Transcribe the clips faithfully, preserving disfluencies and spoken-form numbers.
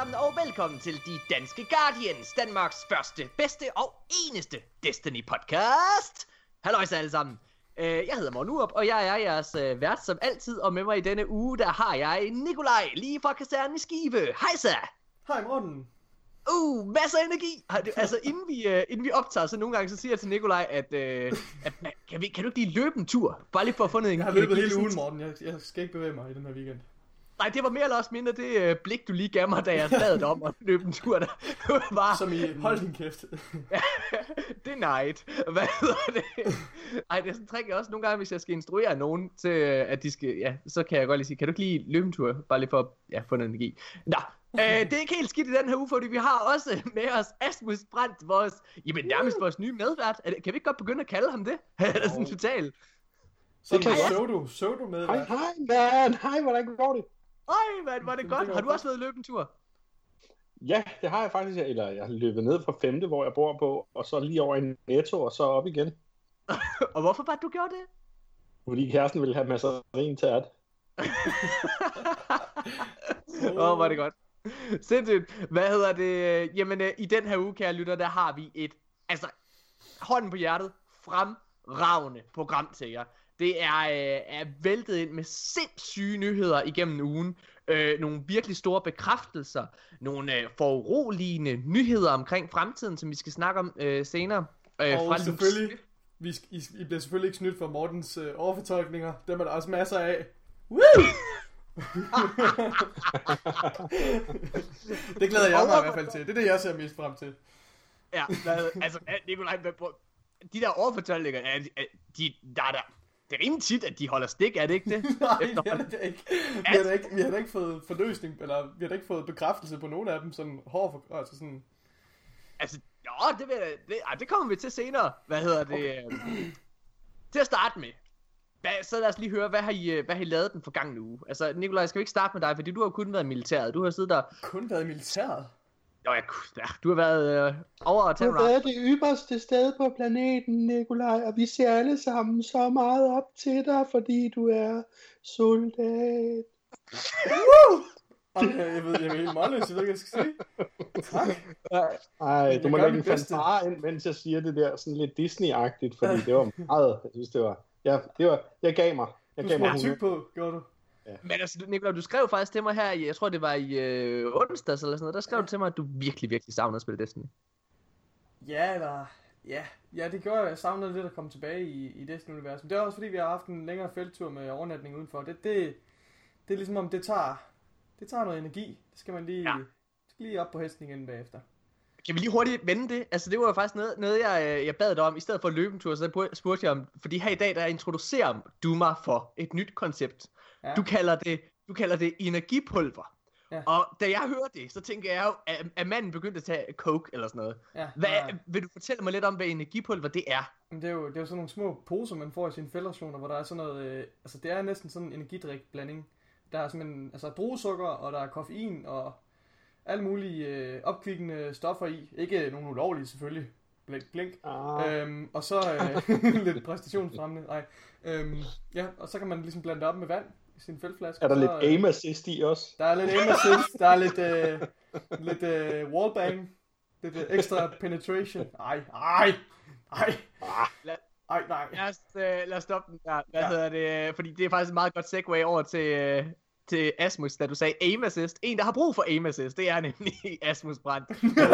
sammen, og velkommen til De Danske Guardians, Danmarks første, bedste og eneste Destiny-podcast. Halløjsa alle sammen. Jeg hedder Morten Urup, og jeg er jeres vært som altid, og med mig i denne uge, der har jeg Nikolaj, lige fra kasernen i Skive. Hej så! Hej Morten. Uh, masser af energi. Altså, inden vi, uh, inden vi optager, så nogle gange så siger jeg til Nikolaj, at, uh, at kan, vi, kan du ikke lige løbe en tur? Bare lige for at få noget energi. Jeg har løbet hele ugen, Morten. Jeg, jeg skal ikke bevæge mig i den her weekend. Nej, det var mere eller også mindre det uh, blik, du lige gav mig, da jeg bad dig om at løbe en tur. Der var... Som i, hold din kæft. Det er night. Hvad hedder det? Ej, det er sådan trick også nogle gange, hvis jeg skal instruere nogen til, at de skal, ja, så kan jeg godt lige sige, kan du ikke lige løbe en tur? Bare lige for at ja, få noget energi. Nå. Uh, det er ikke helt skidt i den her uge, fordi vi har også med os Asmus Brandt, vores, jamen nærmest vores nye medvært. Kan vi ikke godt begynde at kalde ham det? Det er sådan totalt. Så så du, så du med. Hej, hej, man. Hej, hvordan går det? Hej, man, var det godt. Har du også været løbet en tur? Ja, det har jeg faktisk. Eller jeg har løbet ned fra femte, hvor jeg bor på, og så lige over i Netto, og så op igen. Og hvorfor bare du gjorde det? Fordi kæresten ville have masser af ren til at. Åh, oh, var det godt. Sindssygt. Hvad hedder det? Jamen, øh, i den her uge, kære lytter, der har vi et, altså, hånden på hjertet, fremragende program til jer. Det er, øh, er væltet ind med sindssyge nyheder igennem ugen. Øh, nogle virkelig store bekræftelser. Nogle øh, foruroligende nyheder omkring fremtiden, som vi skal snakke om øh, senere. Øh, og fra selvfølgelig, vi, I, I bliver selvfølgelig ikke snydt for Mortens øh, overfortolkninger. Dem er der også masser af. Woo! Det glæder jeg mig i hvert fald til. Det er det, jeg ser mest frem til. Ja, altså, Nikolaj, de der overfortolkninger, de, der er der, det er rimelig tit, at de holder stik, er det ikke det? Nej, det er det ikke. Vi har da ikke, vi har da ikke fået forløsning, eller vi har da ikke fået bekræftelse på nogen af dem, sådan hård for, altså sådan... Altså, jo, det, vil, det, det kommer vi til senere. Hvad hedder det? Okay. Til at starte med. Så lad os lige høre, hvad har I, hvad har I lavet den forgangne uge? Altså, Nikolaj, skal vi ikke starte med dig, fordi du har kun været i militæret. Du har siddet der... Kun været i militæret? Jo, ja, du har været øh, over og tage Du har været det ypperste sted på planeten, Nikolaj, og vi ser alle sammen så meget op til dig, fordi du er soldat. Woo! Okay, jeg ved, jeg er helt målløs, jeg ved ikke, hvad jeg skal sige. Tak. Ej, du må lægge en fanfare ind, mens jeg siger det der sådan lidt Disney-agtigt, fordi det var meget, jeg synes det var, ja, det var, jeg gav mig. Jeg du gav mig tyk på, gjorde du? Ja. Men altså, Nikolaj, du skrev faktisk til mig her, jeg tror det var i øh, onsdags eller sådan noget, der skrev ja. du til mig, at du virkelig, virkelig savnede at spille Destiny. Ja, eller, ja, ja, det gjorde jeg, jeg savnede lidt at komme tilbage i, i Destiny-universet. Men det er også fordi, vi har haft en længere felttur med overnatning udenfor. Det, det, det er ligesom om, det tager, det tager noget energi. Det skal man lige, ja. skal lige op på hesten igen bagefter. Kan vi lige hurtigt vende det? Altså det var jo faktisk noget, noget jeg, jeg bad dig om, i stedet for at løbe en tur, så spurgte jeg om, fordi her i dag, der introducerer du mig for et nyt koncept. Ja. Du kalder det, du kalder det energipulver. Ja. Og da jeg hørte det, så tænker jeg jo, at, at manden begyndte at tage coke eller sådan noget. Ja. Hvad, ja. Vil du fortælle mig lidt om, hvad energipulver det er? Det er jo, det er jo sådan nogle små poser, man får i sine feltrationer, hvor der er sådan noget, øh, altså det er næsten sådan en energidrikblanding. Der er simpelthen, altså druesukker, og der er koffein, og alle mulige øh, opkvikkende stoffer i. Ikke nogen ulovlige selvfølgelig. Blink, blink. Ah. Øhm, og så øh, lidt præstationsfremmende. Nej. Øhm, ja, og så kan man ligesom blande det op med vand i sin feltflaske. Er der så, lidt øh, aim assist i også? Der er lidt aim assist. Der er lidt, øh, lidt øh, wallbang. Lidt øh, ekstra penetration. Ej, ej, ej. Ej, nej. Lad os, øh, lad os stoppe den der. Hvad ja. hedder det? Fordi det er faktisk et meget godt segue over til... Øh, til Asmus, da du sagde aim assist. En, der har brug for aim assist, det er nemlig Asmus Brandt.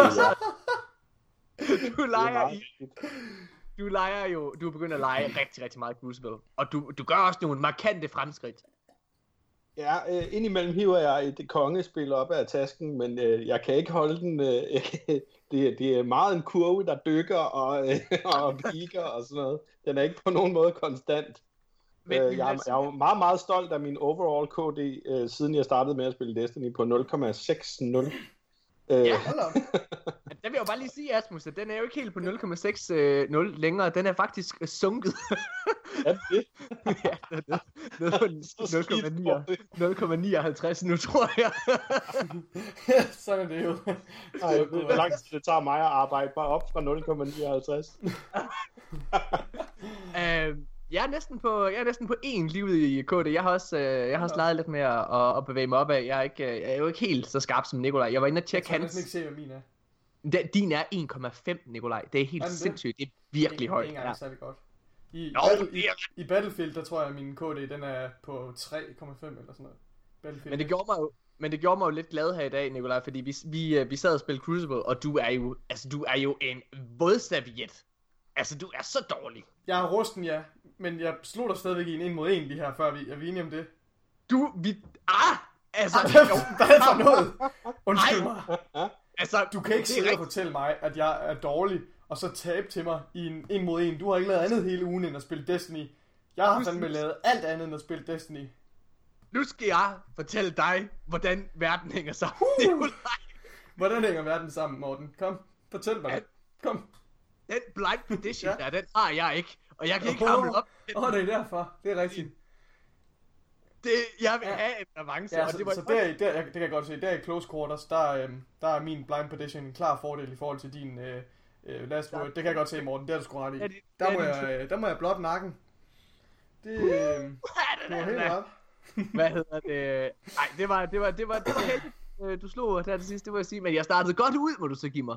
du leger i... Du leger jo... Du er begyndt at lege rigtig, rigtig meget Crucible. Og du, du gør også nogle markante fremskridt. Ja, øh, indimellem hiver jeg et kongespil op af tasken, men øh, jeg kan ikke holde den... Øh, det, det er meget en kurve, der dykker og, øh, og piker og sådan noget. Den er ikke på nogen måde konstant. Men, øh, jeg, er, jeg er jo meget, meget stolt af min overall K D, øh, siden jeg startede med at spille Destiny på nul komma seks nul. Øh. Ja, hold op. Der vil jeg jo bare lige sige, Asmus, at den er jo ikke helt på nul komma seks nul længere. Den er faktisk sunket. Er det? Ja, det er nul komma nioghalvtreds nu, tror jeg. Sådan er det jo. Ej, jeg ved, hvor lang tid det tager mig at arbejde bare op fra nul komma nioghalvtreds. øh, Jeg er næsten på, jeg er næsten på én livet i K D. Jeg har også, øh, jeg har også leget lidt med at, at, at bevæge mig op af. Jeg er, ikke, jeg er jo ikke helt så skarp som Nikolaj. Jeg var inde og tjekke hans. Jeg kan ikke se, hvad min er. Den, din er en komma fem, Nikolaj. Det er helt det? sindssygt. Det er virkelig højt. Det er ikke engang særlig godt. I, Nå, Battle, det er... i, I Battlefield, der tror jeg, at min K D, den er på tre komma fem eller sådan noget. Battlefield. Men det gjorde mig jo, men det gjorde mig jo lidt glad her i dag, Nikolaj, fordi vi, vi, vi sad og spillede Crucible, og du er jo, altså du er jo en vådserviet. Altså, du er så dårlig. Jeg har rusten, ja, men jeg slog dig stadigvæk i en en mod en lige her, før vi er vi enige om det. Du, vi, ah, altså. Hvad er det for noget? Undskyld mig. Altså, du kan ikke sidde og fortælle mig, at jeg er dårlig, og så tabe til mig i en en mod en. Du har ikke lavet andet hele ugen end at spille Destiny. Jeg har fandme lavet alt andet end at spille Destiny. Nu skal jeg fortælle dig, hvordan verden hænger sammen. Uh! Hvordan hænger verden sammen, Morten? Kom, fortæl mig. Kom. Den blind prediction ja. der, den har jeg ikke. Og jeg kan ikke oh, hamle op. Åh, oh, det er derfor. Det er rigtigt. Det, jeg vil ja. have en avance. Ja, og så, det, var så der, der, det kan jeg godt se. Der i close quarters, der, øhm, der er min blind prediction en klar fordel i forhold til din øh, øh, last word. Det kan jeg godt se, Morten. Det er du sgu ret i. Ja, det, der, må jeg, øh, der må jeg blot nakken. Det, øh, det var helt ret. Hvad hedder det? Nej, det var, det var, det var, det var heldigt, du slog der til sidst, det må jeg sige. Men jeg startede godt ud, må du så give mig.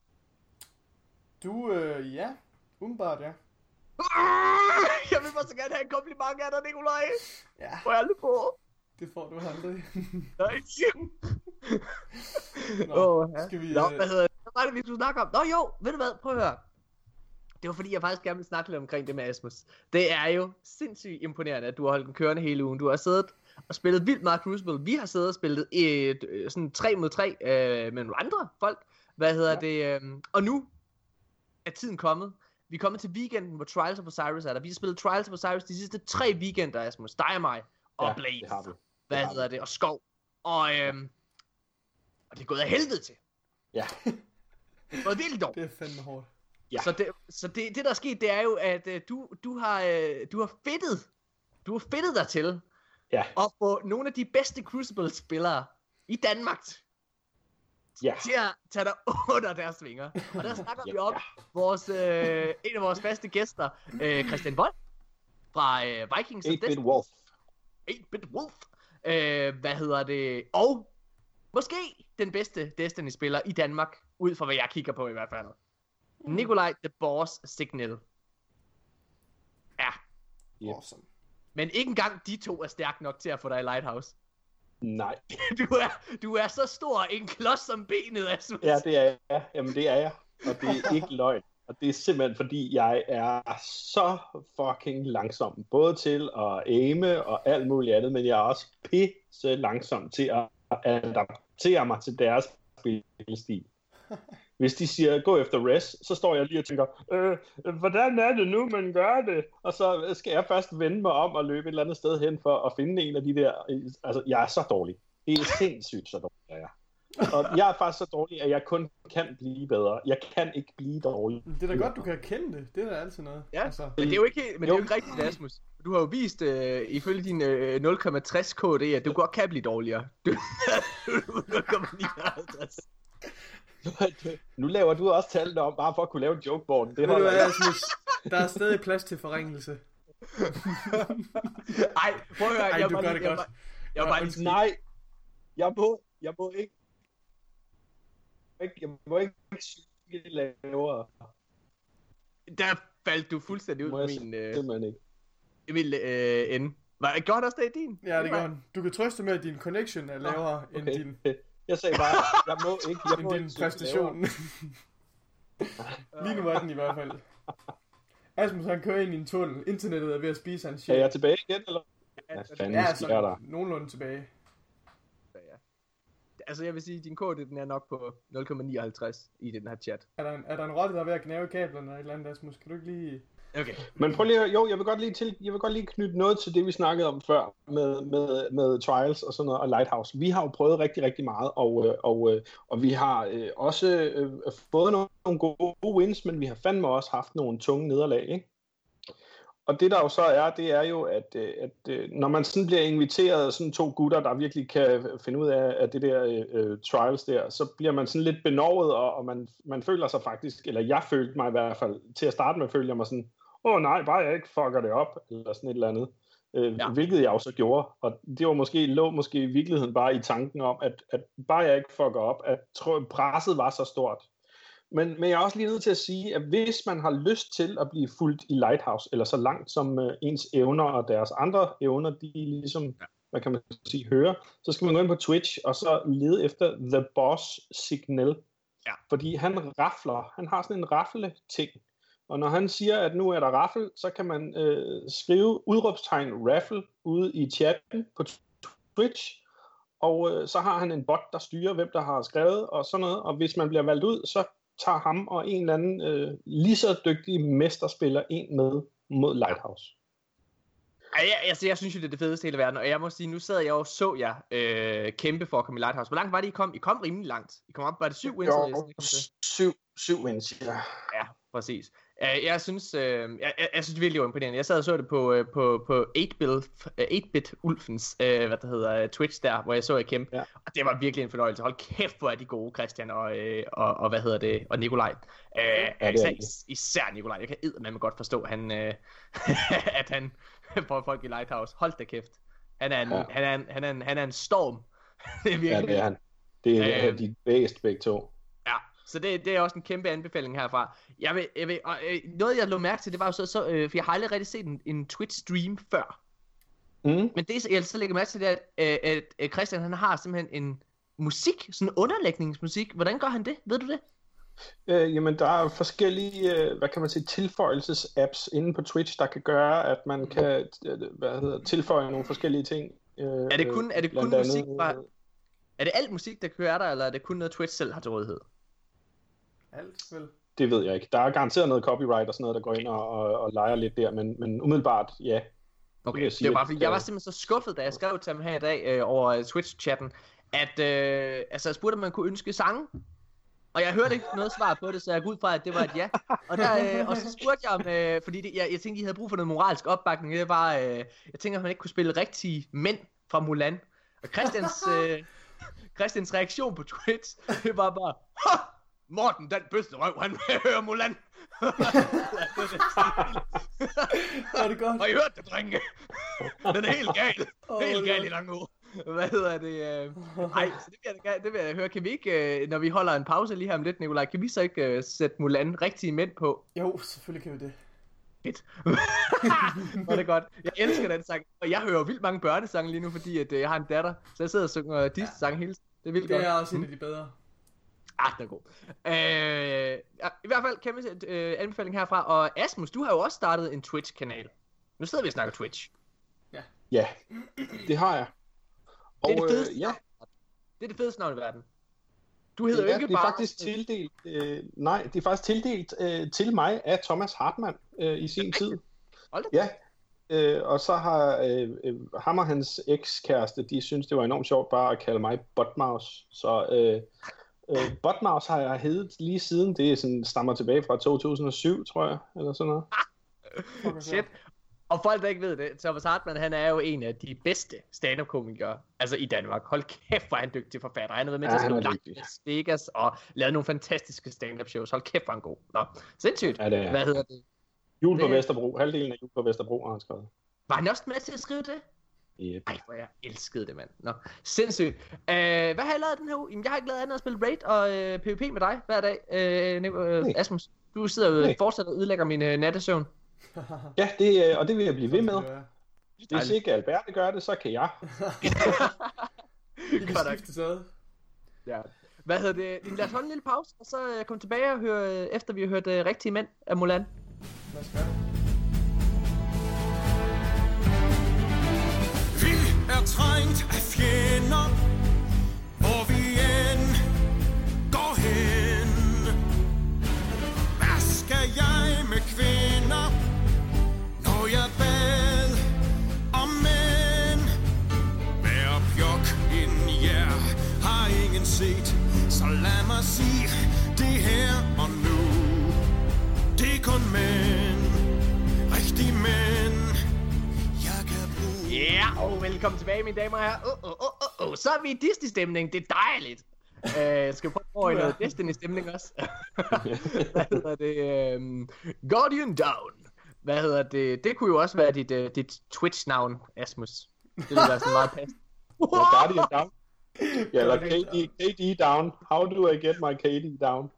Du, øh, ja. Umiddelbart, ja. Jeg vil bare så gerne have en kompliment af dig, Nikolaj. Ja. Får jeg aldrig på. Det får du aldrig. Nej. Nå, oh, ja. skal vi... Nå, hvad hedder det? Hvad var det, vi skulle snakke om? Nå jo, ved du hvad? Prøv at høre. Det var fordi, jeg faktisk gerne ville snakke lidt omkring det med Asmus. Det er jo sindssygt imponerende, at du har holdt den kørende hele ugen. Du har siddet og spillet vildt meget Crucible. Vi har siddet og spillet et, sådan tre mod tre øh, med nogle andre folk. Hvad hedder ja. det? Øh, og nu er tiden kommet. Vi er kommet til weekenden, hvor Trials of Osiris er der. Vi har spillet Trials of Osiris de sidste tre weekender, Asmus. Dig og mig. Og ja, Blaze. Det har vi. Hvad det hedder har det? Og Skov. Og, øhm, og det er gået af helvede til. Ja. Det er gået vildt dog. Det er fandme hårdt. Ja. Så, det, så det, det der er sket, det er jo, at øh, du, du, har, øh, du har fedtet, du har fedtet dig til ja. at få nogle af de bedste Crucible-spillere i Danmark ja. til at tage dig under deres vinger. Og der snakker ja. vi om vores, øh, en af vores faste gæster, øh, Christian Vold fra øh, Vikings. otte-bit Wolf. otte-bit Wolf. Øh, hvad hedder det? Og måske den bedste Destiny-spiller i Danmark, ud fra hvad jeg kigger på i hvert fald. Mm. Nikolaj The Boss Signal. Ja. Yep. Awesome. Men ikke engang de to er stærke nok til at få dig i Lighthouse. Nej. Du er, du er så stor en klods om benet, Asmus. Ja, det er jeg. Jamen, det er jeg. Og det er ikke løgn. Og det er simpelthen fordi, jeg er så fucking langsom. Både til at aime og alt muligt andet, men jeg er også pisse langsom til at adaptere mig til deres spilstil. Hvis de siger, gå efter res, så står jeg lige og tænker, øh, hvordan er det nu, man gør det? Og så skal jeg først vende mig om og løbe et eller andet sted hen for at finde en af de der... Altså, jeg er så dårlig. Det er sindssygt så dårlig, jeg er. Og jeg er faktisk så dårlig, at jeg kun kan blive bedre. Jeg kan ikke blive dårlig. Det er da godt, du kan erkende det. Det er da altid noget. Ja, altså. men det er jo ikke, men det er jo ikke rigtigt, Asmus. Du har jo vist, øh, ifølge din øh, nul komma tres K D, at du godt kan blive dårligere. Du nul komma nioghalvtreds. Nu laver du også tallene om, bare for at kunne lave en jokeboard. Det Ved du hvad, Asmus? Der er stadig plads til forringelse. Ej, prøv at høre. Ej, jeg du bare gør lige, det godt. Jeg, jeg, jeg bare lige Nej, jeg må, jeg må ikke, jeg må ikke cykle lavere. Der faldt du fuldstændig ud af min, øh, simpelthen ikke. min øh, ende. Var det godt også det i din? Ja, det gør han. Du kan trøste med, at din connection er lavere okay. end din... Jeg sagde bare, jeg må ikke, jeg må din ikke præstation. Lige nu er den i hvert fald. Asmus, han kører ind i en tunnel. Internettet er ved at spise hans shit. Er jeg tilbage igen, eller? Hvad fanden ja, sker der? Nogenlunde tilbage. Ja, ja. Altså, jeg vil sige, at din kode, den er nok på nul komma nioghalvtreds i den her chat. Er der en, er der en rotte, der er ved at gnave kablerne eller et eller andet, Asmus? Kan du ikke lige... Okay. Men prøv lige, jo, jeg vil godt lige til, jeg vil godt lige knytte noget til det, vi snakkede om før med, med, med Trials og sådan noget, og Lighthouse. Vi har jo prøvet rigtig, rigtig meget, og, og, og vi har øh, også øh, fået nogle gode wins, men vi har fandme også haft nogle tunge nederlag, ikke? Og det der jo så er, det er jo, at, at når man sådan bliver inviteret af sådan to gutter, der virkelig kan finde ud af, af det der uh, trials der, så bliver man sådan lidt benovet, og, og man, man føler sig faktisk, eller jeg følte mig i hvert fald, til at starte med følte jeg mig sådan, åh oh, nej, bare jeg ikke fucker det op, eller sådan et eller andet. Øh, Ja. Hvilket jeg jo så gjorde, og det var måske, lå måske i virkeligheden bare i tanken om, at, at bare jeg ikke fucker op, at tro, presset var så stort. Men, men jeg er også lige nødt til at sige, at hvis man har lyst til at blive fulgt i Lighthouse, eller så langt som uh, ens evner og deres andre evner, de ligesom, ja. hvad kan man sige, hører, så skal man gå ind på Twitch, og så lede efter The Boss Signal. Ja. Fordi han rafler, han har sådan en rafle-ting. Og når han siger, at nu er der raffel, så kan man øh, skrive udråbstegn raffle ude i chatten på Twitch. Og øh, så har han en bot, der styrer, hvem der har skrevet og sådan noget. Og hvis man bliver valgt ud, så tager ham og en eller anden øh, lige så dygtig mesterspiller en med mod Lighthouse. Ja, jeg, altså, jeg synes jo, det er det fedeste i hele verden, og jeg må sige, nu sad jeg og så jer øh, kæmpe for at komme i Lighthouse. Hvor langt var det, I kom? I kom rimelig langt. I kom op, var det syv wins? Jo, syv, syv wins, ja. Ja, præcis. Uh, jeg synes, uh, jeg, jeg, jeg synes det virkelig var imponerende. Jeg sad og så det på, uh, på, på otte bit Ulfens, uh, hvad det hedder, uh, Twitch der, hvor jeg så jer kæmpe. Ja. Og det var virkelig en fornøjelse. Hold kæft, hvor er de gode, Christian og, uh, og, og hvad hedder det, og Nikolaj. Uh, ja, især, især Nikolaj. Jeg kan eddermame godt forstå, han, uh, at han får folk i Lighthouse. Hold da kæft. Han er en, ja. han er en, han er en, han er en storm. Det er virkelig. Ja, det er han. Det er uh, de bedste begge to. Ja. Så det, det er også en kæmpe anbefaling herfra. Jeg vil, jeg vil, og, øh, noget jeg lå mærke til, det var jo så, så øh, for jeg har aldrig rigtig set en, en Twitch-stream før. Mm. Men det jeg så lægger mærke til, det er, at, at, at Christian han har simpelthen en musik, sådan en underlægningsmusik. Hvordan gør han det? Ved du det? Øh, jamen, der er forskellige, øh, hvad kan man sige, tilføjelses-apps inde på Twitch, der kan gøre, at man kan øh, hvad hedder, tilføje nogle forskellige ting. Øh, er det kun, er det kun musik fra... Er det alt musik, der kører der, eller er det kun noget Twitch selv har til rådighed? Alt, vel? Det ved jeg ikke. Der er garanteret noget copyright og sådan noget, der går ind og, og, og leger lidt der, men, men umiddelbart, ja. Okay, det, det var bare fordi, jeg var simpelthen så skuffet, da jeg skrev til ham her i dag øh, over Twitch-chatten, at øh, altså, jeg spurgte, om man kunne ønske sange, og jeg hørte ikke noget svar på det, så jeg går ud fra, at det var et ja. Og, der, øh, og så spurgte jeg om, øh, fordi det, jeg, jeg tænkte, I havde brug for noget moralsk opbakning, det var, øh, jeg tænkte, at man ikke kunne spille rigtige mænd fra Mulan. Og Christians, øh, Christians reaktion på Twitch, det var bare, ha! Morten, den bøste røv, han vil høre Mulan. Er det godt? Og I hørte det, drenge. Den er helt gal. Oh, helt gal i lange år. Hvad hedder det? Ej, så det vil, jeg, det vil jeg høre. Kan vi ikke, når vi holder en pause lige her om lidt, Nikolaj, kan vi så ikke uh, sætte Mulan rigtige mænd på? Jo, selvfølgelig kan vi det. Fedt. Hvor er det godt. Jeg elsker den sang. Og jeg hører vildt mange børnesange lige nu, fordi at, uh, jeg har en datter. Så jeg sidder og synger Disney-sange hele tiden. Det er vildt det godt. Det er også en af de bedre. Ah, det er god. Øh, ja, i hvert fald kæmpe øh, anbefaling herfra. Og Asmus, du har jo også startet en Twitch-kanal. Nu sidder vi og snakker Twitch. Ja, ja, det har jeg. Og, det er det fedeste øh, ja. Det er det fedeste navn i verden. Du hedder ja, jo ikke det er bare... faktisk tildelt, øh, nej, det er faktisk tildelt øh, til mig af Thomas Hartmann øh, i sin tid. Ja, øh, og så har øh, øh, ham og hans ekskæreste, de synes, det var enormt sjovt bare at kalde mig Botmouse. Så øh, øh, Botmouse har jeg heddet lige siden, det er sådan, stammer tilbage fra to tusind og syv, tror jeg, eller sådan noget. Ah, shit. Og folk, der ikke ved det, Thomas Hartmann, han er jo en af de bedste stand-up-komikere, altså i Danmark. Hold kæft, hvor er han dygtig forfatter. Han har været med ja, til at skrive Vegas og lavet nogle fantastiske stand-up shows. Hold kæft, hvor han god. Nå, sindssygt. Ja, det er. Hvad hedder det? Jul på det... Vesterbro. Halvdelen af Jul på Vesterbro har han skrevet. Var han også med til at skrive det? Yep. Ej, hvor jeg elskede det, mand. Nå, sindssygt. Uh, hvad har jeg lavet den her uge? Jamen, jeg har ikke lavet andet at spille Raid og uh, PvP med dig hver dag. Uh, uh, Asmus, du sidder jo fortsat og udlægger min uh, nattesøvn. Ja, det, og det vil jeg blive ved med. Hvis ikke Albert gør det, så kan jeg. Vi kan skifte sæde. Ja. Hvad hedder det? Lad os holde en lille pause, og så uh, komme tilbage og høre, uh, efter vi har hørt uh, Rigtige Mænd af Mulan. Lad os gøre det. Vi er trængt af fjender, hvor vi end går hen. Hvad skal jeg med kvinder, når jeg bad om mænd? Hver pjok inden jer har ingen set, så lad mig sige det her og nu. Det er kun mænd, rigtige mænd. Ja, yeah, og velkommen tilbage, mine damer og herrer. Oh, oh, oh, oh. Så er vi i Disney-stemning. Det er dejligt. Uh, skal vi prøve at noget Destiny-stemning også? Hvad hedder det? Um, Guardian Down. Hvad hedder det? Det kunne jo også være dit, uh, dit Twitch-navn, Asmus. Det ville være sådan meget pas. Ja, Guardian down. Ja, eller K D, K D down. How do I get my K D down?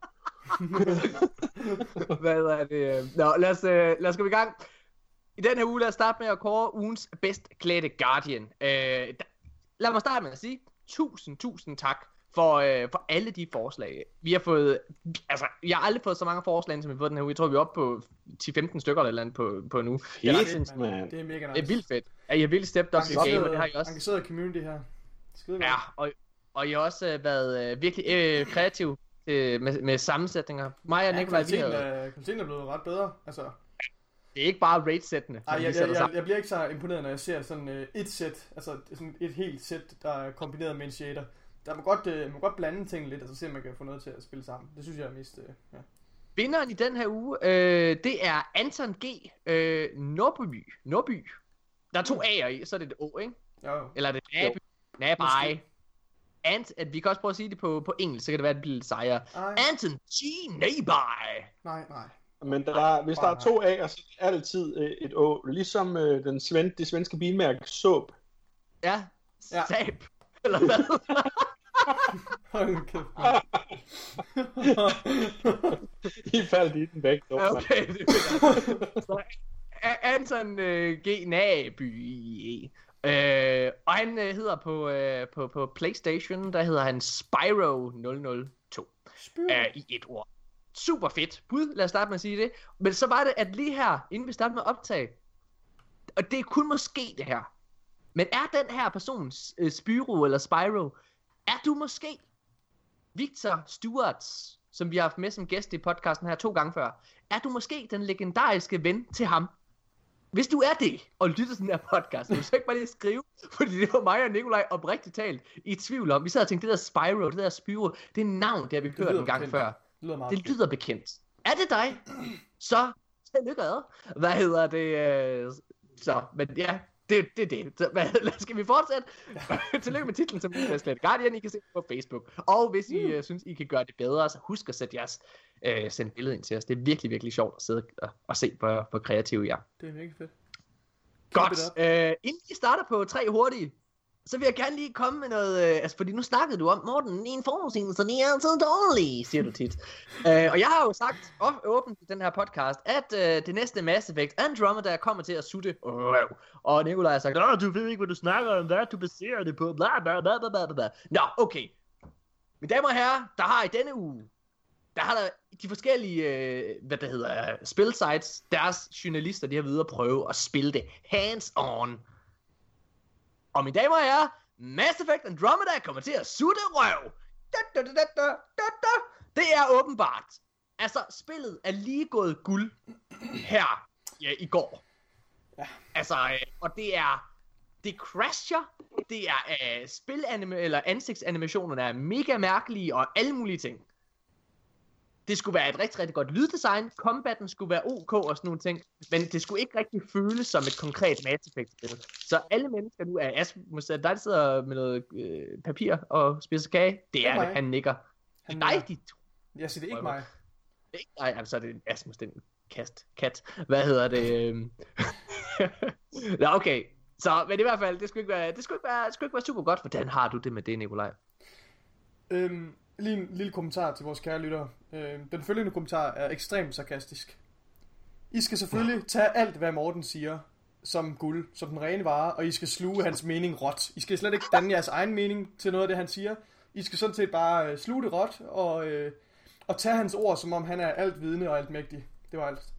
Hvad hedder det? Nå, lad os, uh, lad os gå i gang. I den her uge, lad os starte med at kåre ugens bedst klædte Guardian. Uh, da, lad mig starte med at sige tusind, tusind tak for, uh, for alle de forslag. Vi har fået, altså, jeg har aldrig fået så mange forslag, som vi har fået den her uge. Jeg tror, vi er oppe på ti til femten stykker eller andet på, på nu. Fedt, det, er man. Det er mega nice. Det er vildt fedt. Ja, I har vildt stepped up i game, og det har I også. Engageret community her. Skide Ja, og, og I har også uh, været uh, virkelig uh, kreativ uh, med, med sammensætninger. Mig og Ja, Nikolaj, vi kvaliteten, havde... er, kvaliteten er blevet ret bedre. Altså, Det er ikke bare raid-sættene, ej, som jeg, vi jeg, sætter jeg, sammen. jeg bliver ikke så imponeret, når jeg ser sådan uh, et sæt, altså sådan et helt sæt, der er kombineret med en shader. Der må godt, uh, må godt blande ting lidt, og så se, om man kan få noget til at spille sammen. Det synes jeg er mest, uh, ja. Vinderen i den her uge, øh, det er Anton G. Øh, Norby. Norby. Der er to A'er i, så er det et O, ikke? Jo, jo. Eller er det Naby? Naby. Ant, at vi kan også prøve at sige det på, på engelsk, så kan det være, at det bliver lidt sejere. Ej. Anton G. Naby. Nej, nej. Men der er, hvis der er to A'er, så er det altid øh, et Å. Ligesom øh, den sven, det svenske bilmærke Saab. Ja, Ja. Sab. Eller hvad? Hold kæft. I faldt i den væk. Ja, okay, det er så, A- Anton øh, G. Naby. Øh, og han øh, hedder på, øh, på, på PlayStation, der hedder han Spyro nul nul to. Øh, I et ord. Super fedt bud, lad os starte med at sige det. Men så var det, at lige her, inden vi starter med at optage, og det er kun måske det her, men er den her person, uh, Spyro eller Spyro, er du måske Victor Stewarts, som vi har haft med som gæst i podcasten her to gange før, er du måske den legendariske ven til ham? Hvis du er det, og lytter til den her podcast, så ikke bare lige skrive, fordi det var mig og Nikolaj oprigtigt talt i tvivl om. Vi sad og tænkte, det der Spyro, det der Spyro, det er navn, det har vi hørt en gang bekendt. før. Det lyder meget Det lyder bekendt. Er det dig? Så tillykke ad. Hvad hedder det? øh, Så, men ja, det det det. Så, hvad, skal vi fortsætte? Tillykke med titlen som Bedst Klædte Guardian. I kan se på Facebook. Og hvis I uh, synes, I kan gøre det bedre, så husk at sætte jeres uh, sende billede ind til os. Det er virkelig, virkelig sjovt at sidde og, og se, hvor, hvor kreative I er. Det er virkelig fedt. Godt. Uh, inden vi starter på tre hurtige, så vil jeg gerne lige komme med noget, øh, altså fordi nu snakkede du om, Morten, en forudsigelse, det er altid dårlig, siger du tit. øh, og jeg har jo sagt oh, åbent i den her podcast, at øh, det næste Mass Effect Andromeda kommer til at sutte røv. Og Nikolaj har sagt, åh, du ved ikke, hvad du snakker om, hvad du baserer det på, bla bla bla bla bla bla. Nå, okay. Mine damer og herrer, der har i denne uge, der har der de forskellige, øh, hvad det hedder, spilsites, deres journalister, de har videre prøve at spille det hands on. Og mine damer og herrer, Mass Effect Andromeda kommer til at sutte røv. Da, da, da, da, da, da. Det er åbenbart. Altså, spillet er lige gået guld her ja, i går. Ja. Altså, øh, og det er, det crasher, det er øh, spilanime eller ansigtsanimationerne er mega mærkelige og alle mulige ting. Det skulle være et rigtig, rigtig godt lyddesign, combaten skulle være ok og sådan nogle ting, men det skulle ikke rigtig føles som et konkret Mass Effect-spil. Så alle mennesker nu er Asmus, der der sidder med noget øh, papir og spiser kage, det er Det er det, mig. han nikker. Han Nej, nikker. de Jeg siger det er ikke mig. det er ikke dig, altså det er Asmus, den kast, kat. Hvad hedder det? Nå, okay. Så, men i hvert fald, det skulle ikke være, det skulle ikke være, det skulle ikke være super godt. Hvordan har du det med det, Nikolaj? Øhm, lige en lille kommentar til vores kære lyttere. Øhm, den følgende kommentar er ekstremt sarkastisk. I skal selvfølgelig tage alt, hvad Morten siger, som guld, som den rene vare, og I skal sluge hans mening råt. I skal slet ikke danne jeres egen mening til noget af det, han siger. I skal sådan set bare øh, sluge det råt, og, øh, og tage hans ord, som om han er alt vidende og alt mægtig. Det var alt.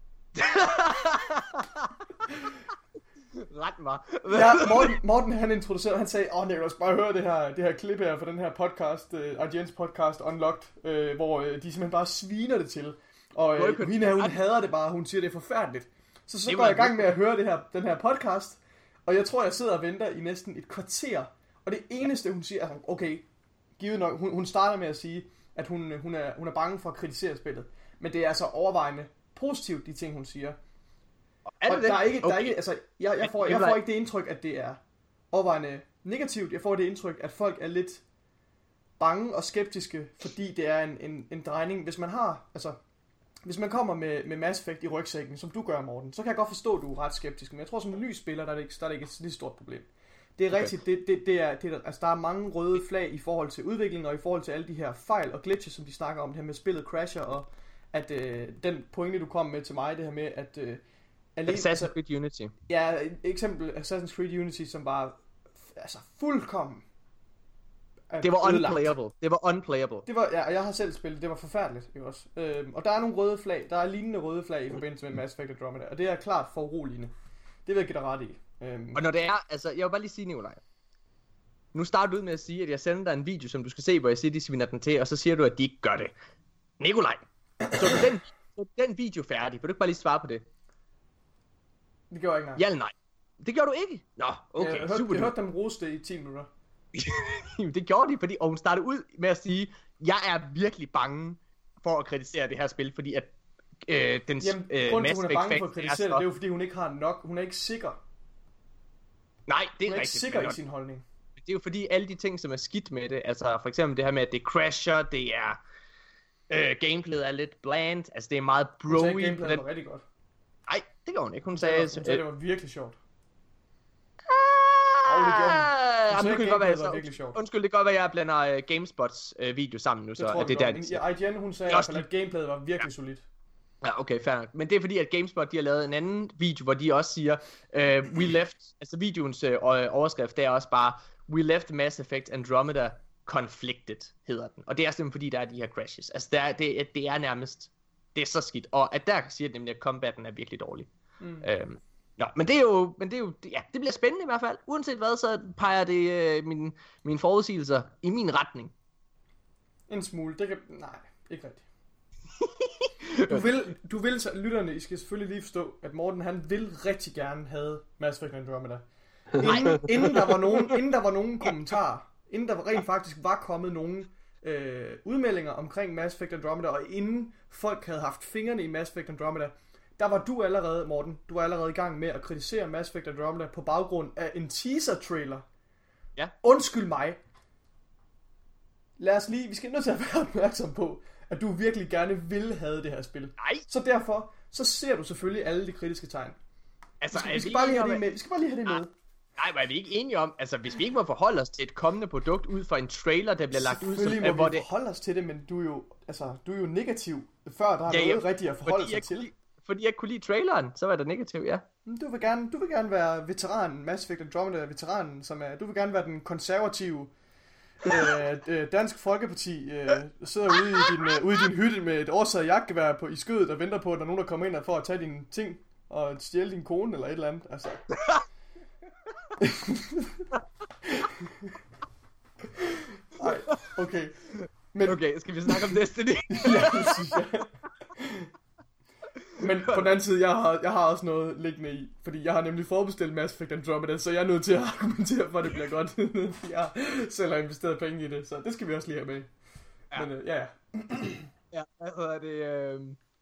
Ret mig. Ja, Morten, Morten han introducerede, han sagde, åh, Nicholas, bare hør det her, det her klip her fra den her podcast, uh, Audience podcast Unlocked, uh, hvor uh, de simpelthen bare sviner det til. Og uh, hende her, hun hader det bare, hun siger, det er forfærdeligt. Så så går jeg i gang med at høre det her, den her podcast, og jeg tror, jeg sidder og venter i næsten et kvarter. Og det eneste, hun siger, er, okay, givet nok, hun, hun starter med at sige, at hun, hun, er, hun er bange for at kritisere spillet. Men det er altså overvejende positivt, de ting, hun siger. Er det og det? der er ikke, Okay. der er ikke, altså, jeg, jeg, får, jeg får ikke det indtryk, at det er overvejende negativt. Jeg får det indtryk, at folk er lidt bange og skeptiske, fordi det er en, en, en drejning. Hvis man har, altså, hvis man kommer med, med Mass Effect i rygsækken, som du gør, Morten, så kan jeg godt forstå, at du er ret skeptisk. Men jeg tror, som en ny spiller, der er det ikke, der er det ikke et lige stort problem. Det er okay. rigtigt, det, det, det er, det er, altså, der er mange røde flag i forhold til udvikling, og i forhold til alle de her fejl og glitches, som de snakker om, det her med spillet crasher, og at øh, den pointe, du kom med til mig, det her med, at... Øh, alene, Assassin's altså, Creed Unity. Ja, eksempel Assassin's Creed Unity, som var altså fuldkommen... Det var ødelagt. unplayable. Det var unplayable. Det var, ja, og jeg har selv spillet, det var forfærdeligt, ikke også? Øhm, og der er nogle røde flag, der er lignende røde flag i forbindelse med Mass Effect Andromeda, og det er klart foruroligende. Det vil jeg give dig ret i. Øhm. Og når det er, altså, jeg vil bare lige sige, Nikolaj. Nu starter du ud med at sige, at jeg sender dig en video, som du skal se, hvor jeg siger, de sviner den til, og så siger du, at de ikke gør det. Nikolaj, så er den, så er den video færdig. Vil du ikke bare lige svare på det? Det gjorde jeg ikke, nej. Ja eller nej? Det gjorde du ikke? Nå, okay, jeg hørte, super. Jeg hørte dem rose det i ti minutter. Det gjorde de, fordi, og hun startede ud med at sige, jeg er virkelig bange for at kritisere det her spil, fordi at øh, den Jamen, øh, grunden til, hun er bange for at kritisere det, så... det er jo fordi, hun ikke har nok, hun er ikke sikker. Nej, det er, hun er rigtigt, ikke sikker men... i sin holdning. Det er jo fordi, alle de ting, som er skidt med det, altså for eksempel det her med, at det crasher, det er, øh, gameplayet er lidt bland, altså det er meget broy. Hun sagde, at gameplayet var rigtig godt. Nej, det gjorde hun ikke, hun Hun sagde... sagde, hun sagde det var virkelig sjovt. Ah, oh, det gjorde hun. Jamen, det kunne godt være, så, virkelig sjovt. undskyld, det kan godt være, at jeg blander uh, GameSpots uh, video sammen nu, det så tror at det er der, de siger. I G N, hun sagde, at gameplayet var virkelig ja. solidt. Ja, okay, fair nok. Men det er fordi, at GameSpot, de har lavet en anden video, hvor de også siger, uh, we left, altså videoens uh, overskrift, det er også bare, we left Mass Effect Andromeda conflicted, hedder den. Og det er simpelthen fordi, der er de her crashes. Altså, det er, det, det er nærmest, det er så skidt. Og at der siger det nemlig, at combaten er virkelig dårlig. Mm. Øhm, Nå, men det er jo, men det er jo, ja, det bliver spændende i hvert fald. Uanset hvad, så peger det øh, mine, mine forudsigelser i min retning. En smule, det kan, nej, ikke rigtigt. Du vil, du vil, så lytterne, I skal selvfølgelig lige forstå, at Morten, han vil rigtig gerne have Mass Effect Andromeda. Inden, inden der var nogen, inden der var nogen kommentarer, inden der rent faktisk var kommet nogen øh, udmeldinger omkring Mass Effect Andromeda, og inden folk havde haft fingrene i Mass Effect Andromeda, der var du allerede, Morten, du var allerede i gang med at kritisere Mass Effect Andromeda på baggrund af en teaser-trailer. Ja. Undskyld mig. Lad os lige, vi skal nødt til at være opmærksom på, at du virkelig gerne vil have det her spil. Nej. Så derfor, så ser du selvfølgelig alle de kritiske tegn. Altså, vi, skal, vi, skal bare lige have det med. vi skal bare lige have det ah, med. Nej, men er vi ikke enige om, altså hvis vi ikke må forholde os til et kommende produkt ud fra en trailer, der bliver lagt ud, som, må hvor vi det... forholde os til det, men du er jo, altså, du er jo negativ, før der er ja, noget ja, rigtigt at forholde sig jeg, til. Fordi jeg kunne lide traileren, så var det negativ, ja. Du vil gerne, du vil gerne være veteranen, Mass Effect Andromeda veteranen, som er, du vil gerne være den konservative øh, Dansk Folkeparti, øh, sidder ude i din, øh, ude i din hytte med et oversaget jagtgevær på i skødet og venter på, at der er nogen, der kommer ind for at tage dine ting og stjæle din kone eller et eller andet, altså. Ej, okay. Men... Okay, skal vi snakke om Destiny? Ja, det synes jeg. Men på den anden side, jeg har, jeg har også noget liggende i, fordi jeg har nemlig forbestilt Mass Effect Andromeda, så jeg er nødt til at argumentere for, at det bliver godt. Jeg selv har investeret penge i det, så det skal vi også lige have med. Ja. Men øh, ja, ja. Ja, hvad hedder det? Øh...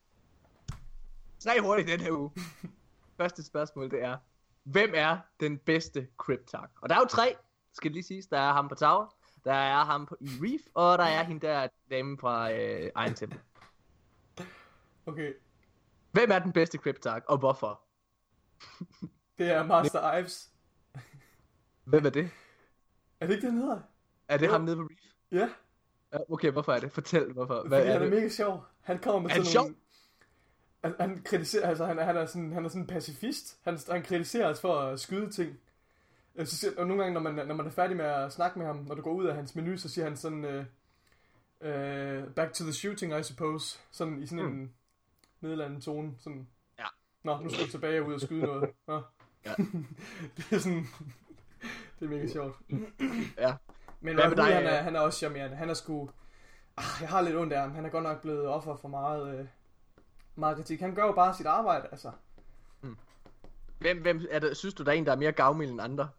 Tre hurtigt den her uge. Første spørgsmål, det er, hvem er den bedste Cryptark? Og der er jo tre, skal det lige siges. Der er ham på Tower, der er ham på i Reef, og der er hende der dame fra øh, Iron Temple. Okay. Hvem er den bedste Cryptark, og hvorfor? Det er Master Ives. Hvem er det? Er det ikke det, han hedder? Er det jo. ham nede på Reef? Ja. Okay, hvorfor er det? Fortæl, hvorfor. Hvad Fordi er han er det? mega sjov. Han kommer med er sådan nogle... Han, han kritiserer, altså han, han er sådan, han er sådan en pacifist. Han, han kritiserer os for at skyde ting. Så, og nogle gange, når man, når man er færdig med at snakke med ham, når du går ud af hans menu, så siger han sådan, uh, uh, back to the shooting, I suppose. Sådan i sådan mm. en nedladende tone. Sådan, ja. Nå, nu skal du tilbage og ud og skyde noget. Nå. Ja. Det er sådan, det er mega sjovt. Ja. Men Rahul, dig, han, er, han er også charmerende. Han er sgu, ah, jeg har lidt ondt af ham. Han er godt nok blevet offer for meget... Uh, meget kritik. Han gør jo bare sit arbejde, altså. Hmm. Hvem, hvem er det, synes du, der er en, der er mere gavmild end andre?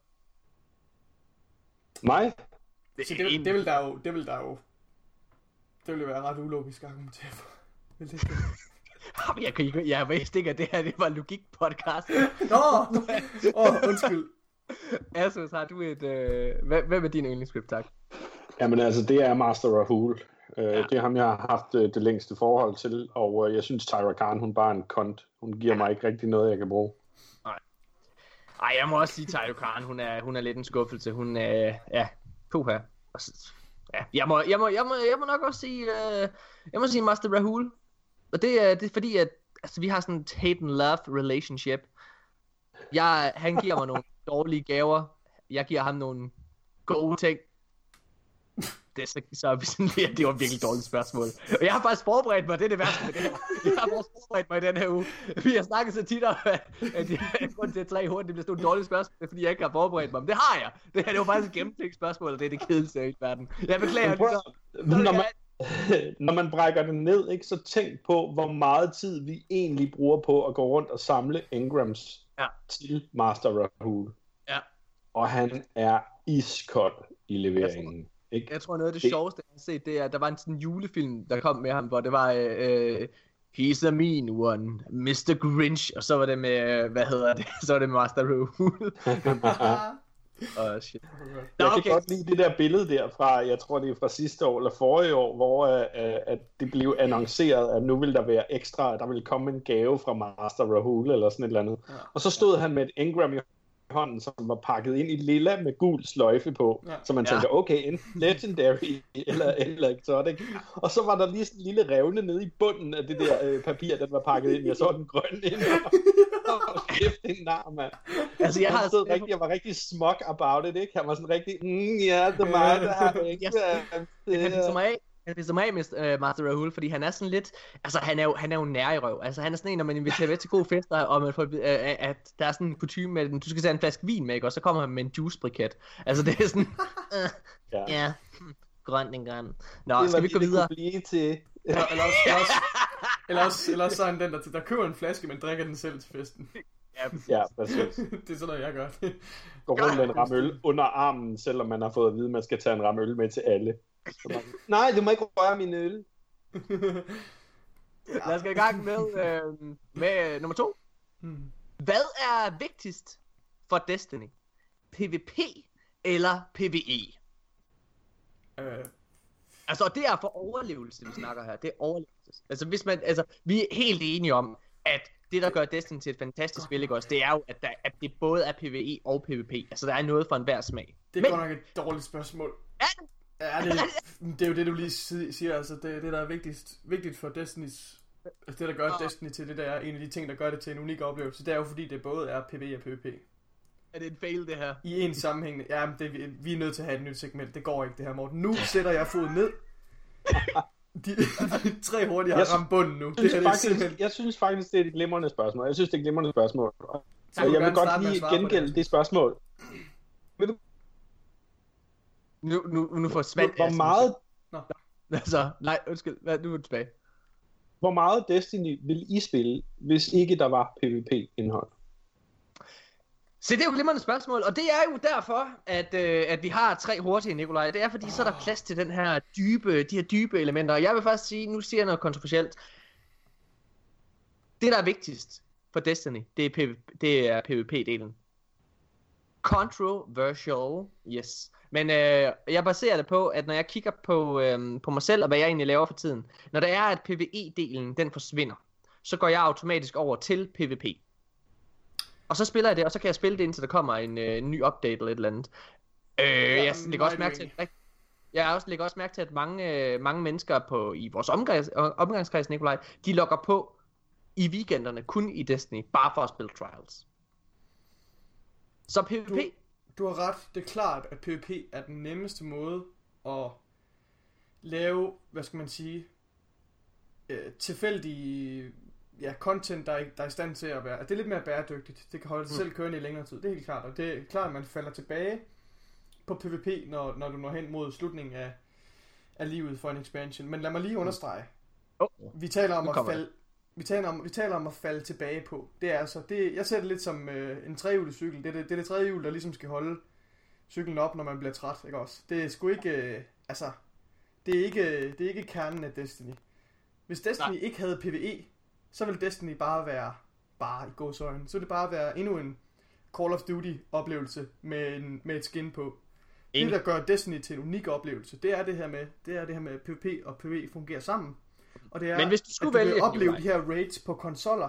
Mig? Det, Så det, det, vil der jo, det vil der jo, det vil jo være ret ulogisk at argumentere for. Vil det ikke? jeg, kan, jeg vidste ikke, at det her det var logik-podcast. Nå! Åh, oh, undskyld. Asus, har du et... Øh... Hvem er din yndlingsscript, tak? Jamen altså, det er Master Rahul. Øh, ja. Det er ham, jeg har haft øh, det længste forhold til, og øh, jeg synes, Tyra Khan, hun bare er en kont. Hun giver mig ikke rigtig noget, jeg kan bruge. Nej. Ej, jeg må også sige, Tyra Khan, hun er, hun er lidt en skuffelse. Hun er, ja, puha. Ja, jeg må, jeg må, jeg må, jeg må nok også sige, uh, jeg må sige Master Rahul. Og det er, det er fordi, at altså, vi har sådan et hate and love relationship. Jeg, han giver mig nogle dårlige gaver. Jeg giver ham nogle gode ting. Det er så, så er vi sådan, ja, det var virkelig dårligt spørgsmål. Og jeg har faktisk forberedt mig, det er det værste med det her. Jeg har faktisk forberedt mig i den her uge. Vi har snakket så tit om, at, at grunden til at tre hurtigt, det bliver sådan nogle dårlige spørgsmål, det er fordi jeg ikke har forberedt mig. Men det har jeg. Det her det var faktisk et gennemtænkt spørgsmål, og det er det kedeligste i verden. Jeg beklager det. Når man, når man brækker det ned, ikke, så tænk på, hvor meget tid vi egentlig bruger på at gå rundt og samle engrams ja. til Master Rahul. Ja. Og han er iskold i leveringen. Ikke? Jeg tror noget af det, det sjoveste jeg har set, det er, at der var en sådan julefilm, der kom med ham, hvor det var øh, He's a mean one, mister Grinch, og så var det med, hvad hedder det, så var det med Master Rahul. Oh, shit. Jeg okay. kan godt lide det der billede der fra, jeg tror det er fra sidste år, eller forrige år, hvor uh, at det blev annonceret, at nu vil der være ekstra, der vil komme en gave fra Master Rahul, eller sådan et eller andet. Ja. Og så stod han med et engram i hånden, som var pakket ind i lilla med gul sløjfe på, ja. Så man tænkte, ja. Okay, en legendary eller, eller exotic. Og så var der lige sådan en lille revne nede i bunden af det der øh, papir, der var pakket ind. Jeg så den grønne ind. Og kæft, en nar, mand. Altså, jeg, har stod rigtig, jeg var rigtig smug about it, ikke? Han var sådan rigtig, mm, ja, det er mig, der har ikke. Han pisser mig af. Han pisser mig af med uh, Master Rahul, fordi han er sådan lidt, altså han er jo, han er jo nær i røv. Altså han er sådan en, når man inviterer med til gode fester, og man får, uh, at der er sådan en kutyme med, du skal tage en flaske vin med, ikke? Og så kommer han med en juicebriket. Altså det er sådan, uh, ja, ja. grønt en gang. Nå, skal vi gå videre? Til. Ja, eller, også, eller, også, eller, også, eller også så er han den, der, der køber en flaske, men drikker den selv til festen. Ja, præcis. Ja, præcis. Det er sådan noget, jeg gør. Går rundt med en ramme øl under armen, selvom man har fået at vide, at man skal tage en ramme øl med til alle. Nej, du må ikke røre min øl. Lad os gå i gang med, øh, med nummer to. Hmm. Hvad er vigtigst for Destiny? PvP eller PvE? Øh. Altså, det er for overlevelse, vi snakker her. Det er overlevelse. Altså, hvis man, altså, vi er helt enige om, at det, der gør Destiny til et fantastisk spil, ikke også, det er jo, at, der, at det både er PvE og PvP. Altså, der er noget for enhver smag. Det er Men... godt nok et dårligt spørgsmål. Ja, Ja, det, det er jo det, du lige siger, altså det, det der er vigtigst, vigtigt for Destinys, altså det der gør Destiny til det der er en af de ting, der gør det til en unik oplevelse, det er jo fordi det både er PvE og PvP. Er det en fail det her? I en sammenhæng, ja, det, vi er nødt til at have et nyt segment, det går ikke det her, Morten. Nu sætter jeg foden ned. De, de tre hurtigt har ramt bunden nu. Synes det her, faktisk, det simpelthen... Jeg synes faktisk, det er et glimrende spørgsmål. Jeg synes, det er et glimrende spørgsmål. Så jeg vil godt lige gengælde det. det spørgsmål. Vil du Nu, nu, nu får Svend... Hvor meget... Nå. Altså, nej, undskyld. Hvad, nu er du tilbage. Hvor meget Destiny ville I spille, hvis ikke der var PvP-indhold? Så det er jo et glimrende spørgsmål, og det er jo derfor, at, øh, at vi har tre hurtige, Nikolaj. Det er fordi, oh. så er der plads til den her dybe, de her dybe elementer. Og jeg vil faktisk sige, nu siger jeg noget kontroversielt. Det, der er vigtigst for Destiny, det er, PvP, det er PvP-delen. Controversial, yes. Men øh, jeg baserer det på, at når jeg kigger på, øh, på mig selv, og hvad jeg egentlig laver for tiden, når der er, at PvE-delen, den forsvinder, så går jeg automatisk over til PvP. Og så spiller jeg det, og så kan jeg spille det, indtil der kommer en, øh, en ny update eller et eller andet. Øh, ja, jeg lægger også mærke til, at, jeg også lægger også mærke til, at mange, øh, mange mennesker på, i vores omgangs, omgangskreds, Nikolaj, de logger på i weekenderne, kun i Destiny, bare for at spille Trials. Så PvP... Du, du har ret. Det er klart, at PvP er den nemmeste måde at lave, hvad skal man sige, øh, tilfældige ja, content, der er, der er i stand til at være... Det er lidt mere bæredygtigt. Det kan holde sig mm. selv kørende i længere tid. Det er helt klart. Og det er klart, at man falder tilbage på PvP, når, når du når hen mod slutningen af, af livet for en expansion. Men lad mig lige understrege. Oh. Vi taler om at falde... Vi taler, om, vi taler om at falde tilbage på. Det er altså, det, jeg ser det lidt som øh, en trehjulet cykel. Det er det, det er det tredje hjul, der ligesom skal holde cyklen op, når man bliver træt, ikke også? Det er sgu ikke, øh, altså, det er ikke, det er ikke kernen af Destiny. Hvis Destiny Nej. ikke havde PvE, så ville Destiny bare være, bare i gåseøjne, så ville det bare være endnu en Call of Duty oplevelse med, en, med et skin på. Det, der gør Destiny til en unik oplevelse, det er det her med, det er det her med PvP og PvE fungerer sammen. Og det er, Men hvis du skulle at du vælge, vil opleve Nikolaj. de her raids på konsoller.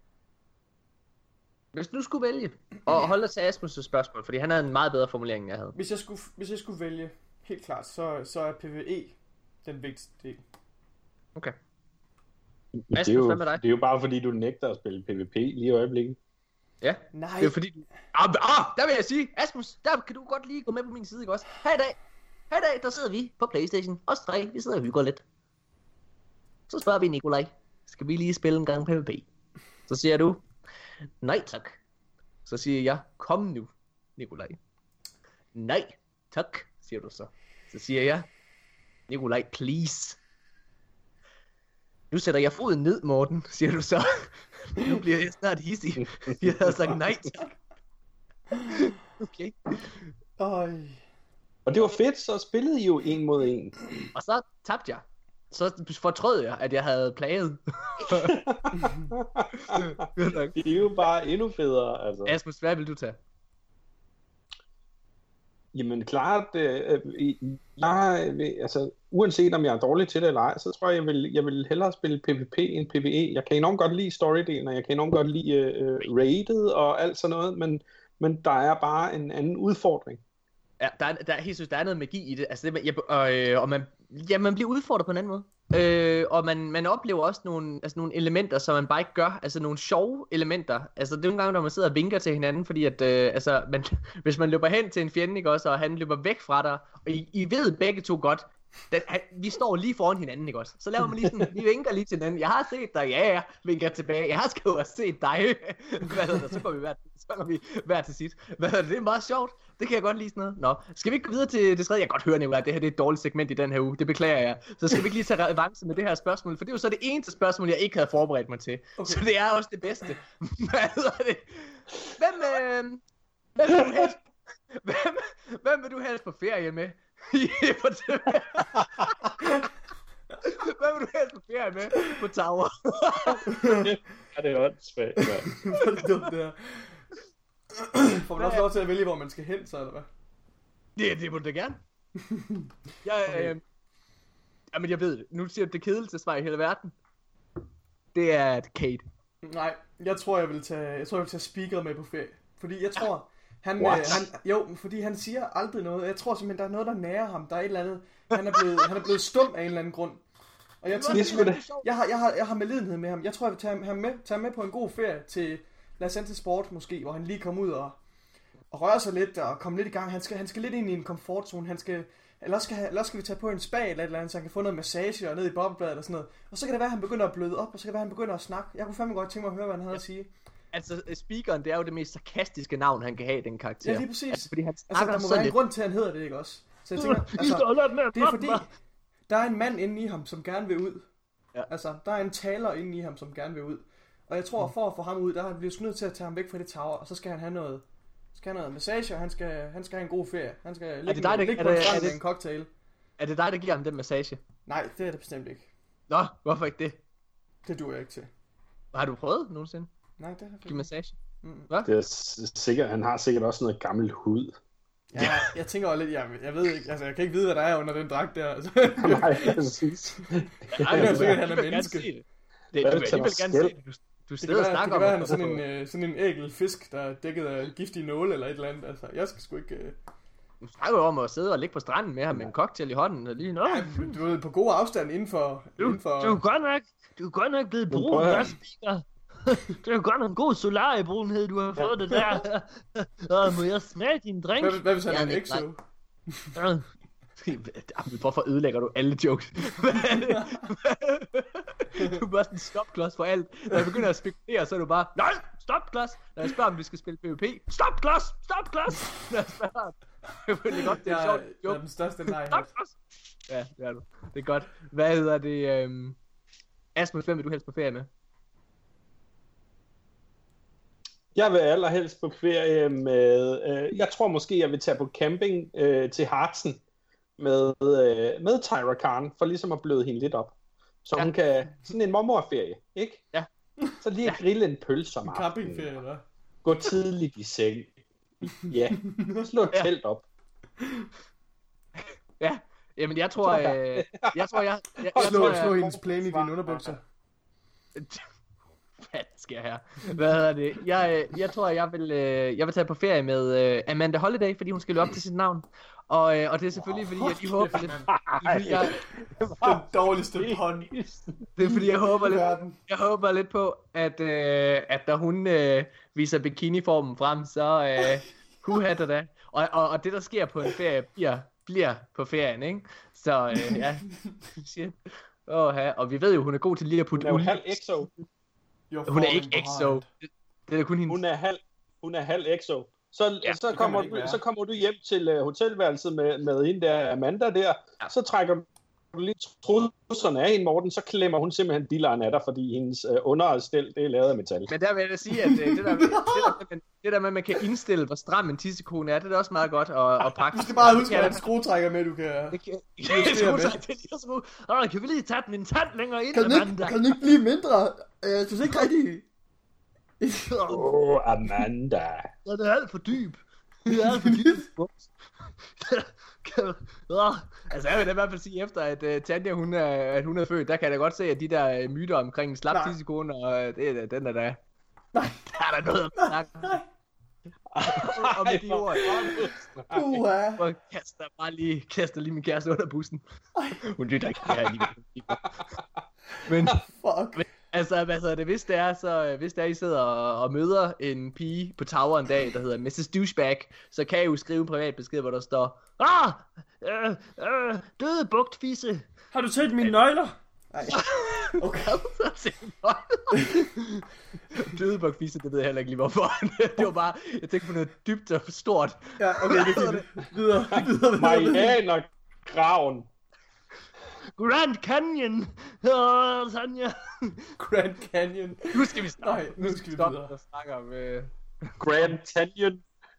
Hvis du skulle vælge, og holde dig til Asmus' spørgsmål, fordi han havde en meget bedre formulering, end jeg havde. Hvis jeg skulle, hvis jeg skulle vælge, helt klart, så, så er PvE den vigtigste del. Okay. Det er, Asmus, jo, hvad med dig? det er jo bare fordi, du nægter at spille PvP lige i øjeblikket. Ja, Nej. det er fordi... Ah, ah, der vil jeg sige, Asmus, der kan du godt lige gå med på min side, ikke også? Her i dag, her i dag, der sidder vi på PlayStation. Os tre, vi sidder og hygger lidt. Så spørger vi Nikolaj, skal vi lige spille en gang PvP? Så siger du, nej tak. Så siger jeg, kom nu, Nikolaj. Nej tak, siger du så. Så siger jeg, Nikolaj, please. Nu sætter jeg foden ned, Morten, siger du så. Nu bliver jeg snart hissig. Jeg havde sagt nej tak. Okay. Øj. Og det var fedt, så spillede I jo en mod en. Og så tabte jeg. Så fortrød jeg, at jeg havde plaget. Det er jo bare endnu federe, altså. Asmus, hvad vil du tage? Jamen klart, øh, jeg, altså, uanset om jeg er dårlig til det eller ej, så tror jeg, jeg vil, jeg vil hellere spille PvP end PvE. Jeg kan enormt godt lide storydelen, og jeg kan enormt godt lide øh, raided og alt sådan noget, men, men der er bare en anden udfordring. Ja, der er, der, er, helt synes, der er noget magi i det. Altså, det jeg, og, øh, og man, ja, man bliver udfordret på en anden måde. Øh, og man, man oplever også nogle, altså nogle elementer, som man bare ikke gør. Altså nogle sjove elementer. Altså det er nogle gange, når man sidder og vinker til hinanden, fordi at, øh, altså, man, hvis man løber hen til en fjende, ikke også, og han løber væk fra dig, og I, I ved begge to godt, den, han, vi står lige foran hinanden, ikke også? Så laver man lige sådan, vi vinker lige til hinanden. Jeg har set dig, ja, ja, vinker tilbage. Jeg har sgu også set dig. Hvad hedder det? Så går vi hver, så går vi hver til sit. Hvad hedder det? Det er meget sjovt. Det kan jeg godt lide sådan noget. Nå, skal vi ikke gå videre til det tredje? Jeg kan godt høre, Nicolaj, det her det er et dårligt segment i den her uge. Det beklager jeg. Så skal vi ikke lige tage revanche med det her spørgsmål, for det er jo så det eneste spørgsmål, jeg ikke havde forberedt mig til. Okay. Så det er også det bedste. Hvad hedder det? Hvem, øh, hvem, vil du helst, hvem, hvem vil du helst på ferie med? Hvad vil du helst på ferie med på Tower? Ja, det er åndssvagt, mand. Hvor er det dumt, det her. Får man også lov til at vælge, hvor man skal hen, så eller hvad? Det, det må du da gerne. Jeg, okay. øh, jamen jeg ved det. Nu siger du det kedeligste svar i hele verden. Det er Kate. Nej, jeg tror jeg vil tage, jeg tror jeg vil tage speaker med på ferie. Fordi jeg tror, han, øh, han, jo, fordi han siger aldrig noget. Jeg tror simpelthen, der er noget, der nærer ham. Der er et eller andet, han er blevet, han er blevet stum af en eller anden grund. Og jeg, tænker, jeg, jeg, har, jeg, har, jeg har medlidenhed med ham. Jeg tror, jeg vil tage ham med, tage ham med på en god ferie til La Santa Sport måske, hvor han lige kommer ud og, og rører sig lidt og kommer lidt i gang. Han skal, han skal lidt ind i en komfortzone. Han skal, eller, også skal, eller også skal vi tage på en spa eller et eller andet, så han kan få noget massage og ned i boblebadet og sådan noget. Og så kan det være, at han begynder at bløde op, og så kan det være, at han begynder at snakke. Jeg kunne fandme godt tænke mig at høre, hvad han havde at sige. Altså, speakeren, det er jo det mest sarkastiske navn, han kan have, den karakter. Ja, lige præcis. Altså, fordi han altså, der må være en grund til, at han hedder det, ikke også? Så jeg tænker, altså, det er fordi, der er en mand inde i ham, som gerne vil ud. Ja. Altså, der er en taler inde i ham, som gerne vil ud. Og jeg tror, for at få ham ud, der er vi nødt til at tage ham væk fra det tower, og så skal han have noget, skal have noget massage, og han skal, han skal have en god ferie. Han skal ligge, dig, der, ligge på en strand med en cocktail. Er det dig, der giver ham den massage? Nej, det er det bestemt ikke. Nå, hvorfor ikke det? Det duer jeg ikke til. Har du prøvet nogensinde? Nej, det har jeg ikke. Give massage? Mm. Hvad? Det er sikkert, han har sikkert også noget gammel hud. Ja, jeg, jeg tænker også lidt, jeg, jeg ved ikke, altså jeg kan ikke vide, hvad der er under den dragt der. Altså. Nej, præcis. Ej, det er sikkert, han er menneske. Det, det, du vil alligevel gerne se det. Du, du sidder og snakker om det. Det kan være, han er sådan en, uh, sådan en ægel fisk, der er dækket af giftige nåle eller et eller andet. Altså, jeg skal sgu ikke... Uh... Du snakker jo om at sidde og ligge på stranden med ham med en cocktail i hånden og lige nå. Ja, du ved, på god afstand inden for... Du, inden for... du er godt nok, du er godt nok blevet brun, der speaker. Det er jo godt nok en god solariebrunhed, du har fået det der. Og må jeg smage din drink? Hvad, hvad hvis han er en exo? Hvorfor ødelægger du alle jokes? Du er bare sådan en stopklods for alt. Når jeg begynder at spekulere, så er du bare nej, stopklods. Når jeg spørger, om vi skal spille PvP, stopklods, stopklods. Når jeg spørger, jeg føler godt, det er sjovt. Jeg er den største nej. Ja, det er du. Det er godt. Hvad hedder det? Øhm... Asmus, hvem vil du helst på ferie med? Jeg vil allerhelst på ferie med, øh, jeg tror måske, jeg vil tage på camping øh, til Hartsen med, øh, med Tyra Khan, for ligesom at bløde hende lidt op. Så ja. Hun kan, sådan en mormorferie, ikke? Ja. Så lige at grille en pølse om aftenen. Campingferie, eller? Gå tidligt i seng. Ja, slå et ja. telt op. Ja, jamen jeg tror, øh, jeg tror, jeg... jeg, jeg Slå, tror, jeg, slå hendes plæne i dine underbukser. Hvad sker her? Hvad hedder det? Jeg, øh, jeg tror, jeg vil, øh, jeg vil tage på ferie med øh, Amanda Holiday, fordi hun skal løbe op til sit navn. Og, øh, og det er selvfølgelig, fordi jeg lige håber lidt... Det er, fordi jeg, Den dårligste hånd. det er fordi, jeg håber lidt, Verden. jeg håber lidt på, at, øh, at da hun øh, viser bikiniformen frem, så øh, huhatter da. Og, og, og det, der sker på en ferie, bliver, bliver på ferien, ikke? Så øh, ja, shit. Åh, ja. Og vi ved jo, hun er god til lige at Hun putte er jo olie. halv exo. Hun er ikke exo. Det, det er kun hendes. Hun er halv, hun er halv exo. Så, Ja, så, kan kommer man ikke du, være. så kommer du hjem til uh, hotelværelset med, med hende der, Amanda der. Ja. Så trækker du lige trusserne af hende, Morten. Så klemmer hun simpelthen dilleren af dig, fordi hendes uh, understel, det er lavet af metal. Men der vil jeg da sige, at øh, det, der, det, der, med, det der med, at man kan indstille, hvor stram en tissekone er, det er da også meget godt at, at pakke. Du skal bare huske, Ja, at der er en skruetrækker med, du kan... Det kan, justere med. det er lige så smooth. Åh, kan vi lige tage min tand længere ind, Kan den ikke, Amanda? kan den ikke blive mindre? Jeg synes ikke rigtig... Åh, oh, Amanda. Ja, det er alt for dyb. Det er alt for dyb. Kan- Åh, altså jeg vil da i hvert fald sige efter at uh, Tanja hun er, at hun er født, der kan jeg da godt se at de der uh, myter omkring slap Nej. tissekone og uh, det er da- den er da. Nej. Der er der noget at snakke om. Og med de ord, Uha. og kaster bare lige kaster lige min kæreste under bussen. Hun lytter ikke det her lige. Men Fuck. altså hvad hedder det, hvis det er så øh, hvis det er I sidder og, og møder en pige på Tower en dag der hedder missus Douchebag, så kan I jo skrive en privat besked hvor der står: Ah! Øh, øh, døde bugtfisse. Har du set mine nøgler? Nej. Okay. Dødebukfisse, det ved jeg heller ikke lige hvorfor. Det var bare, jeg tænkte på noget dybt og stort. Ja, okay, det er fint. Videre, videre, videre. Marianer graven. Grand Canyon. Åh, Tanja. Grand Canyon. Nu skal vi stoppe. Nej, nu skal vi stoppe videre. og snakke om... Øh... Grand Canyon.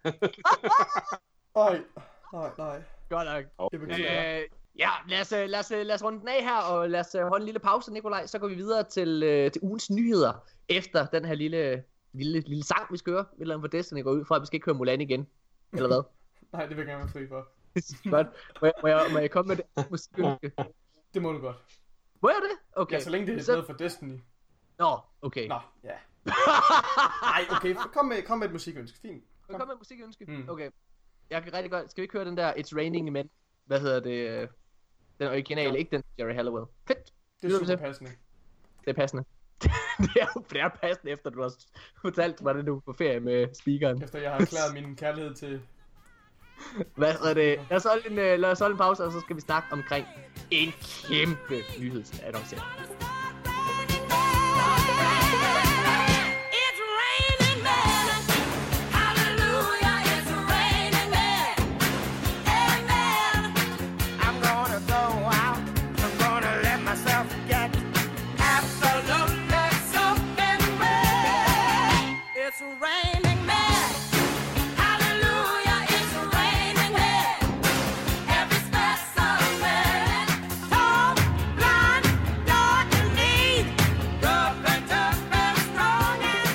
Nej, nej, nej. Godt nok. Det beklager. Øh, ja, lad os, øh, lad, os, øh, lad os runde den af her, og lad os øh, holde en lille pause, Nikolaj. Så går vi videre til, øh, til ugens nyheder, efter den her lille, lille, lille sang, vi skal høre. Et eller andet for Destiny går ud fra, at vi skal ikke høre Mulan igen. Eller hvad? Nej, det vil jeg gerne være fri for. Godt. Må jeg, må, jeg, må jeg komme med det musikønske? Det må du godt. Må jeg det? Okay. Ja, så længe det er Så- noget for Destiny. Nå, okay. Nå, ja. Nej, okay, kom med, kom med et musikønske. Fint. Kom med et musikønske. Mm. Okay. Jeg kan rigtig godt... Skal vi ikke høre den der It's Raining Men? Hvad hedder det? øh, Den originale, Ja. ikke den Jerry Halliwell. Fedt. Det Lytter er vi super til? passende. Det er passende. det er jo det er passende, efter du har fortalt, hvordan du er på ferie med speakeren. Efter jeg har erklæret min kærlighed til... Hvad hedder det? Lad os holde en, øh, lad os holde en pause, og så skal vi snakke omkring en kæmpe nyhedsannoncering. It's raining men. Hallelujah, it's raining men. Amen. I'm gonna go out. I'm gonna let myself get absolutely soaking wet. It's raining men. Hallelujah, it's raining men. Every specimen, tall, blind, dark and neat, rough and tough and strong and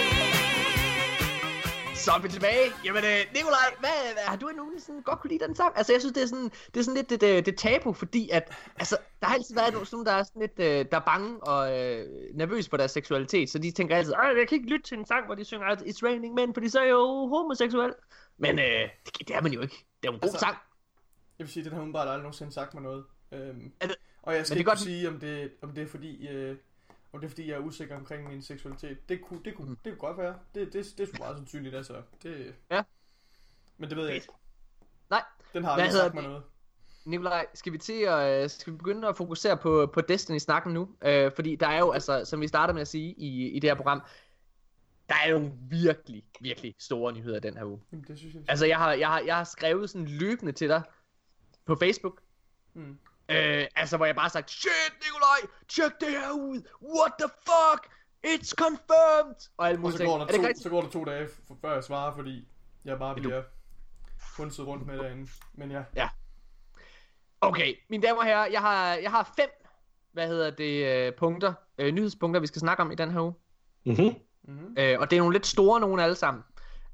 mean. Så er vi tilbage. Jamen, øh, Nikolaj, hvad, hvad, har du endnu sådan godt kunne lide den sang? Altså, jeg synes, det er sådan, det er sådan lidt det, det, det tabu, fordi at, altså, der har altid været nogen, sådan, der er sådan lidt, øh, der er bange og øh, nervøs for deres seksualitet, så de tænker altid, "Ej, jeg kan ikke lytte til en sang, hvor de synger, at It's Raining Men, fordi så er jeg jo homoseksuel. Men øh, det, det er man jo ikke. Det er jo en god Altså, sang. Jeg vil sige, den har hun bare aldrig nogensinde sagt mig noget. Øhm, Er det- og jeg skal det er ikke godt- kunne sige, om det, om det er fordi... Øh, om det er fordi, jeg er usikker omkring min seksualitet. Det kunne, det kunne, Mm. det kunne godt være. Det, det, det er sgu meget sandsynligt, altså. Det, Ja. Men det ved jeg ikke. Nej. Den har Hvad aldrig hedder sagt mig det? noget. Nikolaj, skal vi til at, øh, skal vi begynde at fokusere på, på Destiny-snakken nu? Øh, fordi der er jo, altså, som vi starter med at sige i, i det her program, der er jo virkelig, virkelig store nyheder den her uge. Jamen, det synes jeg. Altså, jeg har, jeg har, jeg har skrevet sådan løbende til dig på Facebook. Mm. Øh, altså, hvor jeg bare har sagt, shit, Nikolaj, tjek det her ud. What the fuck? It's confirmed. Og alle Og mulige så går, ting. der Er det to, rigtigt? så går der to dage, f- før jeg svarer, fordi jeg bare du- bliver hunset rundt med derinde. Men ja. Okay, mine damer og herrer, jeg har, jeg har fem, hvad hedder det, øh, punkter, øh, nyhedspunkter, vi skal snakke om i den her uge. Mm-hmm. Mm-hmm. Øh, og det er nogle lidt store nogle alle sammen.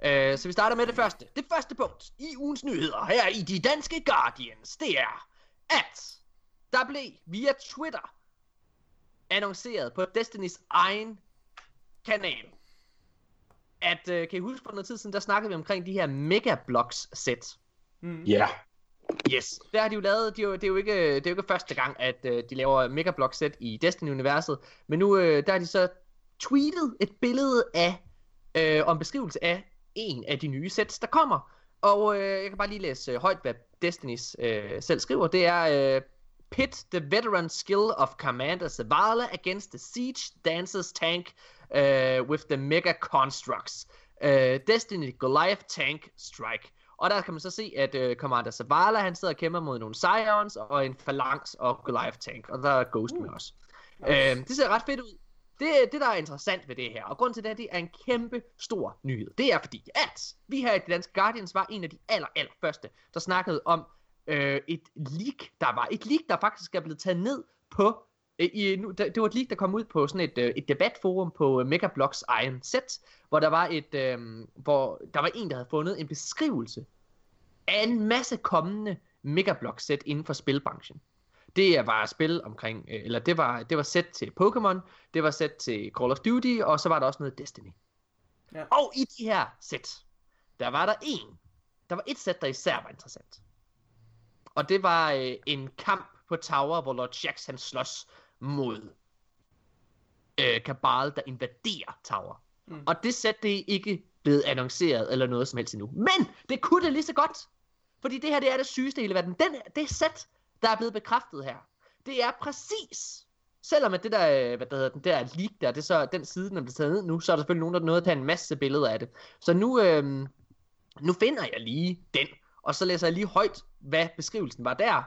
Uh, så vi starter med det første. Det første punkt i ugens nyheder her i de danske Guardians, det er, at der blev via Twitter annonceret på Destinys egen kanal, at, uh, kan I huske på noget tid siden, der snakkede vi omkring de her Megablocks sæt. Mm. Ja. Yes, der har de jo lavet, de jo, det, er jo ikke, det er jo ikke første gang, at uh, de laver Megablock sæt i Destiny-universet, men nu uh, der har de så tweetet et billede af, uh, om beskrivelse af en af de nye sets, der kommer. Og uh, jeg kan bare lige læse uh, højt, hvad Destinys uh, selv skriver. Det er uh, pit the veteran skill of Commander Zavala against the Siege Dancers tank uh, with the Mega Constructs. Uh, Destiny Goliath Tank Strike. Og der kan man så se, at uh, Commander Zavala, han sidder og kæmper mod nogle Scions og en Phalanx og Goliath Tank. Og der er Ghost med os. Uh, det ser ret fedt ud. Det, det, der er interessant ved det her, og grund til det, det er en kæmpe stor nyhed. Det er fordi, at vi her i The Danske Guardians var en af de aller, aller første, der snakkede om øh, et leak, der var. Et leak, der faktisk er blevet taget ned på, øh, i, nu, det var et leak, der kom ud på sådan et, øh, et debatforum på øh, Megablocks egen set, hvor der var et, øh, hvor der var en, der havde fundet en beskrivelse af en masse kommende Megablock-sæt inden for spilbranchen. Det var spil omkring, eller det var, det var sæt til Pokémon, det var sæt til Call of Duty, og så var der også noget Destiny. Ja. Og i de her sæt, der var der en, der var et sæt, der især var interessant. Og det var øh, en kamp på Tower, hvor Lord Shaxx han slås mod øh, Cabal, der invaderer Tower. Mm. Og det sæt, det er ikke blevet annonceret eller noget som helst endnu. Men det kunne det lige så godt, fordi det her, det er det sygeste i hele verden. Den, det sæt, der er blevet bekræftet her, det er præcis, selvom at det der, hvad der hedder, den der leak der, det er så den side, den er blevet taget ned nu, så er der selvfølgelig nogen, der nåede at tage en masse billeder af det. Så nu, øhm, nu finder jeg lige den, og så læser jeg lige højt, hvad beskrivelsen var der,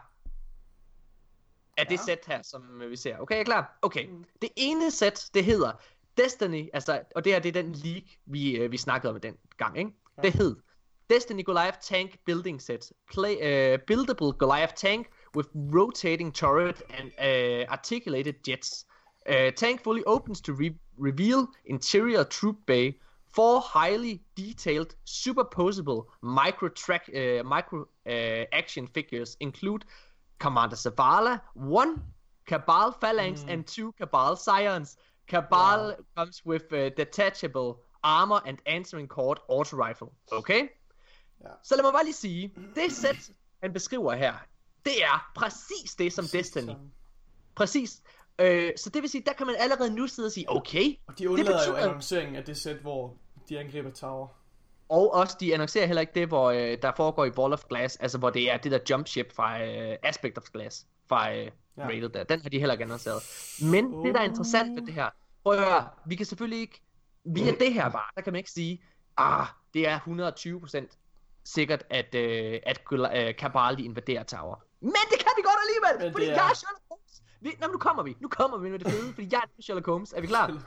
af det ja. sæt her, som vi ser. Okay, er I klar? Okay. Mm. Det ene sæt, det hedder Destiny, altså, og det her, det er den leak, vi, øh, vi snakkede om i den gang, ikke? Ja. Det hed Destiny Goliath Tank Building Set. Play, uh, buildable Goliath Tank with rotating turret and uh, articulated jets. Uh, tank fully opens to re- reveal interior troop bay. Four highly detailed superposable micro track uh, micro uh, action figures include Commander Zavala, one Cabal Phalanx mm. and two Cabal Scions. Cabal wow. comes with uh, detachable armor and answering cord auto rifle. Okay? Ja. Så lad mig bare lige sige, det sæt, han beskriver her, det er præcis det som præcis Destiny. Som... Præcis. Øh, så det vil sige, der kan man allerede nu sidde og sige, okay. Og de undlader betyder... jo annonceringen af det sæt, hvor de angriber Tower. Og også, de annoncerer heller ikke det, hvor øh, der foregår i Ball of Glass, altså hvor det er det der jump ship fra øh, Aspect of Glass, fra øh, ja. Rated der. Den har de heller ikke annonceret. Men oh. det, der er interessant ved det her, prøv at høre, vi kan selvfølgelig ikke, via det her bare, der kan man ikke sige, ah, det er et hundrede og tyve procent sikkert, at, øh, at øh, Cabal invaderer Tower. Men det kan vi godt alligevel, men fordi er... jeg er Sherlock Holmes. Vi, nå, nu kommer vi. Nu kommer vi med det fede, fordi jeg er Sherlock Holmes. Er vi klar?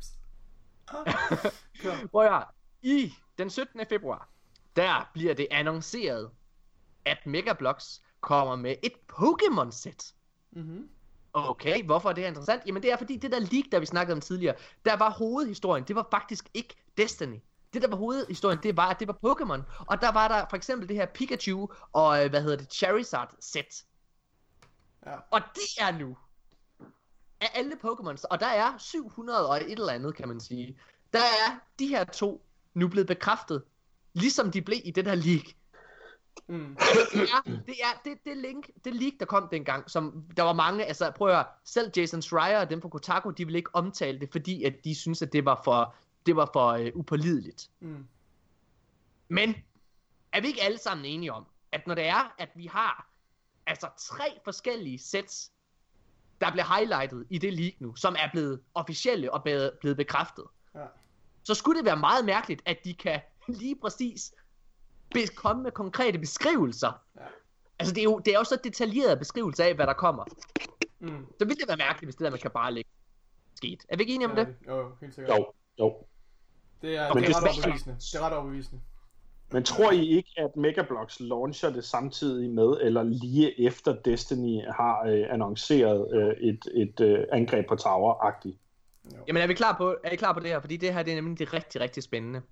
Prøv at høre. I den syttende februar, der bliver det annonceret, at Megablocks kommer med et Pokémon-sæt. Mm-hmm. Okay, hvorfor er det interessant? Jamen det er fordi, det der leak, der vi snakkede om tidligere, der var hovedhistorien, det var faktisk ikke Destiny. Det der var hovedhistorien, det var, at det var Pokémon. Og der var der for eksempel det her Pikachu og, hvad hedder det, Charizard-sæt. Ja. Og det er nu af alle Pokémons, og der er syv hundrede og et eller andet, kan man sige. Der er de her to nu blevet bekræftet, ligesom de blev i det der leak. Mm. Det er, det er det, det link, det leak, der kom dengang, som der var mange, altså prøv at høre, selv Jason Schreier og dem fra Kotaku, de ville ikke omtale det, fordi at de synes at det var for, det var for uh, upålideligt. Mm. Men er vi ikke alle sammen enige om, at når det er, at vi har altså tre forskellige sets, der bliver highlightet i det leak nu, som er blevet officielle og blevet bekræftet, ja. Så skulle det være meget mærkeligt, at de kan lige præcis komme med konkrete beskrivelser. Ja. Altså det er jo det er jo så detaljeret beskrivelse af, hvad der kommer. Mm. Så ville det være mærkeligt, hvis det der man kan bare lægge sket. Er vi ikke enige om ja, det? Jo, helt sikkert. Jo, jo. Det er, okay, det er ret overbevisende. Det er ret overbevisende. Men tror I ikke, at Megablocks launcher det samtidig med, eller lige efter Destiny har øh, annonceret øh, et, et øh, angreb på Tower-agtigt? Jamen er vi klar på, er I klar på det her? Fordi det her det er nemlig det rigtig, rigtig spændende.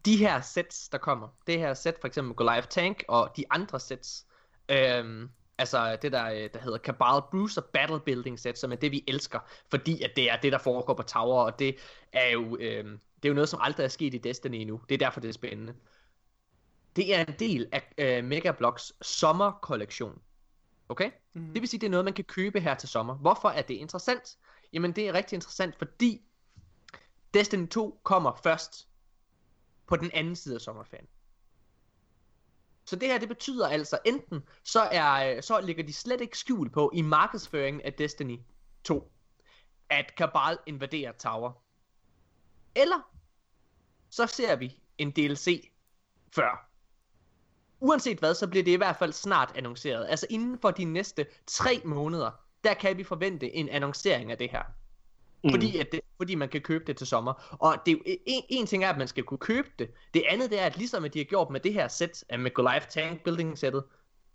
de her sets, der kommer, det her set for eksempel Goliath Tank og de andre sets, øhm, altså det der, der hedder Cabal Bruiser Battle Building set, som er det vi elsker, fordi at det er det der foregår på Tower, og det er jo, øhm, det er jo noget som aldrig er sket i Destiny endnu. Det er derfor det er spændende. Det er en del af øh, Megablocks sommerkollektion. Okay? Mm-hmm. Det vil sige, det er noget man kan købe her til sommer. Hvorfor er det interessant? Jamen det er rigtig interessant, fordi Destiny to kommer først på den anden side af sommerferien. Så det her, det betyder altså enten, så, er, så ligger de slet ikke skjul på i markedsføringen af Destiny to, at Cabal invaderer Tower. Eller, så ser vi en D L C før. Uanset hvad, så bliver det i hvert fald snart annonceret. Altså inden for de næste tre måneder, der kan vi forvente en annoncering af det her. Mm. Fordi, at det, fordi man kan købe det til sommer. Og det er jo, en, en ting er, at man skal kunne købe det. Det andet det er, at ligesom at de har gjort med det her sæt, med Goliath Tank Building sættet,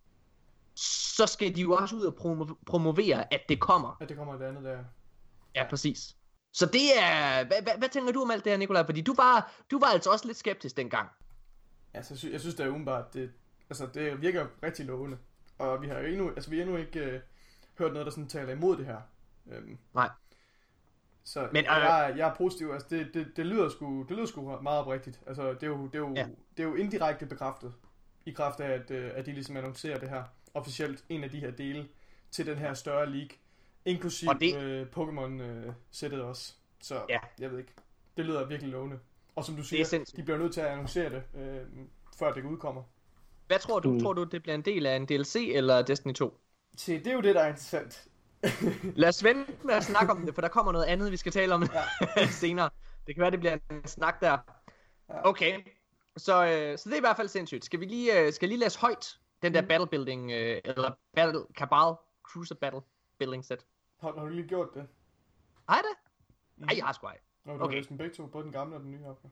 så skal de jo også ud og promo- promovere, at det kommer. At det kommer det andet der. Ja, præcis. Så det er... Hvad, hvad, hvad tænker du om alt det her, Nikolaj? Fordi du var, du var altså også lidt skeptisk dengang. Altså, jeg synes, jeg synes det er umiddelbart, det, altså, det virker rigtig lovende. Og vi har jo endnu, altså, vi har endnu ikke øh, hørt noget, der sådan taler imod det her. Øhm, Nej. Så Men, øh, jeg, jeg er positiv. Altså, det, det, det, lyder sgu, det lyder sgu meget oprigtigt. Altså, det er jo, det er jo, ja. det er jo indirekte bekræftet. I kraft af, at, at de ligesom annoncerer det her officielt, en af de her dele, til den her større league. Inklusiv det... øh, Pokémon-sættet øh, også. Så ja. Jeg ved ikke. Det lyder virkelig lovende. Og som du siger, de bliver nødt til at annoncere det, øh, før det udkommer. Hvad tror du? Mm. Tror du, det bliver en del af en D L C eller Destiny to? Se, det er jo det, der er interessant. Lad os vente med at snakke om det, for der kommer noget andet, vi skal tale om ja. senere. Det kan være, det bliver en snak der. Ja. Okay, så, øh, så det er i hvert fald sindssygt. Skal vi lige, øh, skal lige læse højt den der mm. battle building, øh, eller battle, Cabal Cruiser Battle Building set? Har, har du lige gjort det? Har jeg det? Mm. Nej, jeg har sgu ej. Nå, du okay. har læst den begge to, både den gamle og den nye opgave.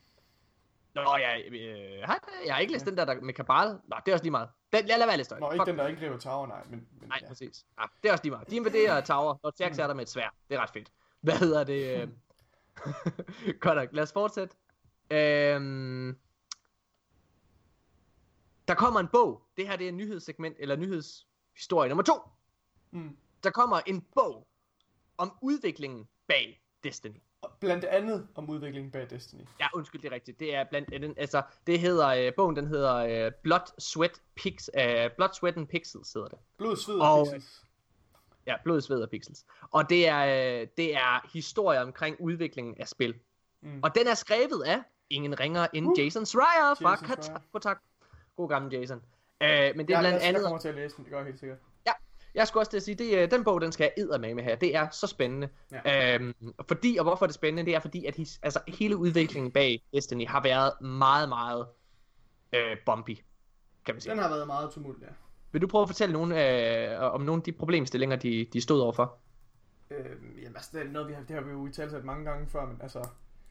Nå, jeg, øh, har jeg, jeg har ikke læst ja. den der, der med Cabal. Nå, det er også lige meget. Den, jeg lader være lidt støj. Nå, ikke Fuck. Den, der angriber Tower, nej. Men, men, nej, ja. præcis. Ja, det er også lige meget. De invaderer Tower, og Jax er der med et sværd. Det er ret fedt. Hvad hedder det? Øh... Godt nok, lad os fortsætte. Øhm... Der kommer en bog. Det her det er en nyhedssegment, eller nyhedshistorie nummer to. Mm. Der kommer en bog om udviklingen bag Destiny. Blandt andet om udviklingen bag Destiny. Ja, undskyld, det er rigtigt. Det er blandt andet, altså, det hedder, øh, bogen den hedder øh, Blood, Sweat, Pix, øh, Blood, Sweat and Pixels hedder det. Blod, sved og pixels. Ja, Blod, sved og pixels. Og det er, øh, det er historie omkring udviklingen af spil. Mm. Og den er skrevet af ingen ringer end uh. Jason Schreier fra Kotaku. God gammel Jason. Øh, men det er ja, blandt jeg, andet... Jeg kommer til at læse den, det gør jeg helt sikkert. Ja, jeg skulle også til at sige, det, den bog, den skal jeg eddermame med her. Det er så spændende. Ja. Øhm, fordi, og hvorfor er det spændende? Det er fordi, at his, altså, hele udviklingen bag Destiny har været meget, meget øh, bumpy, kan man sige. Den har været meget tumult, ja. Vil du prøve at fortælle nogen, øh, om nogle af de problemstillinger, de, de stod overfor? Øhm, jamen, altså, det er noget, vi har, det har vi jo i talt mange gange før, men altså...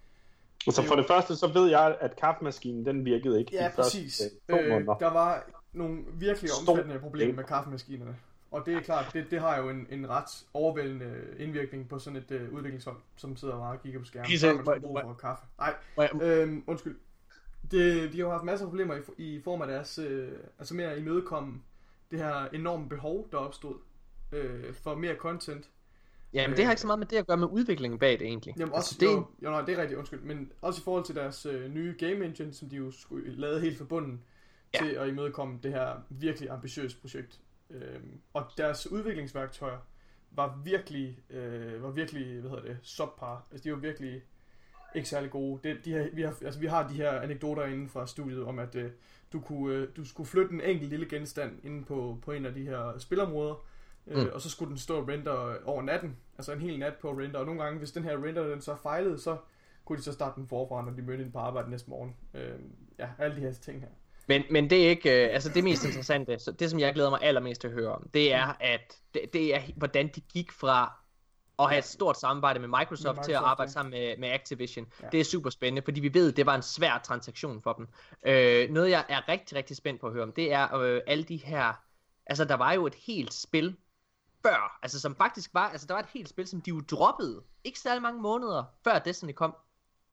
Altså for det første, så ved jeg, at kaffemaskinen, den virkede ikke. Ja, præcis. Øh, der var nogle virkelig omfattende problemer med kaffemaskinerne. Og det er klart, det, det har jo en, en ret overvældende indvirkning på sådan et uh, udviklingshold, som sidder meget og kigger på skærmen, så man får brug for kaffe. Nej, øhm, undskyld. Det, de har jo haft masser af problemer i, i form af deres, øh, altså mere at imødekomme det her enorme behov, der opstod øh, for mere content. Ja, men det har ikke så meget med det at gøre med udviklingen bag det egentlig. Jamen også, altså, det... jo, jo nej, det er rigtigt, undskyld, men også i forhold til deres øh, nye game engine, som de jo skulle lave helt forbundet ja. til at imødekomme det her virkelig ambitiøse projekt. Øhm, og deres udviklingsværktøjer var virkelig, øh, var virkelig, hvad hedder det, subpar. Altså de var virkelig ikke særlig gode. Det, de her, vi, har, altså, vi har de her anekdoter inden fra studiet om, at øh, du, kunne, øh, du skulle flytte en enkelt lille genstand inde på, på en af de her spilområder, øh, mm. og så skulle den stå og render over natten, altså en hel nat på at render, og nogle gange, hvis den her render den så fejlede, så kunne de så starte den forfra, når de mødte ind på arbejde næste morgen. Øh, ja, alle de her ting her. Men, men det er ikke, øh, altså det mest interessante, så det som jeg glæder mig allermest til at høre om, det er, at det, det er, hvordan de gik fra at have et stort samarbejde med Microsoft, med Microsoft til at arbejde ja. sammen med, med Activision. Ja. Det er super spændende, fordi vi ved, at det var en svær transaktion for dem. Øh, noget jeg er rigtig, rigtig spændt på at høre om, det er øh, alle de her, altså der var jo et helt spil før, altså som faktisk var, altså der var et helt spil, som de jo droppede, ikke særlig mange måneder før Destiny kom.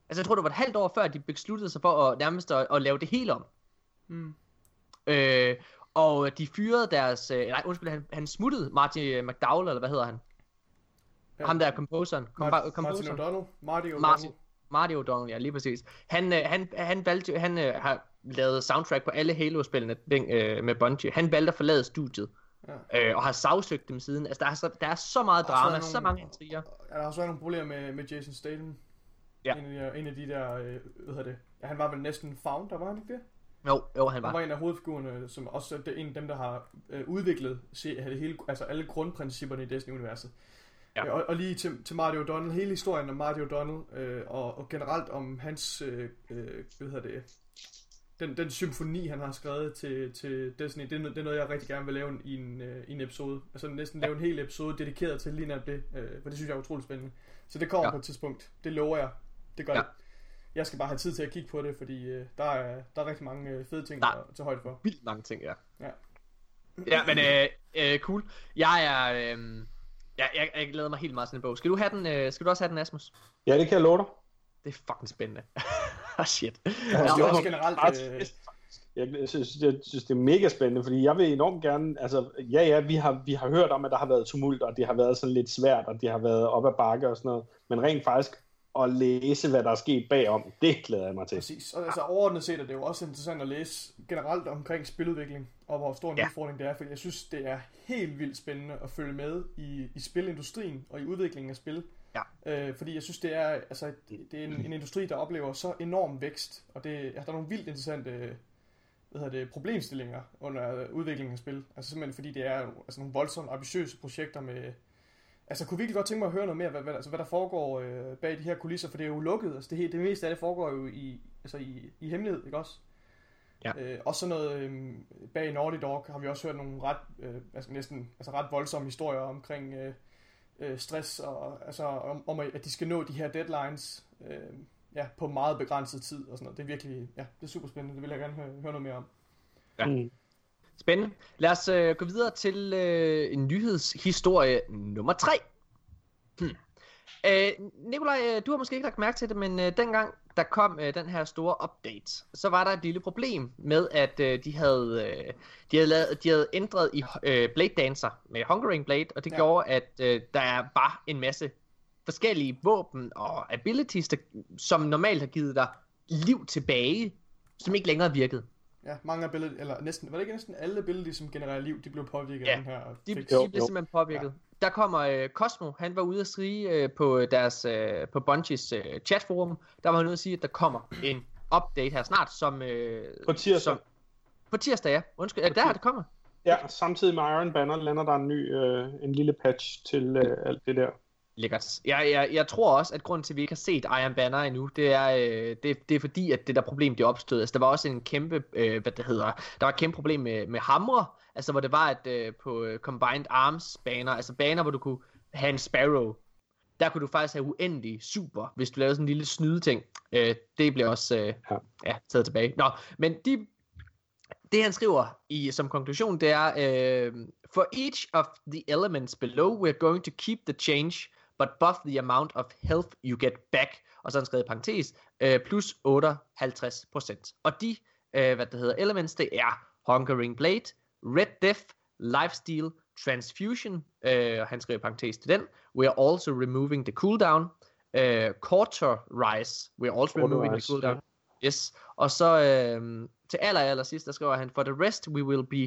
Altså jeg tror det var et halvt år før, de besluttede sig for at nærmest at, at lave det hele om. Mm. Øh, og de fyrede deres, øh, nej undskyld, han, han smuttede, Martin McDowell, eller hvad hedder han? Ja. Ham der er composeren. Compa- Martin, composeren. Martin O'Donnell. Marty O'Donnell. Martin, Marty O'Donnell, ja lige præcis. Han, øh, han, han valgte, han øh, har lavet soundtrack på alle Halo-spillene øh, med Bungie. Han valgte at forlade studiet. Ja. Øh, og har sagsøgt dem siden. Altså der er så, der er så meget drama, nogle, så mange intriger. Ja, der har også været nogle problemer med, med Jason Statham. Ja. En, af de, en af de der, øh, hvad hedder det? Ja, han var vel næsten founder, var han ikke det? Jo, jo han var. Han var en af hovedfigurerne, som også er en af dem, der har øh, udviklet se, det hele, altså alle grundprincipperne i Destiny-universet. Ja. Øh, og, og lige til, til Marty O'Donnell, hele historien om Marty O'Donnell, øh, og, og generelt om hans, øh, øh, hvad hedder det, den, den symfoni, han har skrevet til, til Destiny, det er, det er noget, jeg rigtig gerne vil lave i en, øh, i en episode. Altså næsten lave en hel episode dedikeret til lige netop det, øh, for det synes jeg er utroligt spændende. Så det kommer ja. på et tidspunkt, det lover jeg. Det gør ja. det. Jeg skal bare have tid til at kigge på det, fordi øh, der, er, der er rigtig mange øh, fede ting der at tage højde for. Vildt mange ting, ja. Ja, ja men øh, øh, cool. Jeg er... Øh, jeg, jeg, jeg glæder mig helt meget til den bog. Skal du have den, øh, skal du også have den, Asmus? Ja, det kan jeg love dig. Det er fucking spændende. Ah, shit. ja, det er også generelt... Øh... Jeg synes, jeg synes, det er mega spændende, fordi jeg vil enormt gerne, altså, ja, ja, vi har, vi har hørt om, at der har været tumult, og det har været sådan lidt svært, og det har været op ad bakke og sådan noget, men rent faktisk at læse, hvad der er sket bagom, det glæder jeg mig til. Præcis, og altså overordnet set er det jo også interessant at læse generelt omkring spiludvikling, og hvor stor en ja. udfordring det er, fordi jeg synes, det er helt vildt spændende at følge med i, i spilindustrien og i udviklingen af spil. Ja. Øh, fordi jeg synes, det er, altså, det, det er en, en industri, der oplever så enorm vækst, og det, ja, der er nogle vildt interessante hvad hedder det, problemstillinger under udviklingen af spil. Altså simpelthen fordi det er altså, nogle voldsomt ambitiøse projekter med... Altså kunne virkelig godt tænke mig at høre noget mere, hvad, hvad, altså, hvad der foregår øh, bag de her kulisser, for det er jo lukket. Altså det, det meste af det foregår jo i, altså, i, i hemmelighed, ikke også? Ja. Øh, også sådan noget øh, bag Naughty Dog har vi også hørt nogle ret, øh, altså næsten altså ret voldsomme historier omkring øh, øh, stress og altså om, om at de skal nå de her deadlines øh, ja, på meget begrænset tid og sådan noget. Det er virkelig, ja, det er super spændende. Det vil jeg gerne høre, høre noget mere om. Ja. Mm. Spændende. Lad os øh, gå videre til øh, en nyhedshistorie nummer tre. Hmm. Øh, Nikolaj, du har måske ikke lagt mærke til det, men øh, dengang der kom øh, den her store update, så var der et lille problem med, at øh, de, havde, øh, de, havde lavet, de havde ændret i øh, Blade Dancer med Hungering Blade, og det ja. gjorde, at øh, der var en masse forskellige våben og abilities, der, som normalt har givet dig liv tilbage, som ikke længere virkede. Ja, mange abilities, eller næsten, var det ikke næsten alle abilities, som genererer liv, de blev påvirket ja, af den her de, fix? de blev simpelthen påvirket. Ja. Der kommer øh, Cosmo, han var ude at skrige øh, på deres øh, på Bungies øh, chatforum. Der var han ude at sige, at der kommer en update her snart, som øh, på tirsdag. Som, på tirsdag, ja. Undskyld, er det der, det kommer? Ja, samtidig med Iron Banner lander der en ny, øh, en lille patch til øh, alt det der. Lækkert. Jeg, jeg, jeg tror også, at grunden til, at vi ikke har set Iron Banner endnu, det er, øh, det, det er fordi, at det der problem, det opstod. Altså, der var også en kæmpe, øh, hvad det hedder, der var et kæmpe problem med, med hamre. Altså, hvor det var at øh, på øh, Combined Arms baner, altså baner, hvor du kunne have en Sparrow. Der kunne du faktisk have uendelig super, hvis du lavede sådan en lille snydeting. Øh, det bliver også øh, ja. Ja, taget tilbage. Nå, men de, det han skriver i som konklusion, det er, øh, for each of the elements below, we're going to keep the change, but buff the amount of health you get back. Og så har han skrevet i parentes, øh, plus otteoghalvtreds procent. Og de, øh, hvad det hedder, elements, det er Hungering Blade, Red Death, Lifesteal, Transfusion, øh, han skrev i parentes til den. We are also removing the cooldown. Uh, Cauterize, we are also removing the cooldown. Yes. Og så øh, til aller, aller sidst, der skriver han, for the rest, we will be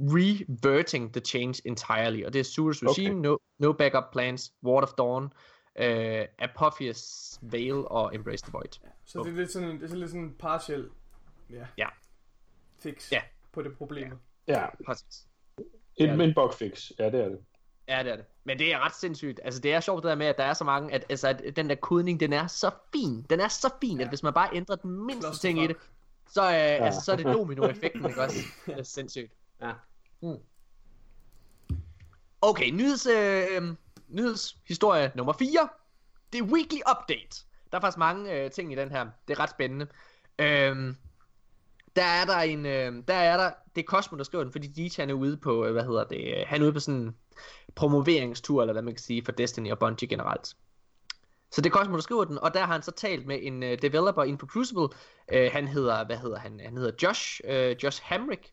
reverting the change entirely. Og det er Surus Regime, okay. no, no backup plans, Ward of Dawn, uh, Apophis Veil og Embrace the Void. Ja, så det er lidt sådan en, det er lidt sådan en partial ja, ja. fix ja. på det problem. Ja, præcis. En, en bugfix, ja det er det. Ja, det er det. Men det er ret sindssygt. Altså, det er sjovt det der med, at der er så mange, at, altså, at den der kodning, den er så fin. Den er så fin, ja. At hvis man bare ændrer den mindste Kloster ting fuck. i det, så, øh, ja. altså, så er det domino-effekten, ikke også? Det er sindssygt. Ja. Hmm. Okay, nyheds, øh, nyhedshistorie nummer fire. Det er weekly update. Der er faktisk mange øh, ting i den her. Det er ret spændende. Øhm, der er der en, øh, der er der, det er Cosmo, der skriver den, fordi D J han er ude på, øh, hvad hedder det, han er ude på sådan en promoveringstur, eller hvad man kan sige, for Destiny og Bungie generelt. Så det er Cosmo, der skriver den, og der har han så talt med en uh, developer inden for Crucible. Uh, han hedder, hvad hedder han? Han hedder Josh, uh, Josh Hamrick,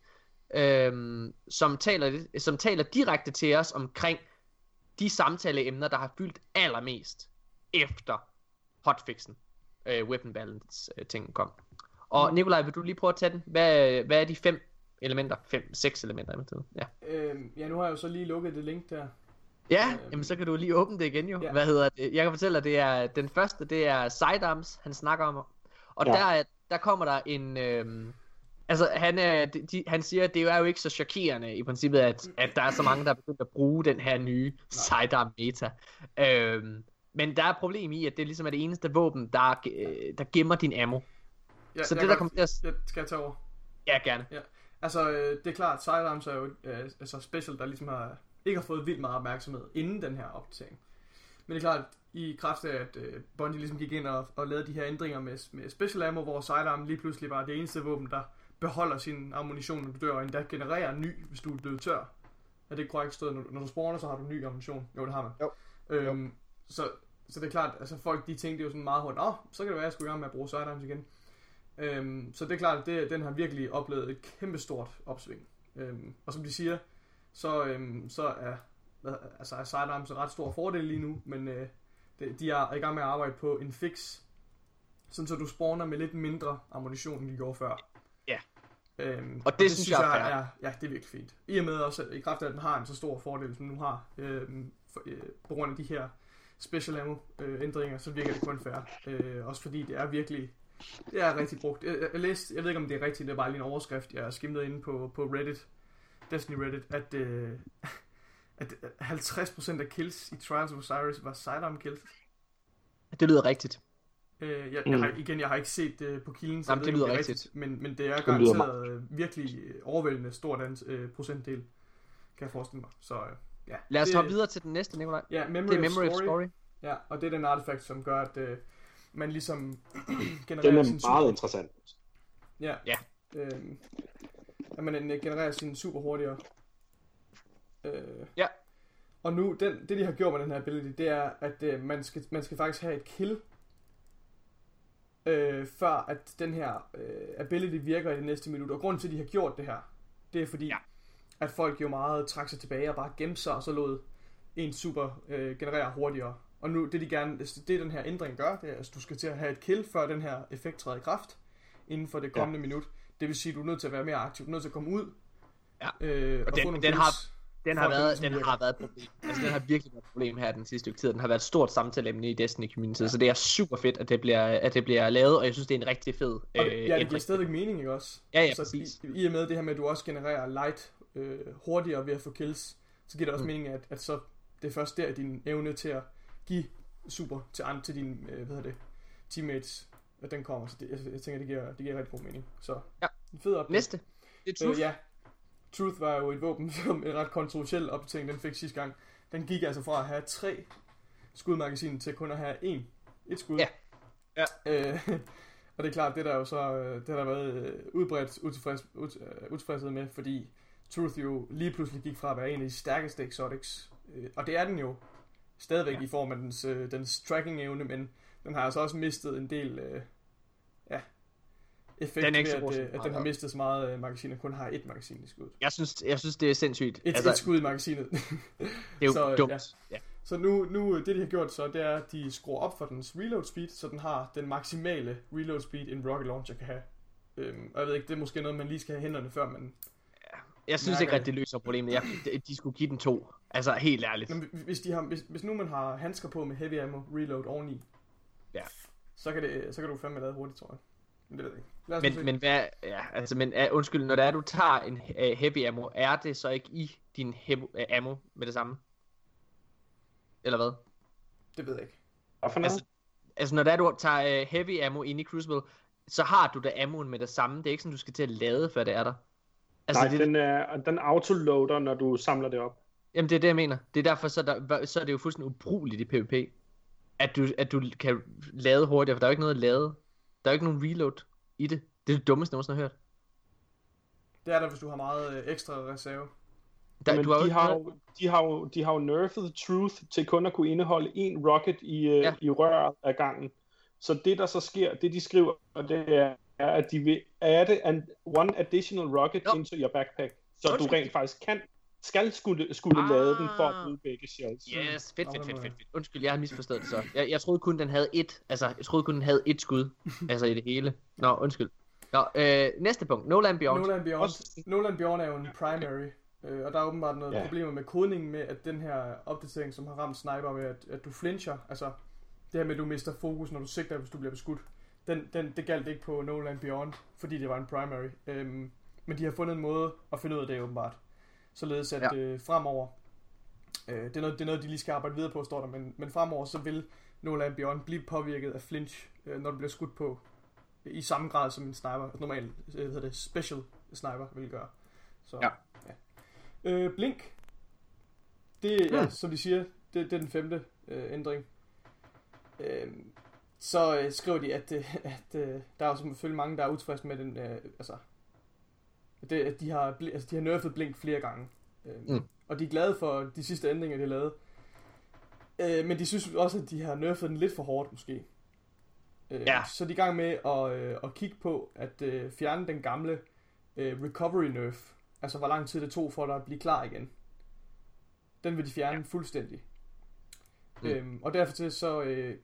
uh, som, taler, som taler direkte til os omkring de samtaleemner, der har fyldt allermest efter hotfixen, uh, weapon balance uh, tingen kom. Og mm. Nikolaj, vil du lige prøve at tage den? Hvad, hvad er de fem elementer? Fem, seks elementer eventuelt? Ja. Øhm, ja, nu har jeg jo så lige lukket det link der. Ja, øhm, jamen så kan du lige åbne det igen jo. Ja. Hvad hedder det? Jeg kan fortælle dig, det er den første, det er sidearms, han snakker om. Og Ja. der, er- der kommer der en... Øhm, altså, han, er, de, de, han siger, at det er jo ikke så chokerende i princippet, at, at der er så mange, der er begyndt at bruge den her nye sidearm meta. Øhm, men der er et problem i, at det ligesom er det eneste våben, der, øh, der gemmer din ammo. Ja, Så jeg det, der kan- kommer til at... Jeg skal jeg tage over. Ja, gerne. Altså, øh, det er klart, Sidearms er jo øh, altså special, der ligesom har, ikke har fået vildt meget opmærksomhed inden den her opdatering. Men det er klart, i kraft af, at øh, Bungie ligesom gik ind og, og lavede de her ændringer med, med special ammo, hvor Sidearm lige pludselig var det eneste våben, der beholder sin ammunition, når du dør, og endda genererer ny, hvis du er blevet tør. Er det korrekt stået? Når, når du spawner, så har du ny ammunition. Jo, det har man. Jo. Øhm, så, så det er klart, altså folk de tænkte jo sådan meget hurtigt, åh, så kan det være, at jeg skulle i gang med at bruge Sidearms igen. Øhm, så det er klart, at det, den har virkelig oplevet et kæmpestort opsving. Øhm, og som de siger, så, øhm, så er, hvad, altså er Sidearms en ret stor fordel lige nu, men øh, de, de er i gang med at arbejde på en fix, sådan så du spawner med lidt mindre ammunition, end de gjorde før. Ja. Øhm, Og det synes jeg er fair. er, ja, det er virkelig fint. I og med også, at i kraft af, at den har en så stor fordel, som den nu har, øhm, for, øh, på grund af de her special ammo øh, ændringer, så virker det kun fair. Øh, også fordi det er virkelig, det er rigtig brugt. Jeg, jeg, læste, jeg ved ikke om det er rigtigt, det er bare lige en overskrift, jeg skimtede inde på, på Reddit, Destiny Reddit, at, øh, at halvtreds procent af kills i Trials of Osiris var sidearm kills. Det lyder rigtigt. Øh, jeg, jeg har, igen, jeg har ikke set det på kilden, så Jamen, jeg det ved ikke, om lyder det er rigtigt. Men, men det er Det lyder garanteret øh, virkelig øh, overvældende stort ans, øh, procentdel, kan jeg forestille mig. Så øh, ja. Lad os det, hoppe videre til den næste, Nikolaj. Ja, Memory, Det er of, Memory of story. Story. Ja, og det er den artefakt, som gør, at øh, man ligesom genererer Den er sin meget super... interessant. Ja. Ja. Øhm, at man øh, genererer sin super hurtigere. Øh, Ja. Og nu, den, det de har gjort med den her ability, det er, at øh, man, skal, man skal faktisk have et kill, øh, før at den her øh, ability virker i det næste minut. Og grunden til, at de har gjort det her, det er fordi, Ja. at folk jo meget trak sig tilbage og bare gemte sig, og så lod en super øh, generere hurtigere. Og nu, det de gerne, det den her ændring gør, det er, at du skal til at have et kill, før den her effekt træder i kraft, inden for det kommende ja. minut. Det vil sige, at du er nødt til at være mere aktiv, du er nødt til at komme ud, Ja. øh, og, Og og den- få nogle den kills. har- Den har, for at været, ligesom den virker. har været et problem. Altså, den har virkelig været et problem her den sidste stykke tid. Den har været et stort samtaleemne i Destiny Community, ja. Så det er super fedt, at det, bliver, at det bliver lavet, og jeg synes, det er en rigtig fed Og det, ja, det giver ændring. stadigvæk mening, ikke også? Ja, ja, altså, præcis. i, I og med det her med, at du også genererer light øh, hurtigere ved at få kills, så giver det også mm. mening, at, at så det er først der, din evne til at give super til andre, til dine øh, hvad hedder det, teammates, at den kommer. Så det, jeg, jeg tænker, det giver, det giver rigtig god mening. Så Ja. en fed opdatering. Næste. Det er Truth. Øh, ja. Truth var jo et våben, som en ret kontroversiel opdatering, den fik sidste gang. Den gik altså fra at have tre skudmagasiner til kun at have én. Et skud. Ja. Ja. Øh, og det er klart, det der jo så, øh, det har der været øh, udbredt utilfreds, ut, øh, utilfredshed med, fordi Truth jo lige pludselig gik fra at være en af de stærkeste exotics. Øh, og det er den jo stadigvæk ja. i form af dens, øh, dens tracking evne, men den har altså også mistet en del øh, ja, effekt Den er ikke ved, så god, at, som øh, den at den har har mistet så meget øh, magasin, og kun har et magasin i skuddet. Jeg synes, jeg synes, det er sindssygt. Et, altså, et skud i magasinet. Det er jo Så, øh, dumt. ja. Ja. Så nu, nu, det de har gjort så, det er, at de skruer op for dens reload speed, så den har den maksimale reload speed, en rocket launcher kan have. Øhm, og jeg ved ikke, det er måske noget, man lige skal have hænderne, før man... Jeg synes mærker ikke, at det. det løser problemet. Jeg, de, de skulle give den to. Altså, helt ærligt. Men hvis, de har, hvis, hvis nu man har handsker på med heavy ammo reload oveni, Ja. så kan, det, så kan du fandme lade hurtigt, tror jeg. Men det ved jeg ikke. Lad os nu se. Men, men hvad, ja, altså, men uh, undskyld, når det er, du tager en uh, heavy ammo, er det så ikke i din heavy, uh, ammo med det samme? Eller hvad? Det ved jeg ikke. Hvad for noget? Altså, altså når det er, du tager uh, heavy ammo ind i Crucible, så har du da ammoen med det samme. Det er ikke sådan, du skal til at lade, før det er der. Altså, Nej, det, den, er, den autoloader, når du samler det op. Jamen, det er det, jeg mener. Det er derfor, så, der, så er det jo fuldstændig ubrugeligt i PvP. At du, at du kan lade hurtigere, for der er jo ikke noget at lade. Der er jo ikke nogen reload i det. Det er det dummeste, jeg nogensinde har hørt. Det er der, hvis du har meget øh, ekstra reserve. Der, Men du har jo de ikke har noget, jo, de har jo, de har jo nerfed Truth til kun at kunne indeholde en rocket i, øh, Ja. i røret af gangen. Så det der så sker, det de skriver, det er, er at de vil add an one additional rocket Nå. into your backpack, så Undskyld. du rent faktisk kan, skal skulle, skulle Ah. lade den for at bruge begge shells. Yes, fedt, fedt, Nå, fedt, nå, fedt, fedt. Undskyld, jeg har misforstået det så. Jeg, jeg troede kun, den havde et, altså, jeg troede kun, den havde et skud, altså i det hele. Nå, undskyld. Nå, øh, næste punkt, No Land Beyond. Nolan Beyond, Også- Nolan Beyond er jo en primary, øh, og der er åbenbart noget Ja. problemer med kodningen med, at den her opdatering, som har ramt sniper med, at, at du flincher, altså det her med, at du mister fokus, når du sigter, hvis du bliver beskudt, den, den, det galt ikke på Nolan Beyond, fordi det var en primary. Øhm, men de har fundet en måde at finde ud af det åbenbart. Således at Ja. øh, fremover, øh, det, er noget, det er noget, de lige skal arbejde videre på, står der, men, men fremover så vil Nolan Beyond blive påvirket af flinch, øh, når du bliver skudt på, i samme grad som en sniper, normalt, øh, hvad hedder det, special sniper vil gøre. Så, Ja. ja. Øh, Blink, det er, Hmm. som de siger, det, det er den femte øh, ændring. Øh, så øh, skriver de, at, øh, at øh, der er jo selvfølgelig mange, der er utilfredse med den, øh, altså, det, at de har, bl- altså, de har nerfed Blink flere gange. Øh, Mm. Og de er glade for de sidste ændringer, de har lavet. Øh, men de synes også, at de har nerfed den lidt for hårdt, måske. Øh, Ja. Så de er i gang med at, øh, at kigge på at øh, fjerne den gamle øh, recovery nerf. Altså, hvor lang tid det tog for dig at blive klar igen. Den vil de fjerne ja. fuldstændig. Mm. Øhm, og derfor til så... Øh,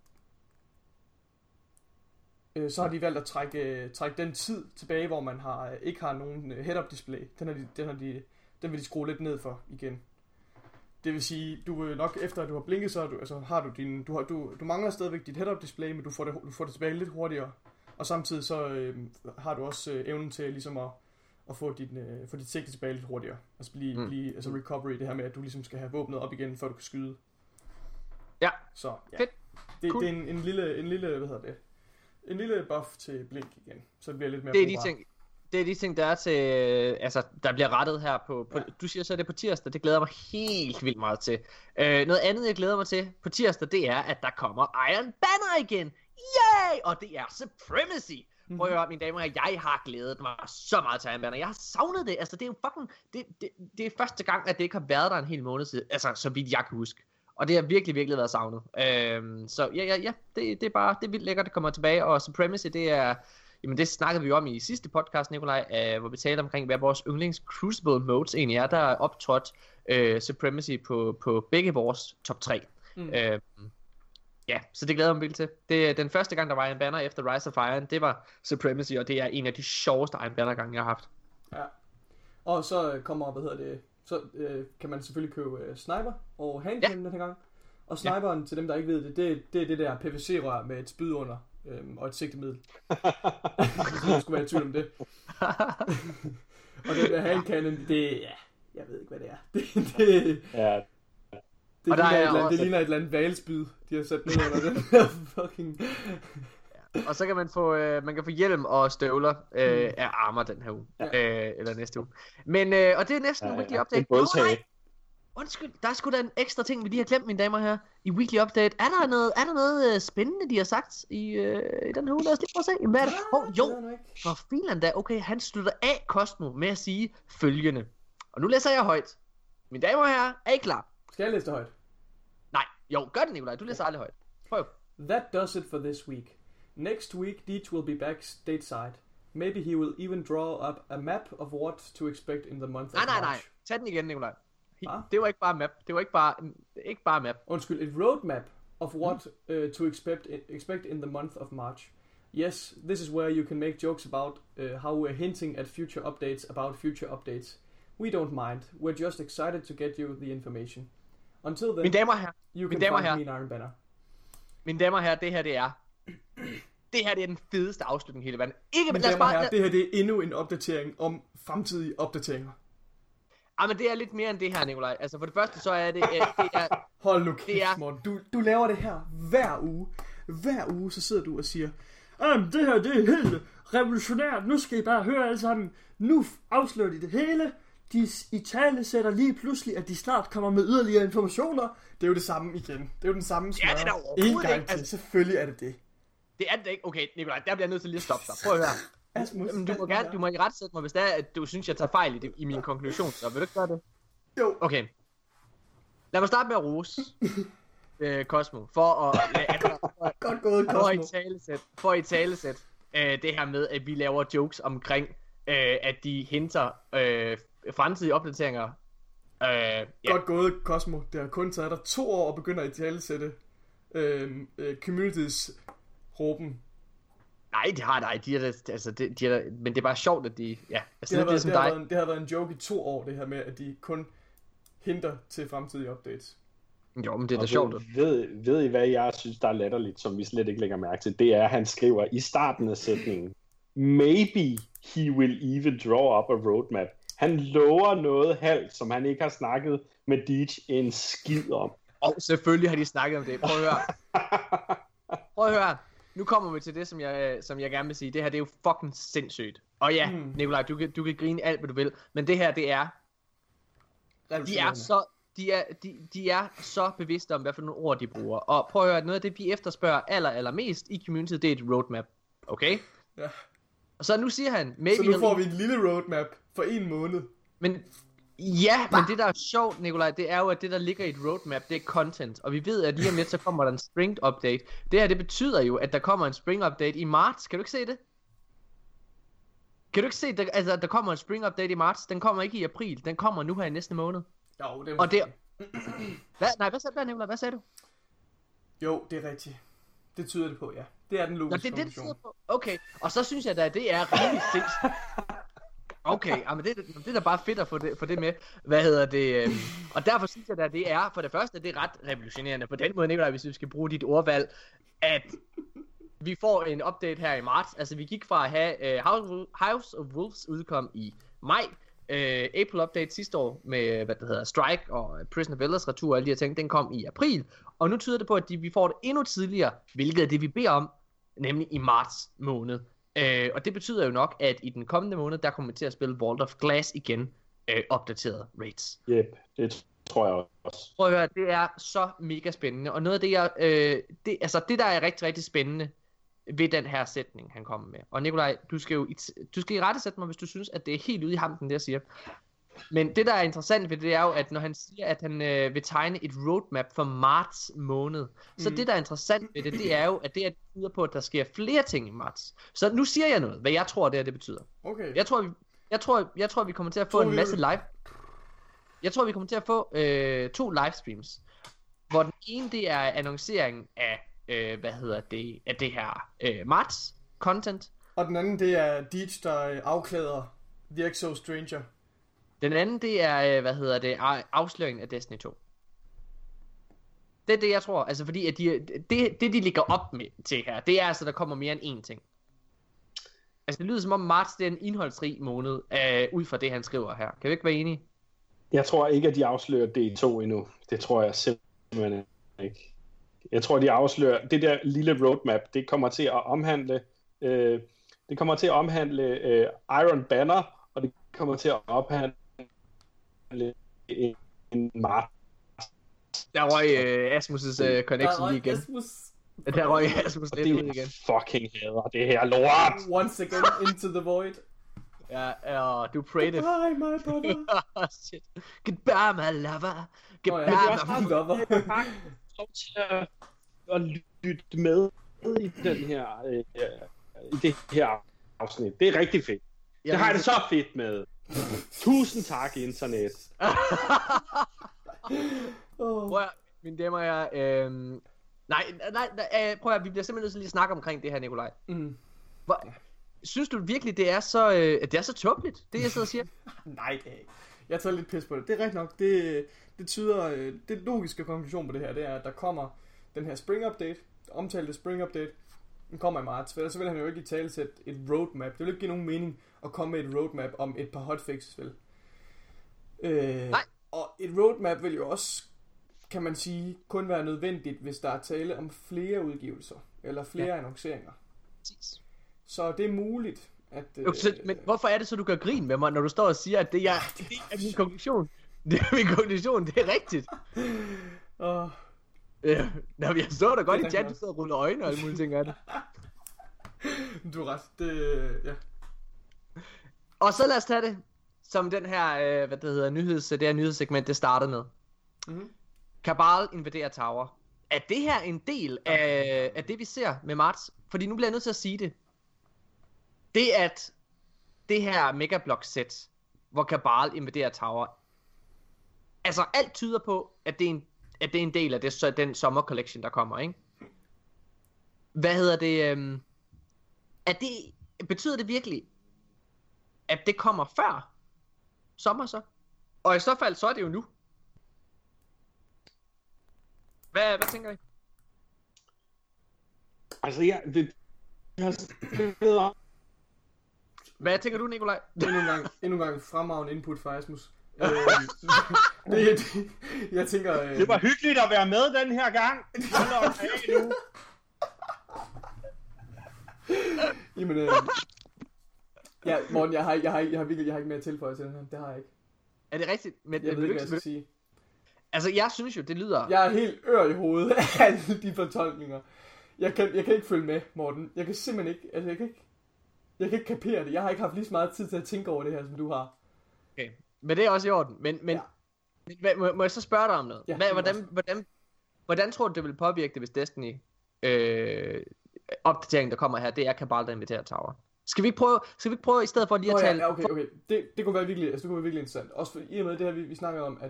øh, så har de valgt at trække, øh, trække den tid tilbage, hvor man har, øh, ikke har nogen øh, head-up display. Den, har de, den, har de, den vil de skrue lidt ned for igen. Det vil sige, du vil nok efter at du har blinket, så du, altså, har du din, du, har, du, du mangler stadigvæk dit head-up display, men du får, det, du får det tilbage lidt hurtigere. Og samtidig så øh, har du også øh, evnen til ligesom at, at få, din, øh, få dit sigte tilbage lidt hurtigere. Altså blive, Mm. mm. blive altså recovery, det her med at du ligesom skal have våbnet op igen, før du kan skyde. Ja. Så ja. Fedt. Det, Cool. det er en, en lille, en lille, hvad hedder det? En lille buff til Blink igen, så det bliver lidt mere Det er de brugbart. ting, det er de ting, der er til, øh, altså, der bliver rettet her på, på Ja. du siger så, det er på tirsdag, det glæder jeg mig helt vildt meget til. Øh, noget andet, jeg glæder mig til på tirsdag, det er, at der kommer Iron Banner igen. Yay! Og det er Supremacy. Mhm. Prøv at høre, mine damer og herrer, jeg har glædet mig så meget til Iron Banner. Jeg har savnet det, altså det er jo fucking, det, det, det er første gang, at det ikke har været der en hel måned siden, altså så vidt jeg kan huske. Og det har virkelig, virkelig været savnet. Øhm, så ja, ja, ja, det, det er bare, det er vildt lækkert, det kommer tilbage. Og Supremacy, det er, jamen det snakkede vi jo om i sidste podcast, Nikolaj, øh, hvor vi talte omkring, hvad vores yndlings Crucible modes egentlig er. Der er optrådt øh, Supremacy på, på begge vores top tre. Mm. Øhm, ja, så det glæder jeg mig vildt til. Det er den første gang, der var en banner efter Rise of Iron, det var Supremacy, og det er en af de sjoveste Iron Banner gange, jeg har haft. Ja. Og så kommer, hvad hedder det, så øh, kan man selvfølgelig købe øh, sniper og handgun ja. den her gang. Og sniperen, ja. til dem der ikke ved det, det, det er det der P V C-rør med et spyd under øhm, og et sigtemiddel. Så skulle være i tvivl om det. Og den der handcannon, det ja, jeg ved ikke hvad det er. Det, det, Ja, det, Og der ligner, er et eller andet, også- det ligner et eller andet valspyd, de har sat ned under den her fucking... Og så kan man få, øh, man kan få hjelm og støvler øh, af armor den her uge. Ja. Øh, eller næste uge. Men, øh, og det er næsten ja, en weekly ja. update. En bådtag. Nå, nej. Undskyld, der er sgu da en ekstra ting, vi lige har glemt, mine damer og herrer. I weekly update. Er der noget, er der noget øh, spændende, de har sagt i, øh, i den her uge? Lad os lige prøve at se. Jamen, hvad er det? Oh, jo, for filan da. Okay, han slutter af Cosmo med at sige følgende. Og nu læser jeg højt. Mine damer og herrer, er I klar? Skal jeg læse det højt? Nej, jo, gør det, Nikolaj. Du læser aldrig højt. Prøv. That does it for this week. Next week, Deej will be back stateside. Maybe he will even draw up a map of what to expect in the month Nej, of nej, nej. March. Tag den igen, Nikolaj. Ah? Det var ikke bare map. Det var ikke bare, ikke bare map. Undskyld, et roadmap of what uh, to expect expect in the month of March. Yes, this is where you can make jokes about uh, how we're hinting at future updates about future updates. We don't mind. We're just excited to get you the information. Until then, Mine damer og herrer, you mine can damer og find me herrer. in Iron Banner. mine damer og herrer, det her det er... Det her det er den fedeste afslutning i hele verden. Ikke, Mine lad os damer og bare... herrer, det her det er endnu en opdatering om fremtidige opdateringer. Ah, men det er lidt mere end det her, Nikolaj. Altså for det første så er det... Øh, det er... Hold nu Det er- kæft, Morten. Du, du laver det her hver uge. Hver uge, så sidder du og siger, Jamen, det her, det er helt revolutionært. Nu skal I bare høre alle sammen. Nu afslører de det hele. De i tale sætter lige pludselig, at de snart kommer med yderligere informationer. Det er jo det samme igen. Det er jo den samme smør. det er da overhovedet En gang ikke. til. Altså- Selvfølgelig er det det. Det er det ikke. Okay, Nikolaj, der bliver jeg nødt til lige at stoppe dig. Prøv at høre. Asmus, Jamen, du må gerne, du må i rette sætte mig, hvis det er, at du synes, jeg tager fejl i, det, i min konklusion. Så vil du ikke gøre det? Jo. Okay. Lad mig starte med at rose øh, Cosmo, for at... Øh, Godt gået, for at Cosmo. italesæt, for at italesæt øh, det her med, at vi laver jokes omkring, øh, at de hinter øh, fremtidige opdateringer. Øh, ja. Godt gået, Cosmo. Det har kun taget dig to år at begynde at italesætte øh, øh, communities råben. Nej, det har nej, de er da, altså, det, de er da, men det er bare sjovt, at de, ja, altså Det har, det, det er været, som det, har dig. været en, det har været en joke i to år, det her med, at de kun hinter til fremtidige updates. Jo, men det er da Og sjovt. ved, ved, ved I, hvad jeg synes, der er latterligt, som vi slet ikke lægger mærke til? Det er, at han skriver i starten af sætningen, maybe he will even draw up a roadmap. Han lover noget halvt, som han ikke har snakket med Deej en skid om. Og selvfølgelig har de snakket om det. Prøv at høre. Prøv at høre. Nu kommer vi til det, som jeg, som jeg gerne vil sige. Det her, det er jo fucking sindssygt. Og ja, Mm. Nikolaj, du kan, du kan grine alt, hvad du vil. Men det her, det er... De er så... De er, de, de er så bevidste om, hvad for nogle ord de bruger. Og prøv at høre, noget af det, vi efterspørger aller, aller mest i community, det er et roadmap. Okay? Ja. Og så nu siger han... Maybe Så nu he'll får vi et lille roadmap for en måned. Men ja, men det der er sjovt, Nikolaj, det er jo, at det der ligger i et roadmap, det er content. Og vi ved, at lige om lidt, så kommer der en spring update. Det her, det betyder jo, at der kommer en spring update i marts. Kan du ikke se det? Kan du ikke se, der, altså, der kommer en spring update i marts? Den kommer ikke i april. Den kommer nu her i næste måned. Jo, det er Og det... Hvad? Nej, hvad sagde du, Nikolaj? Hvad sagde du? Jo, det er rigtigt. Det tyder det på, ja. Det er den Nå, logiske det er det, det konklusion. tyder på. Okay, og så synes jeg da, at det er rimelig sindssygt. Okay, ja, men det, det er da bare fedt at få det, få det med. Hvad hedder det? øhm, Og derfor synes jeg da, at det er, for det første, det er ret revolutionerende. På den måde, Nikolaj, hvis vi skal bruge dit ordvalg, at vi får en update her i marts. Altså, vi gik fra at have uh, House, House of Wolves udkom i maj. Uh, April update sidste år med, hvad det hedder, Strike og Prison of Elders retur og alle de her ting, den kom i april. Og nu tyder det på, at de, vi får det endnu tidligere, hvilket er det, vi beder om, nemlig i marts måned. Uh, og det betyder jo nok, at i den kommende måned, der kommer vi til at spille Vault of Glass igen, uh, opdateret raids. Yep, det tror jeg også. Prøv at høre, det er så mega spændende. Og noget af det, jeg, øh, det, altså det der er rigtig, rigtig spændende ved den her sætning, han kommer med. Og Nikolaj, du skal jo du skal i rette sætte mig, hvis du synes, at det er helt ude i hampen, det jeg siger. Men det, der er interessant ved det, det er jo, at når han siger, at han øh, vil tegne et roadmap for marts måned, så Mm. det, der er interessant ved det, det er jo, at det, er, det betyder på, at der sker flere ting i marts. Så nu siger jeg noget, hvad jeg tror, det er, det betyder. Okay. Jeg tror, vi, jeg tror, jeg tror, vi kommer til at få To en masse jul. live. Jeg tror, vi kommer til at få øh, to livestreams. Hvor den ene, det er annonceringen af, øh, hvad hedder det, af det her øh, marts content. Og den anden, det er Deej, der øh, afklæder The Exo Stranger. Den anden, det er, øh, hvad hedder det, af- afsløringen af Destiny to. Det er det, jeg tror. Altså, fordi at de, det, det, de ligger op med til her, det er altså, der kommer mere end én ting. Altså, det lyder som om marts, det er en indholdsrig måned, øh, ud fra det, han skriver her. Kan vi ikke være enige? Jeg tror ikke, at de afslører D to endnu. Det tror jeg simpelthen ikke. Jeg tror, de afslører det der lille roadmap. Det kommer til at omhandle, øh, det kommer til at omhandle øh, Iron Banner, og det kommer til at omhandle en, en Mars. Der røg øh, Asmus' øh, connection lige igen. Asmus, Der røg Asmus Og lidt det ud er igen. fucking hader det her lort. once again into the void. Ja, ja, du prayed it. Goodbye, my brother. Oh, shit. Goodbye, my lover. Nå ja, Goodbye, det er også my meget lover. Lov til at, at lytte med i den her, øh, i det her afsnit. Det er rigtig fedt. Det har jeg det så fedt med. Tusind tak, internet. Oh. Prøv at, mine damer og herrer, øhm... Nej, nej, nej, øh, prøv at, vi bliver simpelthen nødt til lige at snakke omkring det her, Nikolaj. Mm. Hvor, synes du virkelig, det er så, øh, det er så tåbeligt, det jeg sidder og siger? Nej, det er ikke. Jeg tager lidt pis på det. Det er rigtigt nok. Det, det tyder, øh, det logiske konklusion på det her, det er, at der kommer den her spring update, omtalte spring update, den kommer i marts, for ellers så vil han jo ikke i tale sætte et roadmap. Det vil ikke give nogen mening at komme med et roadmap om et par hotfixes, vel? Øh, Nej. Og et roadmap vil jo også, kan man sige, kun være nødvendigt, hvis der er tale om flere udgivelser, eller flere ja. annonceringer. Præcis. Så det er muligt, at... Øh, Men hvorfor er det så, du gør grin med mig, når du står og siger, at det er, det er min konklusion? Det er min konklusion, det er rigtigt. Åh, Ja, Nå, jeg så dig godt Det er i chat, du rigtigt. sidder og ruller øjne og alle mulige ting af det. du har ret. Det, ja. Og så lad os tage det, som den her, øh, hvad det hedder, nyheds, det her nyhedssegment, det startede med. Mhm. Kabal invaderer Tower. Er det her en del af, af det, vi ser med Marts? Fordi nu bliver jeg nødt til at sige det. Det at det her megablock-sæt, hvor Kabal invaderer Tower, altså alt tyder på, at det er en, at det er en del af det, så den sommer collection, der kommer, ikke? Hvad hedder det? Øhm, er det betyder det virkelig, at det kommer før sommer så? Og i så fald, så er det jo nu. Hvad, hvad tænker I? Altså, ja, det... Jeg har spillet om. Hvad tænker du, Nikolaj? Endnu en gang, endnu en gang fremragende input fra Asmus. øh, det, det, jeg tænker... Øh, Det var hyggeligt at være med den her gang. Hold op, hey, nu. Jamen, øh, ja, Morten, jeg har, ikke- jeg, har, ikke- jeg har virkelig jeg har ikke mere at tilføje til den her. Det har jeg ikke. Er det rigtigt? Men, Jeg men ved vil ikke, du hvad jeg ikke- skal sige. Altså, jeg synes jo, det lyder... Jeg er helt ør i hovedet af alle de fortolkninger. Jeg kan, jeg kan ikke følge med, Morten. Jeg kan simpelthen ikke... Altså, jeg kan ikke... Jeg kan ikke kapere det. Jeg har ikke haft lige så meget tid til at tænke over det her, som du har. Okay. Men det er også i orden. Men, men, Ja. men hvad, må, må jeg så spørge dig om noget? Ja, Hvad, det må hvordan, også. hvordan, hvordan tror du, det vil påvirke det, hvis Destiny øh, opdateringen, der kommer her, det er Kabal, der inviterer Tower? Skal vi ikke prøve, skal vi ikke prøve i stedet for lige at Nå, ja, tale... ja, okay, okay. Det, det kunne være virkelig, altså, det kunne være virkelig interessant. Også for, i og med det her, vi, vi snakker om, at,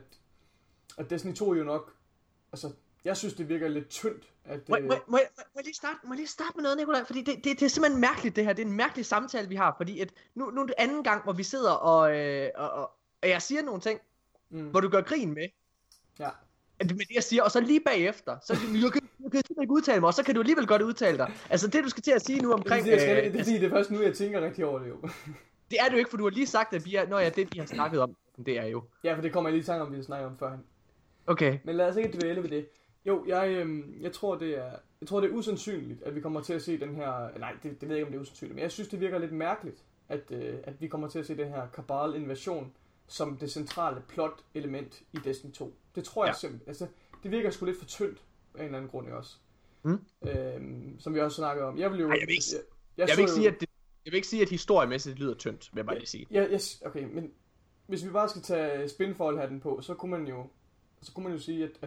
at Destiny to jo nok... Altså, jeg synes, det virker lidt tyndt, at... Må, øh, må, må, må, må, jeg lige starte, må jeg lige starte med noget, Nikolaj? Fordi det, det, det er simpelthen mærkeligt, det her. Det er en mærkelig samtale, vi har. Fordi at nu, nu er det anden gang, hvor vi sidder og, øh, og, og, og jeg siger nogle ting, mm, hvor du gør grin med. ja. At det med det, jeg siger, og så lige bagefter, så jeg kan, jeg kan simpelthen ikke udtale mig, og så kan du alligevel godt udtale dig. Altså det, du skal til at sige nu Det er, omkring... fordi, jeg skal, øh, det er fordi, det er først nu, jeg tænker rigtig over det jo. det er det jo ikke, for du har lige sagt, at vi er... Nå ja, det vi har snakket om, det er jo... Ja, for det kommer jeg lige i tanke om, vi har snakket om førhen. Okay. Men lad os ikke dvæle ved det. Jo, jeg, øhm, jeg, tror, det er, jeg tror, det er usandsynligt, at vi kommer til at se den her... Nej, det, det ved jeg ikke, om det er usandsynligt, men jeg synes, det virker lidt mærkeligt, at, øh, at vi kommer til at se den her Kabal-invasion som det centrale plot-element i Destiny to. Det tror jeg Ja. simpelthen. Altså, det virker sgu lidt for tyndt af en eller anden grund også. Mm. Øhm, som vi også snakkede om. Jeg vil jo... Ej, jeg vil ikke- jeg, Jeg så vil ikke jo- sige, at det, jeg vil ikke sige, at historiemæssigt lyder tyndt, vil jeg bare lige sige. Ja, yes, okay, men hvis vi bare skal tage Spinfall-hatten på, så kunne man jo, så kunne man jo sige, at, at,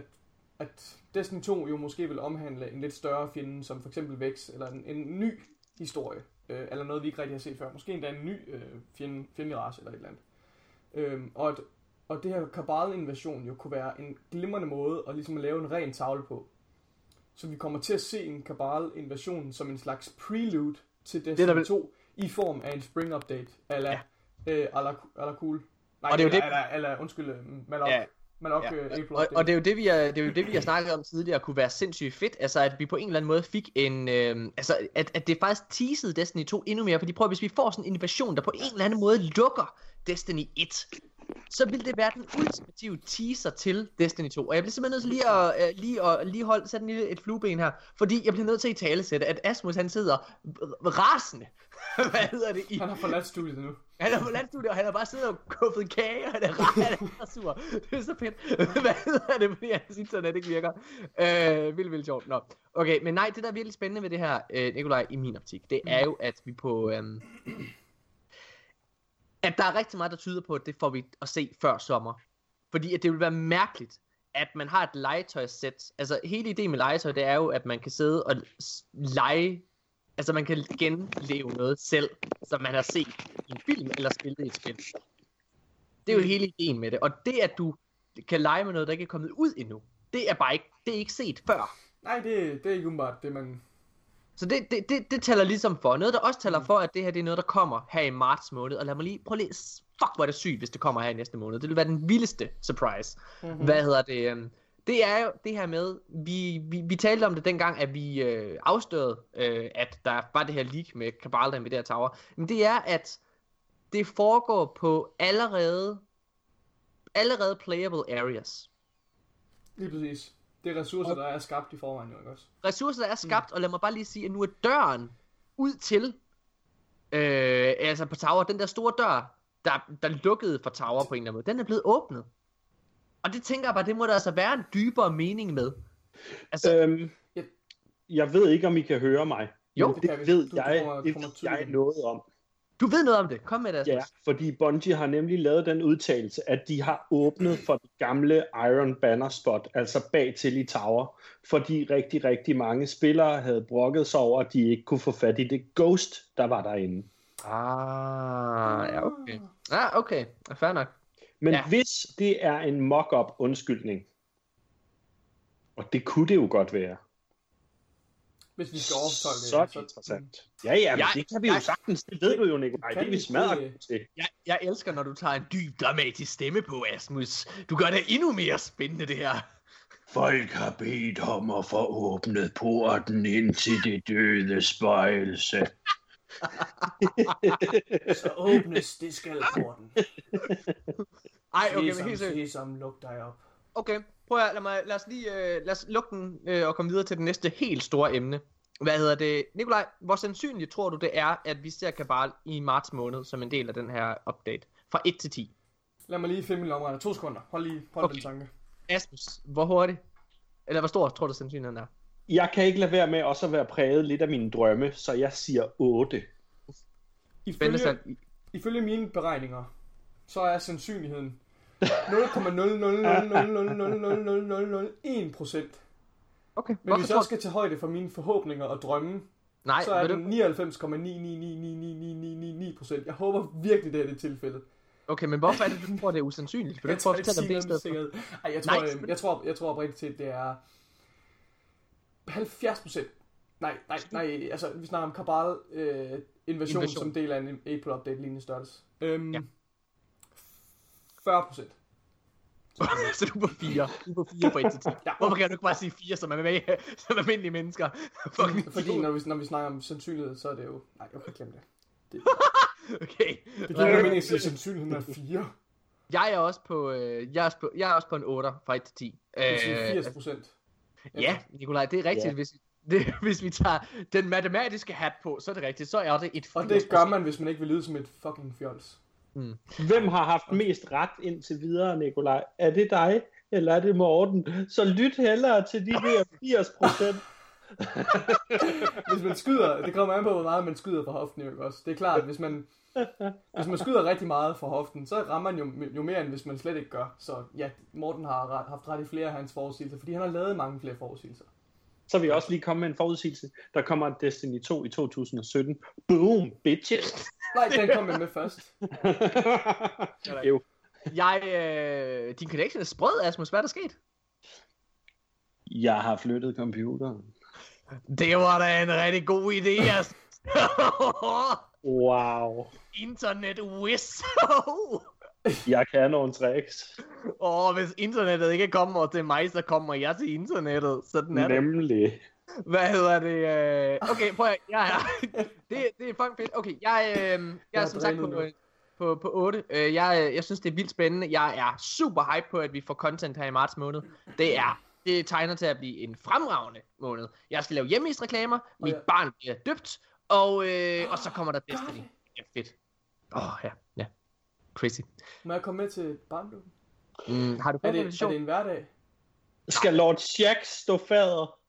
at Destiny to jo måske vil omhandle en lidt større fjende, som for eksempel Vex, eller en, en ny historie, øh, eller noget, vi ikke rigtig har set før. Måske endda en ny øh, fjende, fjendelig race, eller et eller andet. Øhm, og, at, og det her Kabal-invasion jo kunne være en glimrende måde at ligesom at lave en ren tavle på. Så vi kommer til at se en Kabal-invasion som en slags prelude til Destiny der vil- to, i form af en spring update, eller Ja. øh, ala, ala cool. Nej, Og det er jo eller, det- eller, eller, undskyld, øh, Malok, Ja. Malok Ja. øh, April Og, update. og det er jo det, vi har, det er jo det, vi har snakket om tidligere, kunne være sindssygt fedt. Altså, at vi på en eller anden måde fik en... Øh, altså, at, at det faktisk teasede Destiny to endnu mere. Fordi prøv, hvis vi får sådan en innovation, der på en eller anden måde lukker Destiny et, så vil det være den ultimative teaser til Destiny to. Og jeg bliver simpelthen nødt til lige at, uh, lige at lige holde, sætte en lille, et flueben her. Fordi jeg bliver nødt til at italesætte, at Asmus han sidder rasende. Hvad hedder det? I, Han har forladt studiet nu. han er på landstudiet, og han har bare siddet og kuffet kage, og han er ret, han er ret sur. Det er så fedt. Hvad hedder det, fordi hans internet ikke virker? Øh, vildt, vildt sjovt. Nå. Okay, men nej, det der er virkelig spændende ved det her, øh, Nikolaj, i min optik, det er jo, at vi på... Øhm, at der er rigtig meget, der tyder på, at det får vi at se før sommer. Fordi at det vil være mærkeligt, at man har et legetøjssæt. Altså, hele ideen med legetøj, det er jo, at man kan sidde og s- lege. Altså, man kan genleve noget selv, som man har set i en film eller spillet i et spil. Det er jo hele ideen med det. Og det, at du kan lege med noget, der ikke er kommet ud endnu, det er bare ikke, det er ikke set før. Nej, det, det er ikke umiddelbart det, man... Så det, det, det, det tæller ligesom for. Noget, der også tæller for, at det her det er noget, der kommer her i marts måned. Og lad mig lige prøve lige... Fuck, hvor er det sygt, hvis det kommer her i næste måned. Det vil være den vildeste surprise. Mm-hmm. Hvad hedder det? øhm, Det er jo det her med... Vi, vi, vi talte om det dengang, at vi øh, afstørede, øh, at der var det her leak med Kabal, der med det her tower. Men det er, at det foregår på allerede... Allerede playable areas. Lige præcis. Det er ressourcer, der er skabt i forvejen jo, ikke også? Ressourcer, der er skabt, mm. og lad mig bare lige sige, at nu er døren ud til, øh, altså på Tower, den der store dør, der, der lukkede for Tower på en eller anden måde, den er blevet åbnet. Og det tænker jeg bare, det må der altså være en dybere mening med. Altså, Øhm, jeg ved ikke, om I kan høre mig. Jo, det, det kan vi. ved Du jeg, kommer- det kommer ved jeg tydeligt. noget om. Du ved noget om det. Kom med det, Asmus. Ja, fordi Bungie har nemlig lavet den udtalelse, at de har åbnet for det gamle Iron Banner spot, altså bag til i Tower, fordi rigtig, rigtig mange spillere havde brokket sig over, at de ikke kunne få fat i det Ghost, der var derinde. Ah, ja, okay. Ah, okay. Fair nok. Men Ja. hvis det er en mock-up undskyldning, og det kunne det jo godt være, Hvis vi skal overtolke det. så er det interessant. Ja, ja, men Jeg- det kan vi jo jeg- sagtens. Det ved du jo, Nikolaj. Kan Det er vi vi? smadret Det- til. Jeg, jeg elsker, når du tager en dyb, dramatisk stemme på, Asmus. Du gør det endnu mere spændende, det her. Folk har bedt om at få åbnet porten ind til det døde spøjelse. Så åbnes det skaldporten. Ej, okay, men Sesam, helt seriøst. sesam, luk dig op. Okay, prøv at lad, mig, lad os lige øh, lad os lukke den øh, og komme videre til det næste helt store emne. Hvad hedder det? Nikolaj, hvor sandsynligt tror du det er, at vi ser Cabal i marts måned som en del af den her update? Fra et til ti. Lad mig lige finde min lommeregner. To sekunder. Hold lige hold Okay. den tanke. Asmus, hvor hurtigt? Eller hvor stor tror du sandsynligheden er? Jeg kan ikke lade være med også at være præget lidt af mine drømme, så jeg siger otte. Spændende Ifølge, sand. ifølge mine beregninger, så er sandsynligheden nul komma nul nul nul nul nul nul nul nul nul nul en procent. Okay, Men hvorfor hvis tror jeg du... skal tage højde for mine forhåbninger og drømme, Nej, så er ved det du... nioghalvfems komma ni ni ni ni ni ni ni ni ni procent. Jeg håber virkelig, det er det tilfælde. Okay, men hvorfor er det, du tror, det er usandsynligt? Vil du Jeg ikke prøve tror at ikke fortælle om det i sige stedet noget for? med sikkerhed. Ej, jeg tror, Nej, jeg, jeg tror, jeg tror oprigtigt set, det er halvfjerds procent. Nej, nej, nej, altså vi snakker om Cabal øh, invasion, Invasion. som del af en April update lignende størrelse. Øhm, Ja. fyrre procent. Så du er på fire. Du er på fire på et til ti. Ja. Hvorfor kan du ikke bare sige fire, som er med som almindelige mennesker? Fucking Fordi når vi, når vi snakker om sandsynlighed, så er det jo... Nej, okay, glem det. Det, Okay. det giver ikke mening at sige, at sandsynligheden er fire. Jeg er også på, øh, jeg er også på, jeg er også på en otter fra et til ti. Det vil sige Øh, firs procent. ja, Nikolaj, det er rigtigt. Ja. Hvis, det, hvis vi tager den matematiske hat på, så er det rigtigt. Så er det et Og det gør man, hvis man ikke vil lyde som et fucking fjols. Hvem har haft mest ret indtil videre, Nikolaj? Er det dig, eller er det Morten? Så lyt hellere til de der firs procent. Hvis man skyder, det kommer an på, hvor meget man skyder fra hoften, jo ikke også? Det er klart, hvis man, hvis man skyder rigtig meget fra hoften, så rammer man jo, jo mere, end hvis man slet ikke gør. Så ja, Morten har ret, haft ret i flere af hans forudsigelser, fordi han har lavet mange flere forudsigelser. Så vil jeg også lige komme med en forudsigelse. Der kommer Destiny to i to tusind og sytten. Boom, bitches. Nej, den kom jeg med først. Jo. Jeg, øh, din connection er sprød, Asmus. Hvad er der sket? Jeg har flyttet computeren. Det var da en rigtig god idé, Asmus. Wow. Internet whiz. Jeg kan nogle tricks. Åh, hvis internettet ikke kommer til mig, så kommer jeg til internettet. Sådan er det. Nemlig. Hvad hedder det? øh, Okay, prøv at, jeg er, det, det er fucking fedt. Okay, jeg, øh, jeg er er som sagt drænet på, nu. øh, på, på otte. Øh, Jeg, jeg synes, det er vildt spændende. Jeg er super hype på, at vi får content her i marts måned. Det er, det tegner til at blive en fremragende måned. Jeg skal lave hjemmesreklamer, mit ja. barn bliver døbt, og, øh, og så kommer der Destiny. Det er fedt. Åh, oh, ja, ja. Crazy. Må jeg komme med til barndåben? Mm, har du Er fået det, en er invitation? det en hverdag? Skal Lord Shack stå fader?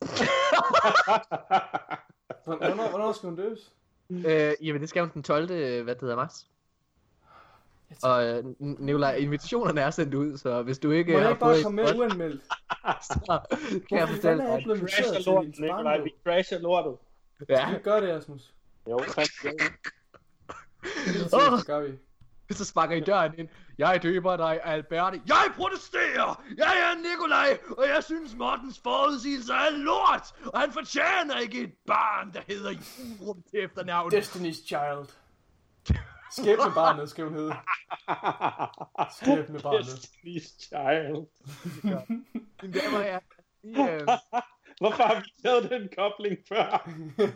Hvornår, hvornår skal hun døbes? Øh, jamen, det skal hun den tolvte hvad det hedder, marts. Og øh, Nikolaj, invitationerne er sendt ud, så hvis du ikke Må jeg har ikke bare fået komme med uanmeldt? så kan jeg Hvorfor fortælle fanden er jeg dig. blevet inviteret Crasher til lortet, hendes Nikolaj. barndåb? Vi crasher lortet. Ja, Vi gør det, Asmus. Jo, fast. Det Åh. gør vi. så sparker I døren ind. Jeg døber dig, Alberte. Jeg protesterer! Jeg er Nikolaj, og jeg synes Mortens forudsigelser er lort! Og han fortjener ikke et barn, der hedder Jurum til efternavn. Destiny's Child. Skæbnebarnet, skal hun hedde. Skæbnebarnet. Destiny's Child. Mine damer og herrer, I, øh, Hvorfor har vi lavet den kobling før?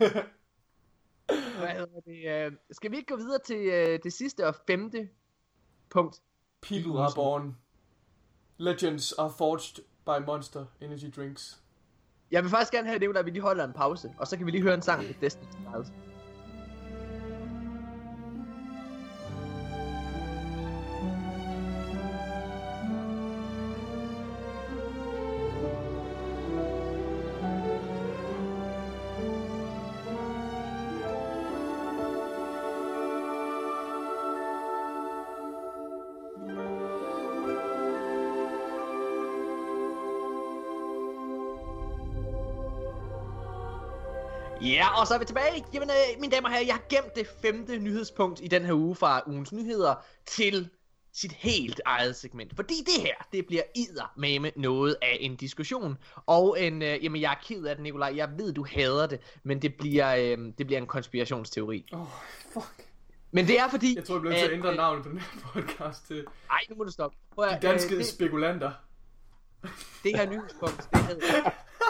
hvad hedder det? Øh, skal vi ikke gå videre til øh, det sidste og femte punkt? People are born. Legends are forged by Monster Energy Drinks. Jeg vil faktisk gerne have, Nikolaj, at vi lige holder en pause, og så kan vi lige høre en sang med Destiny's Child. Ja, og så er vi tilbage. Jamen, øh, mine damer og herrer, jeg har gemt det femte nyhedspunkt i den her uge fra ugens nyheder til sit helt eget segment. Fordi det her, det bliver eddermame noget af en diskussion. Og en, øh, jamen jeg er ked af det, Nikolaj. Jeg ved, du hader det, men det bliver, øh, det bliver en konspirationsteori. Åh, oh, fuck. Men det er fordi... Jeg tror, jeg bliver nødt til at ændre navnet på den her podcast til... Nej, nu må du stoppe. Prøv at, De danske øh, det, spekulanter. Det her nyhedspunkt, det hedder...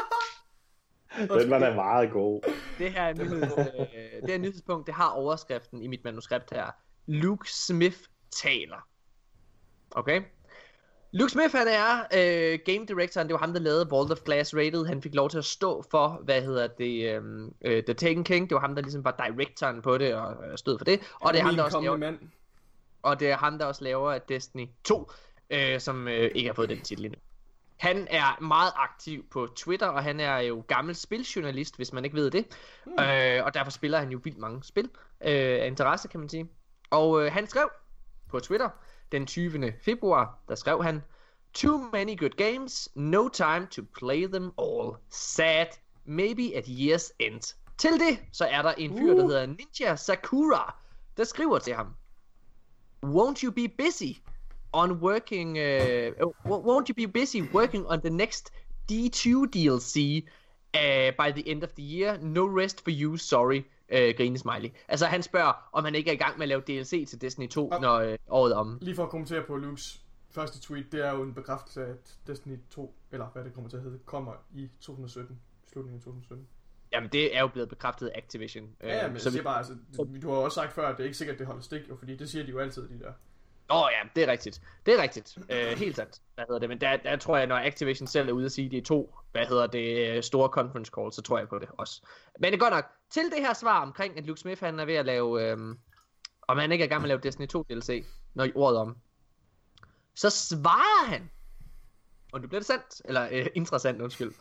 Den var da meget god. Det her, nyheds, øh, det her nyhedspunkt, det har overskriften i mit manuskript her. Luke Smith taler. Okay? Luke Smith, han er øh, game directoren. Det var ham, der lavede Vault of Glass Rated. Han fik lov til at stå for, hvad hedder det, øh, The Taken King. Det var ham, der ligesom var directoren på det og øh, stod for det. Og det er ham, der også laver... Mand. Og det er ham, der også laver Destiny to, øh, som øh, ikke har fået den titel endnu. Han er meget aktiv på Twitter, og han er jo gammel spiljournalist, hvis man ikke ved det. Mm. Øh, og derfor spiller han jo vildt mange spil øh, af interesse, kan man sige. Og øh, han skrev på Twitter den tyvende februar, der skrev han: Too many good games, no time to play them all. Sad, maybe at year's end. Til det, så er der en fyr, uh. der hedder Ninja Sakura, der skriver til ham: Won't you be busy on working, uh, won't you be busy working on the next D to D L C uh, by the end of the year? No rest for you, sorry. Uh, grine smiley. Altså han spørger, om han ikke er i gang med at lave D L C til Destiny to, og når uh, året om. Lige for at kommentere på Lukes første tweet, det er jo en bekræftelse af, at Destiny to, eller hvad det kommer til at hedde, kommer i to tusind og sytten, slutningen af to tusind og sytten. Jamen det er jo blevet bekræftet af Activision. Ja, ja men så jeg siger vi... bare, altså, du har også sagt før, at det er ikke sikkert, at det holder stik, jo, fordi det siger de jo altid, de der. Åh oh, ja, det er rigtigt. Det er rigtigt. Uh, helt sandt. Hvad hedder det? Men der, der tror jeg, når Activision selv er ude at sige, at det er to, hvad hedder det, store conference calls, så tror jeg på det også. Men det er godt nok. Til det her svar omkring, at Luke Smith han er ved at lave, øhm, om han ikke er i gang med at lave Destiny to D L C, når i ordet om, så svarer han, og nu bliver det sandt, eller øh, interessant, undskyld.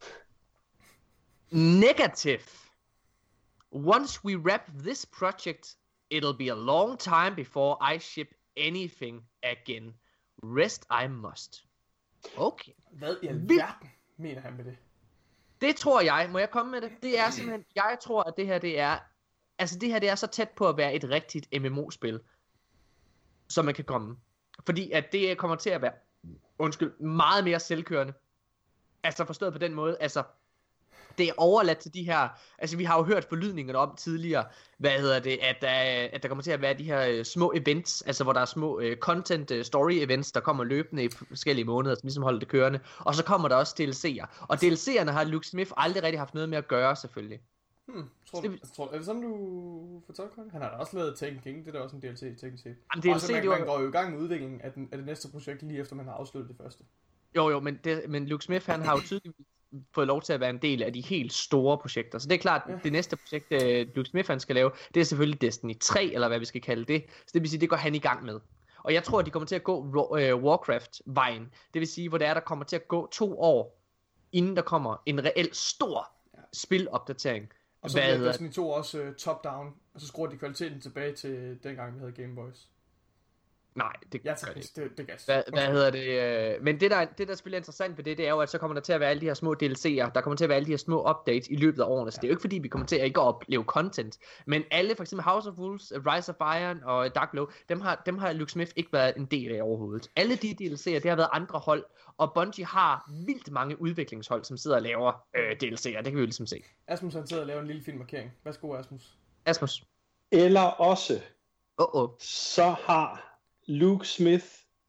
Negative. Once we wrap this project, it'll be a long time before I ship anything again. Rest I must. Okay. Hvad i alverden mener han med det? Det tror jeg, må jeg komme med det? Det er simpelthen, jeg tror, at det her, det er, altså det her, det er så tæt på at være et rigtigt M M O-spil, som man kan komme. Fordi at det kommer til at være, undskyld, meget mere selvkørende. Altså forstået på den måde, altså, det er overladt til de her, altså vi har jo hørt forlydningerne om tidligere, hvad hedder det, at der, at der kommer til at være de her uh, små events, altså hvor der er små uh, content uh, story events, der kommer løbende i forskellige måneder, som ligesom holder det kørende, og så kommer der også D L C'er, og D L C'erne har Luke Smith aldrig rigtig haft noget med at gøre, selvfølgelig. Hmm, tror, det, altså, tror, er det sådan, du fortolker det? Han har da også lavet Taken King, det er da også en D L C, teknisk set. Jamen, D L C, også, man, man man går jo i gang med udviklingen af, den, af det næste projekt, lige efter man har afsluttet det første. Jo jo, men, det, men Luke Smith, han har jo tydeligvis fået lov til at være en del af de helt store projekter. Så det er klart, ja. Det næste projekt, uh, Luke Smith han skal lave, det er selvfølgelig Destiny tre, eller hvad vi skal kalde det. Så det vil sige, det går han i gang med. Og jeg tror, at de kommer til at gå uh, Warcraft-vejen. Det vil sige, hvor det er, der kommer til at gå to år, inden der kommer en reelt stor ja. spilopdatering. Og så bliver Destiny to også uh, top-down, og så skruer de kvaliteten tilbage til dengang, vi havde Game Boys. Nej, det ja, gør det. det, det gas. Hvad, hvad hedder det? Øh, men det der, det der selvfølgelig er interessant ved det, det er jo, at så kommer der til at være alle de her små D L C'er, der kommer til at være alle de her små updates i løbet af årene, så ja. Det er jo ikke fordi, vi kommer til at ikke opleve content, men alle, for eksempel House of Wolves, Rise of Iron og Dark Glow, dem har, dem har Luke Smith ikke været en del af overhovedet. Alle de D L C'er, det har været andre hold, og Bungie har vildt mange udviklingshold, som sidder og laver øh, D L C'er, det kan vi jo ligesom se. Asmus han sidder og laver en lille fin markering. Værsgo, Asmus. Asmus. Eller også, Uh-oh. så har Luke Smith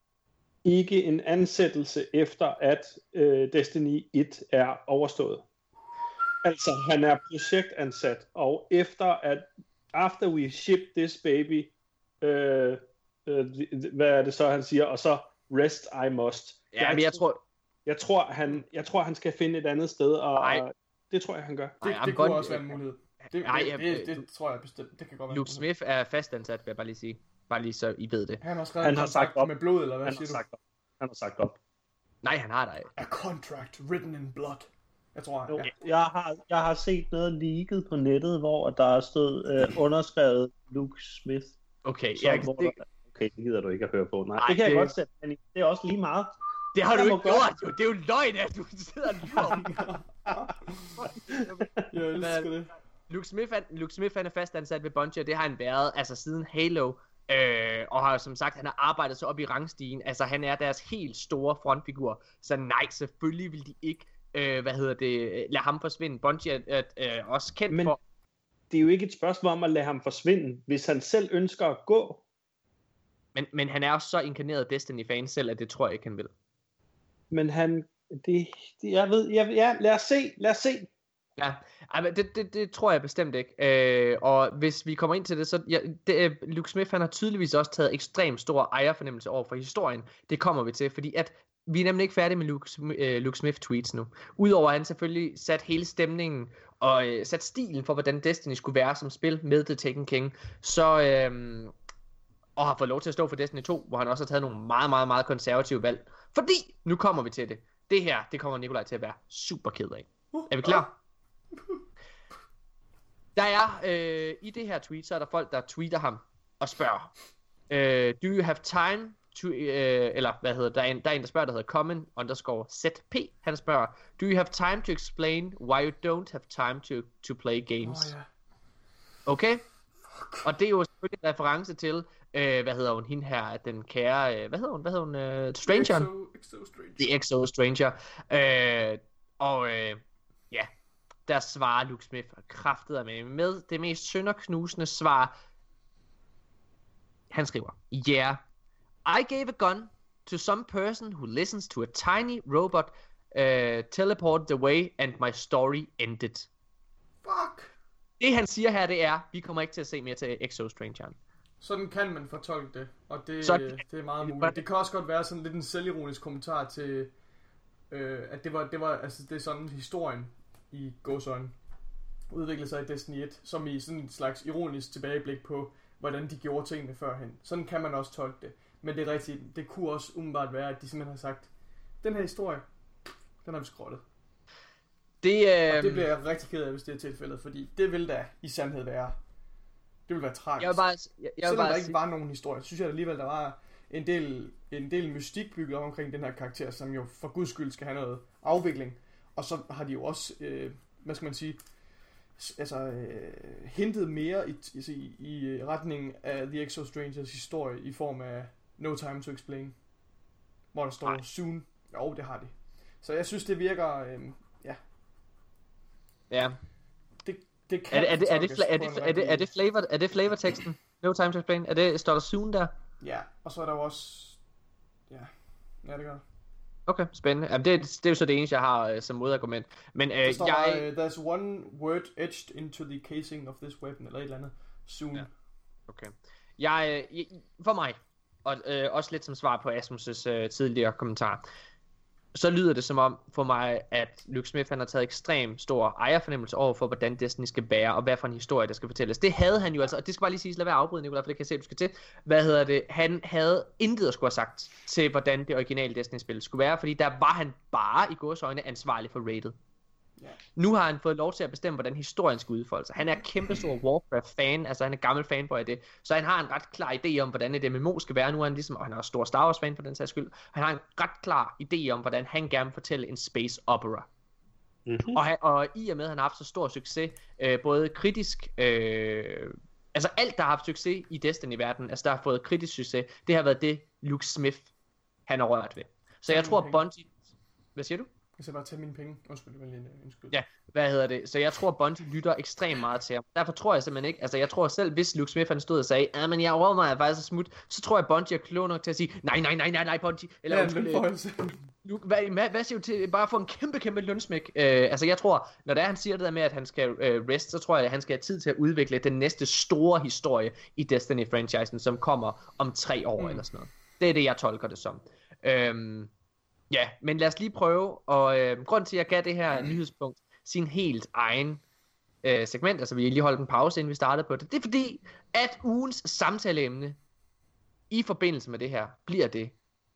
ikke en ansættelse efter at øh, Destiny et er overstået. Altså han er projektansat, og efter at after we ship this baby, øh, øh, hvad er det så han siger, og så rest I must. Ja, jeg men jeg tror jeg tror han jeg tror han skal finde et andet sted, og Ej. det tror jeg han gør. Det, Ej, det kunne også være en mulighed. Det, Ej, det, det, det, det tror jeg bestemt. Det kan godt være. Luke Smith er fastansat, vil jeg bare lige sige. Bare lige så I ved det. Han har skrevet han har sagt op med blod, eller hvad han siger har sagt du? Op. Han har sagt op. Nej, han har dig. A contract written in blood. Jeg tror, jo, ja. jeg, har, jeg har set noget leaget på nettet, hvor der er stået øh, underskrevet Luke Smith. Okay, så, jeg, hvor det... der, okay, det gider du ikke at høre på. Nej, Ej, det kan det... jeg godt sætte, men det er også lige meget. Det har jeg du ikke gjort, jo. Det er jo løgn, at du sidder og lyver. Jeg elsker det. Luke Smith, han, Luke Smith han er fastansat ved Bungie, og det har han været altså siden Halo. Øh, og har som sagt, han har arbejdet sig op i rangstigen. Altså han er deres helt store frontfigur. Så nej, selvfølgelig vil de ikke, øh, hvad hedder det, lade ham forsvinde. Bungie er øh, også kendt Men for... det er jo ikke et spørgsmål om at lade ham forsvinde, hvis han selv ønsker at gå. Men, men han er også så inkarneret Destiny-fan selv, at det tror jeg ikke, han vil. Men han, det, det jeg ved, jeg, ja, lad os se, lad os se. Ja, men det, det, det tror jeg bestemt ikke. Øh, og hvis vi kommer ind til det, så ja, det, Luke Smith han har tydeligvis også taget ekstremt stor ejerfornemmelse over for historien. Det kommer vi til, fordi at vi er nemlig ikke færdige med Luke, øh, Luke Smith tweets nu. Udover at han selvfølgelig sat hele stemningen og øh, sat stilen for, hvordan Destiny skulle være som spil med The Taken King, så øh, og har fået lov til at stå for Destiny to, hvor han også har taget nogle meget, meget, meget konservative valg. Fordi, nu kommer vi til det. Det her, det kommer Nikolaj til at være super ked af. Er vi klar? Der er, øh, i det her tweet, så er der folk, der tweeter ham og spørger, øh, do you have time to, øh, eller hvad hedder, der er en, der er en, der spørger, der hedder common underscore zp, han spørger, do you have time to explain why you don't have time to, to play games? Oh, yeah. Okay? Og det er jo selvfølgelig en reference til, øh, hvad hedder hun, hende her, den kære, øh, hvad hedder hun, hvad hedder hun, øh, Strangeren? Exo, Exo Stranger. The Exo Stranger. Øh, og øh, ja, der svarer Luke Smith kraftet med med det mest sønderknusende svar. Han skriver, yeah, I gave a gun to some person who listens to a tiny robot uh, teleport the way and my story ended. Fuck! Det han siger her, det er, vi kommer ikke til at se mere til Exo Strangeren. Sådan kan man fortolke det, og det, Så- det er meget muligt. Det kan også godt være sådan lidt en selvironisk kommentar til, øh, at det var, det var, altså det er sådan historien i gåseøjne udviklede sig i Destiny et, som i sådan et slags ironisk tilbageblik på, hvordan de gjorde tingene førhen. Sådan kan man også tolke det. Men det er rigtigt, det kunne også umiddelbart være, at de simpelthen har sagt, den her historie, den har vi skrottet. Det, øh, Og det bliver jeg rigtig ked af, hvis det er tilfældet, fordi det vil da i sandhed være, det vil være tragisk. jeg vil bare, jeg, jeg vil Selvom bare der ikke sige, var nogen historie, synes jeg alligevel, der var en del, en del mystik bygget op omkring den her karakter, som jo for guds skyld skal have noget afvikling. Og så har de jo også, øh, hvad skal man sige, s- altså øh, hintet mere i, i, i retningen af The Exo Strangers historie i form af No Time to Explain, hvor der står Nej. soon. Jo, det har de. Så jeg synes, det virker, øh, ja, ja. det, det Er kan det, er det, er det, fortolkes fla- er på det, en er det, er rigtig- det flavor, er det flavorteksten? No time to explain. Er det, står der soon der? Ja, og så er der jo også, ja, ja det gør der. Okay, spændende. Jamen, det, det er jo så det eneste, jeg har øh, som modargument. Men øh, Der står jeg... jeg... bare, there's one word etched into the casing of this weapon, eller et eller andet. Soon. Ja. Ja. Okay. Jeg, øh, jeg, for mig, og øh, også lidt som svar på Asmus' øh, tidligere kommentar, så lyder det som om for mig, at Luke Smith han har taget ekstrem stor ejerfornemmelse over for, hvordan Destiny skal være, og hvad for en historie, der skal fortælles. Det havde han jo altså, og det skal bare lige sige, lad være afbryde, Nicolai, for det kan jeg se, du skal til. Hvad hedder det? Han havde intet at skulle have sagt til, hvordan det originale Destiny-spil skulle være, fordi der var han bare i gåseøjne ansvarlig for rated. Ja. Nu har han fået lov til at bestemme, hvordan historien skal udfolde sig. Han er kæmpestor Warcraft-fan, altså han er gammel fanboy af det, så han har en ret klar idé om, hvordan et M M O skal være. Nu er han ligesom, og han er også stor Star Wars-fan for den sags skyld. Han har en ret klar idé om, hvordan han gerne vil fortælle en space opera. Mm-hmm. Og, han, og i og med, at han har haft så stor succes, øh, både kritisk, øh, altså alt, der har haft succes i Destiny-verdenen, altså der har fået kritisk succes, det har været det, Luke Smith, han har rørt ved. Så jeg tror, at Bungie... Hvad siger du? Jeg skal bare tage mine penge. Undskyld, det var lige en undskyld. Ja, hvad hedder det? Så jeg tror, Bungie lytter ekstremt meget til ham. Derfor tror jeg simpelthen ikke, altså jeg tror selv, hvis Luke Smith han stod og sagde, ja, men jeg overvejer faktisk at smutte, så tror jeg, Bungie er klog nok til at sige, nej, nej, nej, nej, nej, Bungie. Eller Ja, undskyld, en øh, lønforhøjelse. Luke, hvad, hvad, hvad siger du til bare at få en kæmpe, kæmpe lønsmæk? Øh, altså jeg tror, når det er, han siger det der med, at han skal øh, rest, så tror jeg, at han skal have tid til at udvikle den næste store historie i Destiny-franchisen, som kommer om tre år mm. eller sådan noget. Det er det, jeg tolker det som. Øhm, ja, men lad os lige prøve, og øh, grund til, at jeg gav det her nyhedspunkt sin helt egen øh, segment, altså vi lige holdt en pause, inden vi startede på det, det er fordi, at ugens samtaleemne i forbindelse med det her, bliver det,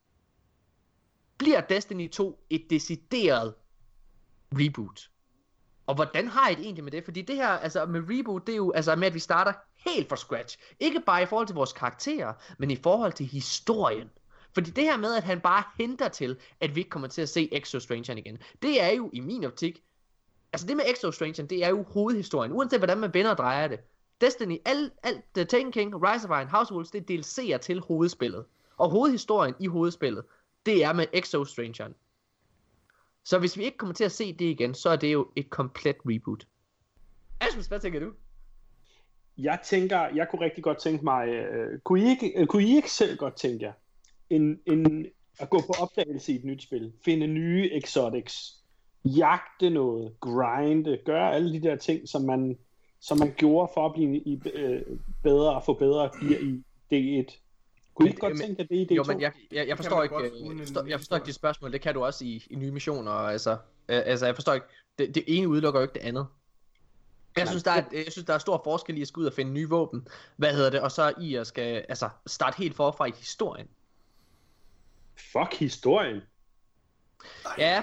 bliver Destiny to et decideret reboot? Og hvordan har I det egentlig med det? Fordi det her, altså med reboot, det er jo altså med, at vi starter helt fra scratch. Ikke bare i forhold til vores karakterer, men i forhold til historien. Fordi det her med, at han bare henter til, at vi ikke kommer til at se Exo Strangeren igen, det er jo i min optik, Altså det med Exostranger, det er jo hovedhistorien, uanset hvordan man vender og drejer det. Destiny, alt, alt The Taken King, Rise of Iron, House of Wolves, det er D L C'er til hovedspillet. Og hovedhistorien i hovedspillet, det er med Exostrangeren. Så hvis vi ikke kommer til at se det igen, så er det jo et komplet reboot. Asmus, hvad tænker du? Jeg tænker, jeg kunne rigtig godt tænke mig, øh, kunne, I ikke, øh, kunne I ikke selv godt tænke jer, en, en, at gå på opdagelse i et nyt spil, finde nye exotics, jagte noget, grinde, gøre alle de der ting, som man, som man gjorde for at blive i, øh, bedre og få bedre gear i D et. Kunne I ikke godt tænke jer det i D to? Jo, men jeg, jeg, jeg forstår ikke, godt, jeg, uden en forstår, ny jeg forstår ikke historie. dit spørgsmål, det kan du også i, i nye missioner, altså, øh, altså jeg forstår ikke, det, det ene udelukker jo ikke det andet. Jeg synes, der er, jeg synes, der er stor forskel i at skulle ud og finde nye våben, hvad hedder det, og så i at skal, altså, starte helt forfra i historien. Fuck historien. Ja.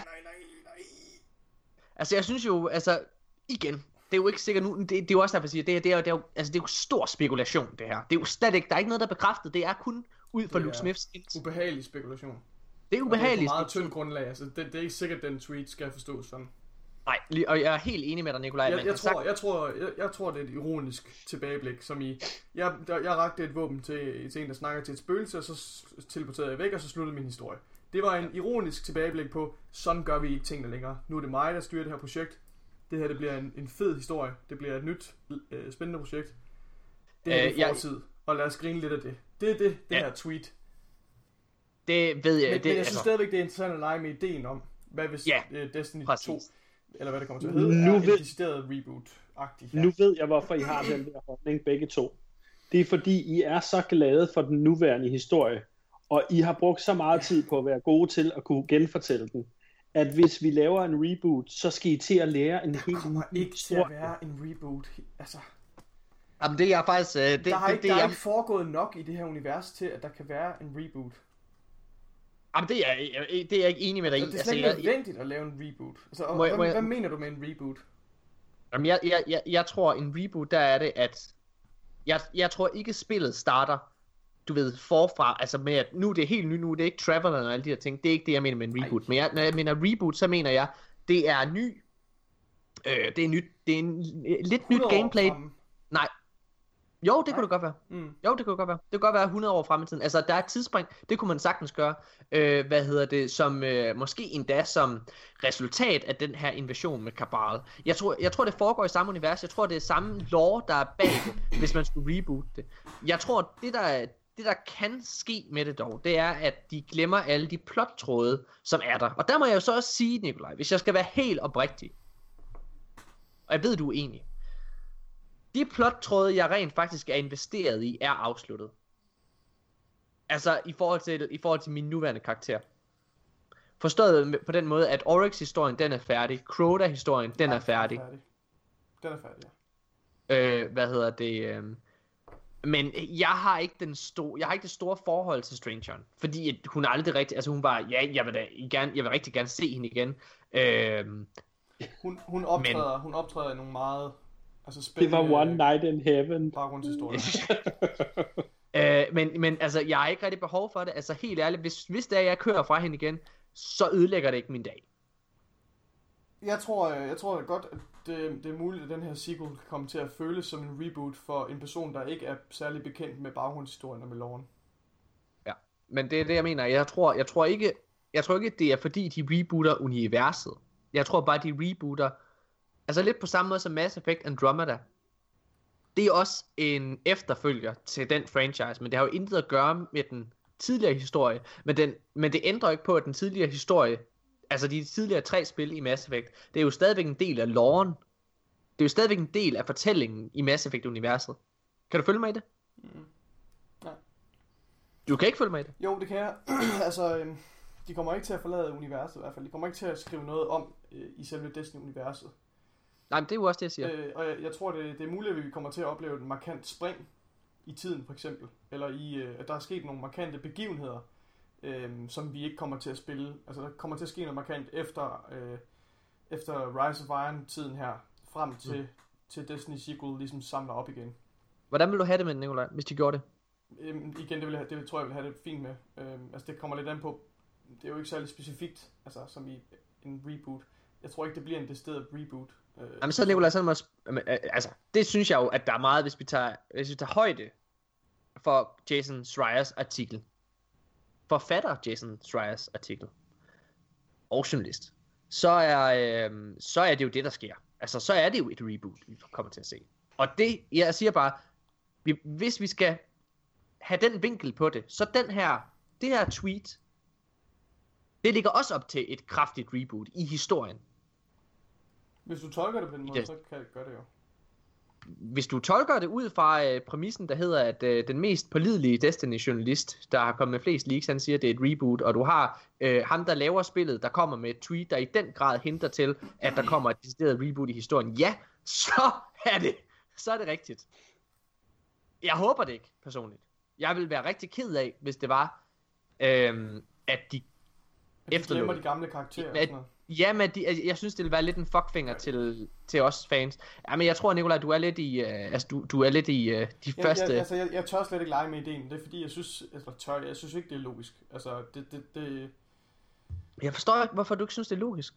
Altså jeg synes jo, altså, igen, det er jo ikke sikkert nu, det, det er jo også derfor jeg siger, det er, det er, det er jo, altså det er jo stor spekulation det her. Det er jo slet ikke, der er ikke noget der er bekræftet, det er kun ud fra Det er Luke Smiths hint. Ubehagelig spekulation. Det er Og ubehageligt. det er på meget tyndt grundlag, altså det, det er ikke sikkert, den tweet skal forstås sådan. Nej, lige- og jeg er helt enig med dig, Nikolaj. Jeg, man jeg, kan tror, jeg, tror, jeg, jeg tror, det er et ironisk tilbageblik, som i, jeg, der, jeg rakte et våben til, til en, der snakker til et spøgelse, og så s- teleporterede jeg væk, og så sluttede min historie. Det var en ironisk tilbageblik på, sådan gør vi ikke tingene længere. Nu er det mig, der styrer det her projekt. Det her, det bliver en, en fed historie. Det bliver et nyt, øh, spændende projekt. Det er Øh, øh, jeg- fortid, og lad os grine lidt af det. Det er det, det Ja. her tweet. Det ved jeg, Men, det, men jeg synes stadigvæk, det er interessant at lege med ideen om, hvad hvis Ja, øh, Destiny præcis. to, eller hvad det kommer til at hedde, Nu er ved- en decideret reboot-agtig. Nu ved jeg, hvorfor I har den der holdning begge to. Det er fordi, I er så glade for den nuværende historie, og I har brugt så meget tid på at være gode til at kunne genfortælle den, at hvis vi laver en reboot, så skal I til at lære en Det helt kommer ny ikke til at være en reboot. Altså, Jamen det er faktisk, øh, det, der har, det, ikke, det, der er jeg, ikke foregået nok i det her univers til, at der kan være en reboot. jamen, det, er, jeg- det er jeg ikke enig med dig i. Altså, det er Altså, slet ikke jeg, nødvendigt at lave en reboot. Altså, og Må jeg- hvad, må jeg- hvad mener du med en reboot? jamen, jeg, jeg, jeg, jeg tror en reboot, der er det, at jeg, jeg tror ikke spillet starter, du ved, forfra, altså med at nu er det helt nyt, nu er det ikke Traveler og alle de her ting, det er ikke det, jeg mener med en reboot. Men jeg, når jeg mener reboot, så mener jeg, det er ny, øh, det er nyt, det er en, lidt nyt hundrede år gameplay. fremme. Nej. Jo, det Nej. kunne det godt være. Mm. Jo, det kunne godt være. Det kunne godt være hundrede år frem i tiden. Altså, der er et tidsspring, det kunne man sagtens gøre. Øh, hvad hedder det, som øh, måske endda som resultat af den her invasion med Cabal. Jeg tror, jeg tror, det foregår i samme univers. Jeg tror, det er samme lore, der er bag det, hvis man skulle reboot det. Jeg tror, det der, det der kan ske med det dog, det er, at de glemmer alle de plottråde, som er der. Og der må jeg jo så også sige, Nikolaj, hvis jeg skal være helt oprigtig, og jeg ved, du er enig, de plottråde, jeg rent faktisk er investeret i, er afsluttet. Altså i forhold til, i forhold til min nuværende karakter. Forstået med- på den måde, at Oryx-historien, den er færdig. Crota-historien, den er færdig. Den er færdig, ja. Øh, hvad hedder det? Øh... Men jeg har ikke den store, jeg har ikke det store forhold til Strangeren, fordi at hun er aldrig rigtig, altså hun bare, ja, jeg vil da gerne, jeg vil rigtig gerne se hende igen. Øh... Hun, hun, optræder, hun optræder i nogle meget altså, Det spændende var One Night in Heaven. baggrundshistorier. Øh, men, men altså, jeg har ikke rigtig behov for det. Altså helt ærligt, hvis, hvis det er, jeg kører fra hende igen, så ødelægger det ikke min dag. Jeg tror, øh, jeg tror godt, at det, det er muligt, at den her sequel kan komme til at føles som en reboot for en person, der ikke er særlig bekendt med baggrundshistorien og med loven. Ja, men det er det, jeg mener. Jeg tror, jeg tror ikke, jeg tror ikke, det er fordi, de rebooter universet. Jeg tror bare, de rebooter, altså lidt på samme måde som Mass Effect Andromeda. Det er også en efterfølger til den franchise, men det har jo intet at gøre med den tidligere historie. Men, den, men det ændrer ikke på, at den tidligere historie, altså de tidligere tre spil i Mass Effect, det er jo stadigvæk en del af loren. Det er jo stadigvæk en del af fortællingen i Mass Effect-universet. Kan du følge mig i det? Mm. Nej. Du kan ikke følge mig i det? Jo, det kan jeg. altså, øhm, de kommer ikke til at forlade universet i hvert fald. De kommer ikke til at skrive noget om øh, i selve Destiny-universet. Nej, men det er jo også det, jeg siger. Øh, og jeg, jeg tror, det, det er muligt, at vi kommer til at opleve et markant spring i tiden, for eksempel. Eller i, øh, at der er sket nogle markante begivenheder, øh, som vi ikke kommer til at spille. Altså, der kommer til at ske noget markant efter, øh, efter Rise of Iron-tiden her, frem til, mm. til Destiny sequel ligesom samler op igen. Hvordan vil du have det med Nikolaj, hvis de gjorde det? Øhm, igen, det, vil jeg, det tror jeg vil have det fint med. Øhm, altså, det kommer lidt an på, det er jo ikke særlig specifikt, altså som i en reboot. jeg tror ikke, det bliver en decideret reboot. Øh, Jamen så Nikolaj, så må, altså, det synes jeg jo, at der er meget, hvis vi tager, hvis vi tager højde for Jason Schreiers artikel. Forfatter Jason Schreiers artikel. Og journalist. Så er, øh, så er det jo det, der sker. Altså, så er det jo et reboot, vi kommer til at se. Og det, jeg siger bare, vi, hvis vi skal have den vinkel på det, så den her, det her tweet, det ligger også op til et kraftigt reboot i historien. Hvis du tolker det på den måde, Ja. så kan det gøre det jo. Hvis du tolker det ud fra øh, præmissen, der hedder, at øh, den mest pålidelige Destiny-journalist, der har kommet med flest leaks, han siger, at det er et reboot, og du har øh, ham, der laver spillet, der kommer med et tweet, der i den grad hinter til, at der kommer et decideret reboot i historien, ja, så er det, så er det rigtigt. Jeg håber det ikke, personligt. Jeg vil være rigtig ked af, hvis det var, øh, at de At de efterlod. glemmer de gamle karakterer og At- sådan noget. Ja, men de, altså, jeg synes, det vil være lidt en fuckfinger til, til os fans. Ja, men jeg tror, Nikolaj, du er lidt i, uh, altså, du, du er lidt i uh, de Jeg, første... jeg, altså, jeg, jeg tør slet ikke lege med ideen. Det er fordi, jeg synes, altså, tør, jeg synes ikke, det er logisk. Altså, det, det, det... Jeg forstår ikke, hvorfor du ikke synes, det er logisk.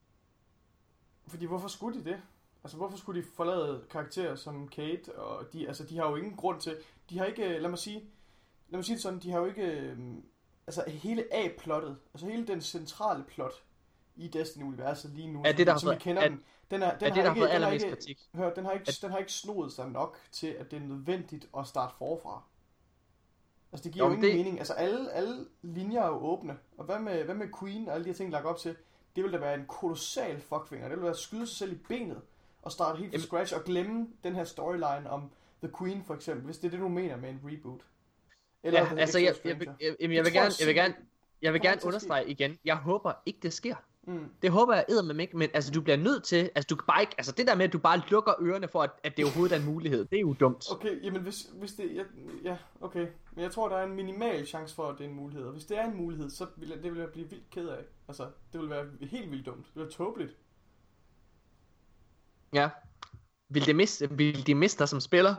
Fordi hvorfor skulle de det? Altså, hvorfor skulle de forlade karakterer som Kate? Og de, altså, de har jo ingen grund til... De har ikke, lad mig sige... Lad mig sige det sådan, de har jo ikke... øhm, Altså, hele A-plottet, altså hele den centrale plot i Destiny-universet lige nu, Er det, der har som vi fået- kender er- den, den, er, den er det, der har ikke, fået den har allermest ikke, kritik? hør, den har ikke, Er- den har ikke snoet sig nok til, at det er nødvendigt at starte forfra. Altså, det giver Jo, jo, men ingen det- mening. Altså, alle, alle linjer er jo åbne. Og hvad med, hvad med Queen og alle de her ting, lagt op til? Det vil da være en kolossal fuckfinger. Det vil være at skyde sig selv i benet og starte helt fra Jamen- scratch og glemme den her storyline om The Queen, for eksempel, hvis det er det, du mener med en reboot. Eller Ja, The altså, jeg, Extra jeg, jeg, Stranger. jeg, jeg, Det jeg vil tror jeg gerne, jeg vil gerne, jeg vil kommer gerne til at ske. understrege igen, jeg håber ikke, det sker. Mm. Det håber jeg eddermame ikke, men altså, du bliver nødt til, altså, du kan bare ikke, altså, det der med, at du bare lukker ørerne for, at, at det overhovedet er en mulighed, det er jo dumt. Okay, jamen hvis, hvis det... Ja, ja, okay. Men jeg tror, der er en minimal chance for, at det er en mulighed. Og hvis det er en mulighed, så vil jeg, det vil jeg blive vildt ked af. Altså, det vil være helt vildt dumt. Det vil være tåbeligt. Ja. Vil det miste, vil de miste dig som spiller?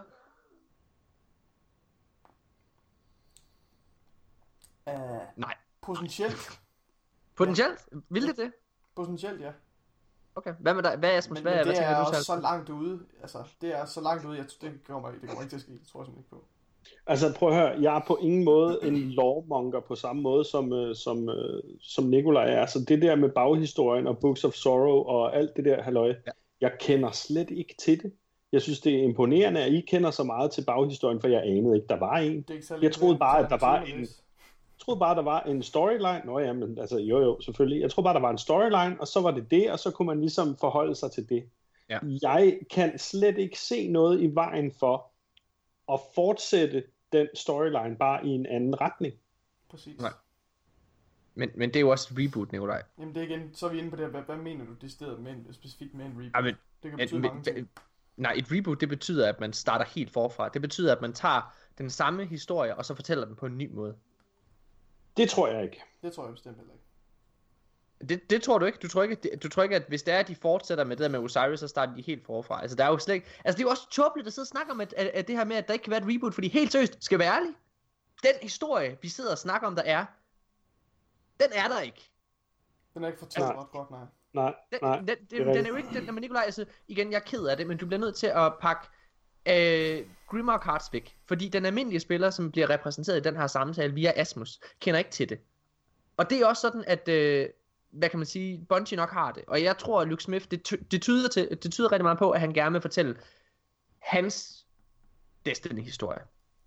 Uh, Nej. Potentielt. Potentielt? Vil det det? Potentielt, ja. Okay. Hvad med dig? Hvad er Asmus? Men, Hvad, men hvad det tænker er du også selv? så langt ude. Altså, det er så langt ude. Jeg, det, kommer, det kommer ikke til at ske. Det tror jeg simpelthen ikke på. Altså prøv at høre, jeg er på ingen måde en lawmonger på samme måde som, øh, som, øh, som Nikolaj er. Så det der med baghistorien og Books of Sorrow og alt det der halløj, Ja. jeg kender slet ikke til det. Jeg synes, det er imponerende, at I kender så meget til baghistorien, for jeg anede ikke, der var en. Det er ikke særlig, Jeg troede bare, at der var særlig en- læse. Jeg troede bare, der var en storyline. Nå ja, men altså, jo jo, selvfølgelig. Jeg troede bare, der var en storyline, og så var det det, og så kunne man ligesom forholde sig til det. Ja. Jeg kan slet ikke se noget i vejen for at fortsætte den storyline bare i en anden retning. Præcis. Nej. Men, men det er jo også et reboot, Nikolaj. Jamen det er igen, så er vi inde på det her, hvad, hvad mener du det sted med en, specifikt med en reboot? Ja, men, det kan men, betyde mange ting. men, nej, et reboot, det betyder, at man starter helt forfra. Det betyder, at man tager den samme historie, og så fortæller den på en ny måde. Det tror jeg ikke. Det tror jeg bestemt heller ikke. Det, det tror du ikke? Du tror ikke, at det, du tror ikke, at hvis det er, at de fortsætter med det der med Osiris, så starter de helt forfra? Altså, der er jo slet ikke... Altså, det er jo også tåbeligt at sidde og snakke om, at, at, at det her med, at der ikke kan være et reboot, fordi helt seriøst, skal jeg være ærlig? Den historie, vi sidder og snakker om, der er, den er der ikke. Den er ikke fortalt Nej. ret godt, nej. Nej, Den, nej. den, den, det er den, den er rigtigt. jo ikke... Den, men Nikolaj, altså, igen, jeg er ked af det, men du bliver nødt til at pakke øh, Grimmark Hearts væk. Fordi den almindelige spiller, som bliver repræsenteret i den her samtale via Asmus, kender ikke til det. Og det er også sådan, at... Øh, hvad kan man sige, Bungie nok har det. Og jeg tror, at Luke Smith, det, ty- det, tyder til, det tyder rigtig meget på, at han gerne vil fortælle hans Destiny-historie.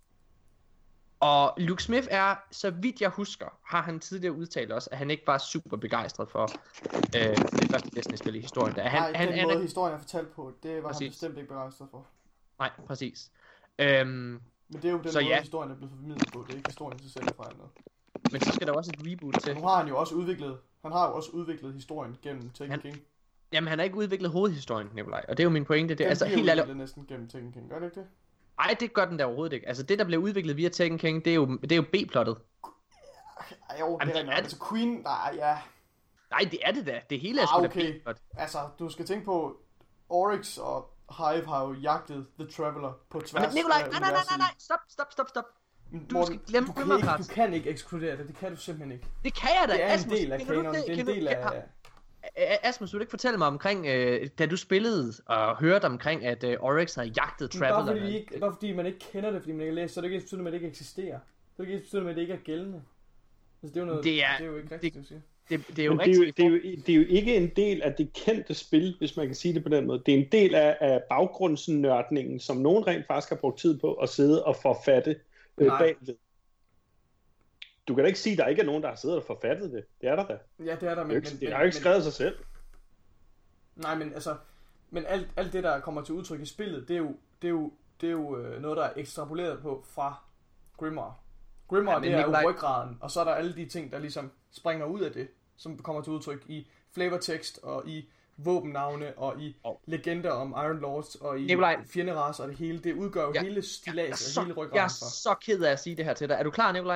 Og Luke Smith er, så vidt jeg husker, har han tidligere udtalt også, at han ikke var super begejstret for øh, det første Destiny-spil i historien. Der. Han, Nej, han, den han, måde er, historien er fortalt på, det var Præcis. han bestemt ikke begejstret for. nej, præcis. Øhm, Men det er jo den Så måde, ja. historien er blevet formidlet på. Det er ikke historien til sig selv, der fejler noget. men så skal der også et reboot til. Nu har han jo også udviklet, han har jo også udviklet historien gennem Taken Han- King. Jamen, han har ikke udviklet hovedhistorien, Nikolaj. Og det er jo min pointe. Det, Den altså, bliver helt ærligt, udviklet næsten gennem Taken King, gør det ikke det? ej, det gør den der overhovedet ikke. Altså, det, der bliver udviklet via Taken King, det er jo, det er jo B-plottet. Ej, jo, det Jamen, er det rigtigt. er- Altså Queen, nej, ja. Nej, det er det da. Det hele er Ah, sgu da okay. B-plot. Altså, du skal tænke på, Oryx og Hive har jo jagtet The Traveler på tværs Men Nikolaj, af nej, nej, nej, nej, nej, stop, stop, stop, stop. universet. du Morten, skal glemme du kan, Grimmer ikke, Hearts. du kan ikke ekskludere det, det kan du simpelthen ikke. Det kan jeg da. Det er en Asmus, del af kender du kanon, det er en Kender du- del af... Asmus, vil du ikke fortælle mig omkring, øh, da du spillede og hørte omkring, at øh, Oryx havde jagtet Traveler? Bare fordi, ikke, bare fordi man ikke kender det, fordi man ikke har læst, så er det ikke betydende med, at det ikke eksisterer. Så er det ikke betydende med, at det ikke er gældende. Altså, det er jo noget, det er, det er jo ikke rigtigt, det, du siger. Det, det er jo Men det er jo, rigtigt. det, er jo, det er jo ikke en del af det kendte spil, hvis man kan sige det på den måde. Det er en del af, af baggrundsnørdningen, som nogen rent faktisk har brugt tid på at sidde og forfatte øh, bagved. Du kan da ikke sige, at der ikke er nogen, der har siddet og forfattet det. Det er der da. Ja, det er der, men... Det, men, det har jo ikke skrevet men, sig selv. Nej, men altså... Men alt, alt det, der kommer til udtryk i spillet, det er jo, det er jo, det er jo øh, noget, der er ekstrapoleret på fra Grimoire. Grimoire, ja, det er jo ryggraden, og så er der alle de ting, der ligesom springer ud af det, som kommer til udtryk i flavortekst, og i våbennavne, og i oh. legender om Iron Lords, og i fjenderacer og det hele. Det udgør jo ja. hele stilas og hele ryggraden. Jeg er for. så ked af at sige det her til dig. Er du klar, Nikolaj?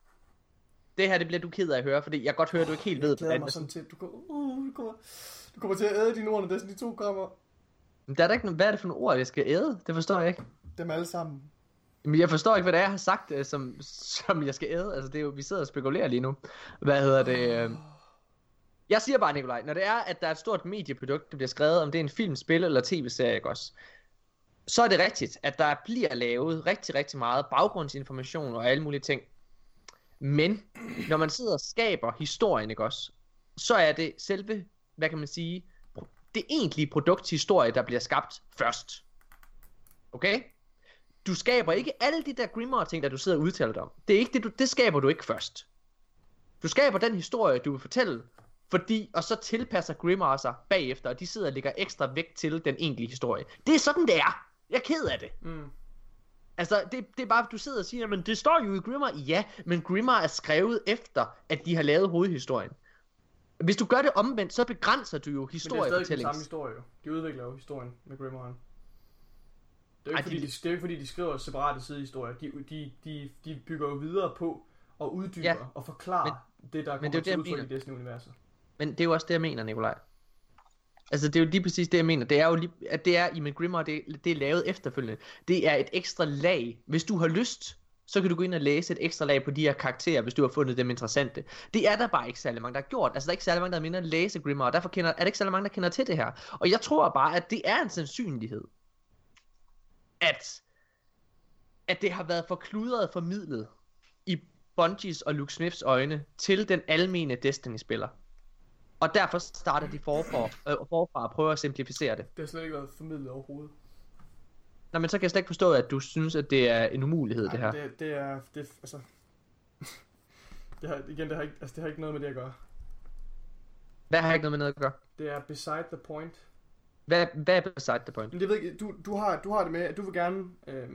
Det her, det bliver du ked af at høre, fordi jeg kan godt høre, at du ikke helt ved, hvordan det er. Til, du, kommer, uh, du, kommer, du kommer til at æde dine ord, når Destiny to kommer. Men der er da ikke, hvad er det for nogle ord, jeg skal æde? Det forstår jeg ikke. Dem alle sammen. Men jeg forstår ikke, hvad det er, jeg har sagt, som, som jeg skal æde. Altså, det er jo, vi sidder og spekulerer lige nu. Hvad hedder det? Jeg siger bare, Nikolaj, når det er, at der er et stort medieprodukt, der bliver skrevet, om det er en film, spil eller tv-serie, ikke også? Så er det rigtigt, at der bliver lavet rigtig, rigtig meget baggrundsinformation og alle mulige ting. Men når man sidder og skaber historien, ikke også, så er det selve, hvad kan man sige, det egentlige produktshistorie, der bliver skabt først. Okay? Du skaber ikke alle de der Grimoire ting, der du sidder og udtaler dig om. Det er ikke det, du, det skaber du ikke først. Du skaber den historie, du vil fortælle, fordi, og så tilpasser Grimoire sig bagefter, og de sidder og lægger ekstra vægt til den egentlige historie. Det er sådan, det er. Jeg er ked af det. Mm. Altså, det, det er bare, at du sidder og siger, men det står jo i Grimoire. Ja, men Grimoire er skrevet efter, at de har lavet hovedhistorien. Hvis du gør det omvendt, så begrænser du jo historiefortællingen. Men det er stadig den samme historie jo. De udvikler jo historien med Grimoire. Det er jo ikke, Ej, fordi, de, de, det er ikke fordi, de skriver separate sidehistorier. De, de, de, de bygger jo videre på og uddyber ja, og forklarer men, det, der kommer det til udtryk i Destiny-universet. Men det er jo også det, jeg mener, Nikolaj. Altså, det er jo lige præcis det, jeg mener. Det er jo lige, at det er i min Grimoire, det, det er lavet efterfølgende. Det er et ekstra lag. Hvis du har lyst, så kan du gå ind og læse et ekstra lag på de her karakterer, hvis du har fundet dem interessante. Det er der bare ikke særlig mange, der har gjort. Altså, der er ikke særlig mange, der har mindre at læse Grimoire, og derfor kender, er der ikke særlig mange, der kender til det her. Og jeg tror bare, at det er en sandsynlighed, at, at det har været forkludret formidlet i Bungies og Luke Smiths øjne til den almene Destiny-spiller. Og derfor starter de forfra, øh, forfra at prøve at simplificere det. Det har slet ikke været formidlet overhovedet. Nå, men så kan jeg slet ikke forstå, at du synes, at det er en umulighed, Ej, det her. Det, det er, det, altså... det har, igen, det har, ikke, altså, det har ikke noget med det at gøre. Hvad har ikke noget med noget at gøre? Det er beside the point. Hvad, hvad er beside the point? Men det ved ikke, du, du, har, du har det med, at du vil gerne... Øh,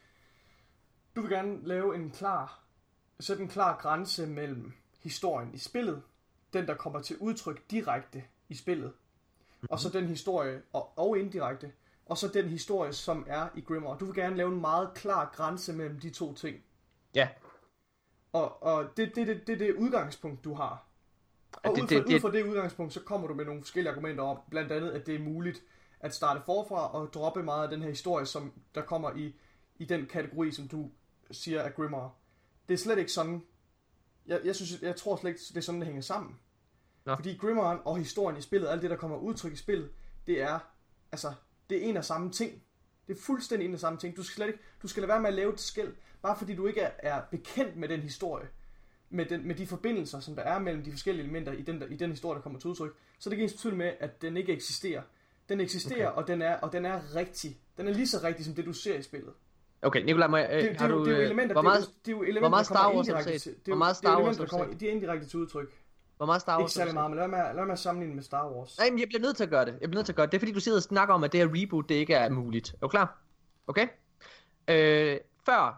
du vil gerne lave en klar... Sætte en klar grænse mellem historien i spillet, den der kommer til udtryk direkte i spillet, mm-hmm. og så den historie, og, og indirekte, og så den historie, som er i Grimoire. Du vil gerne lave en meget klar grænse mellem de to ting. Ja. Og, og det er det, det, det, det udgangspunkt, du har. Og det, ud, fra, det, det, ud fra det udgangspunkt, så kommer du med nogle forskellige argumenter om, blandt andet, at det er muligt at starte forfra og droppe meget af den her historie, som der kommer i, i den kategori, som du siger er Grimoire. Det er slet ikke sådan. Jeg, jeg, synes, jeg tror slet ikke, det er sådan, det hænger sammen. Nå. Fordi Grimoire og historien i spillet, alt det, der kommer udtryk i spillet, det er, altså, det er en og samme ting. Det er fuldstændig en og samme ting. Du skal, slet ikke, du skal lade være med at lave et skel, bare fordi du ikke er, er bekendt med den historie, med, den, med de forbindelser, som der er mellem de forskellige elementer i den, der, i den historie, der kommer til udtryk. Så det er ikke ens betydning med, at den ikke eksisterer. Den eksisterer, okay. og, den er, og den er rigtig. Den er lige så rigtig, som det, du ser i spillet. Okay, Nikolaj, må jeg, øh, det, har det, du... Det er jo elementer, hvor meget, det er jo elementer, hvor meget Star Wars har du set? Hvor meget Star Wars har du set? De er indirekte til udtryk. Hvor meget Star Wars? Ikke særlig meget, men lad mig, lad mig sammenligne med Star Wars. Nej, men jeg bliver nødt til at gøre det. Jeg bliver nødt til at gøre det. Det er fordi, du sidder og snakker om, at det her reboot, det ikke er muligt. Er du klar? Okay? Øh, før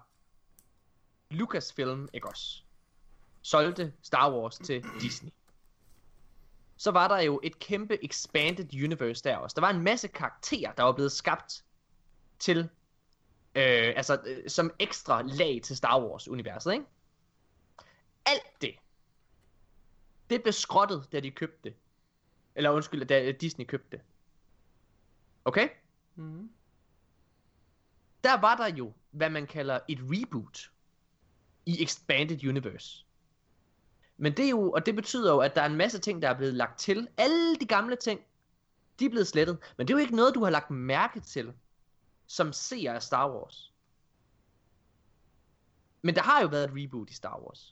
Lucasfilm, ikke også, solgte Star Wars til Disney, så var der jo et kæmpe expanded universe der også. Der var en masse karakterer, der var blevet skabt til, øh, altså øh, som ekstra lag til Star Wars-universet, ikke? Alt det, det blev skrottet, da de købte det. Eller undskyld, da Disney købte det. Okay? Mm-hmm. Der var der jo, hvad man kalder et reboot i Expanded Universe. Men det er jo, og det betyder jo, at der er en masse ting, der er blevet lagt til. Alle de gamle ting, de er blevet slettet. Men det er jo ikke noget, du har lagt mærke til, som seer af Star Wars. Men der har jo været et reboot i Star Wars.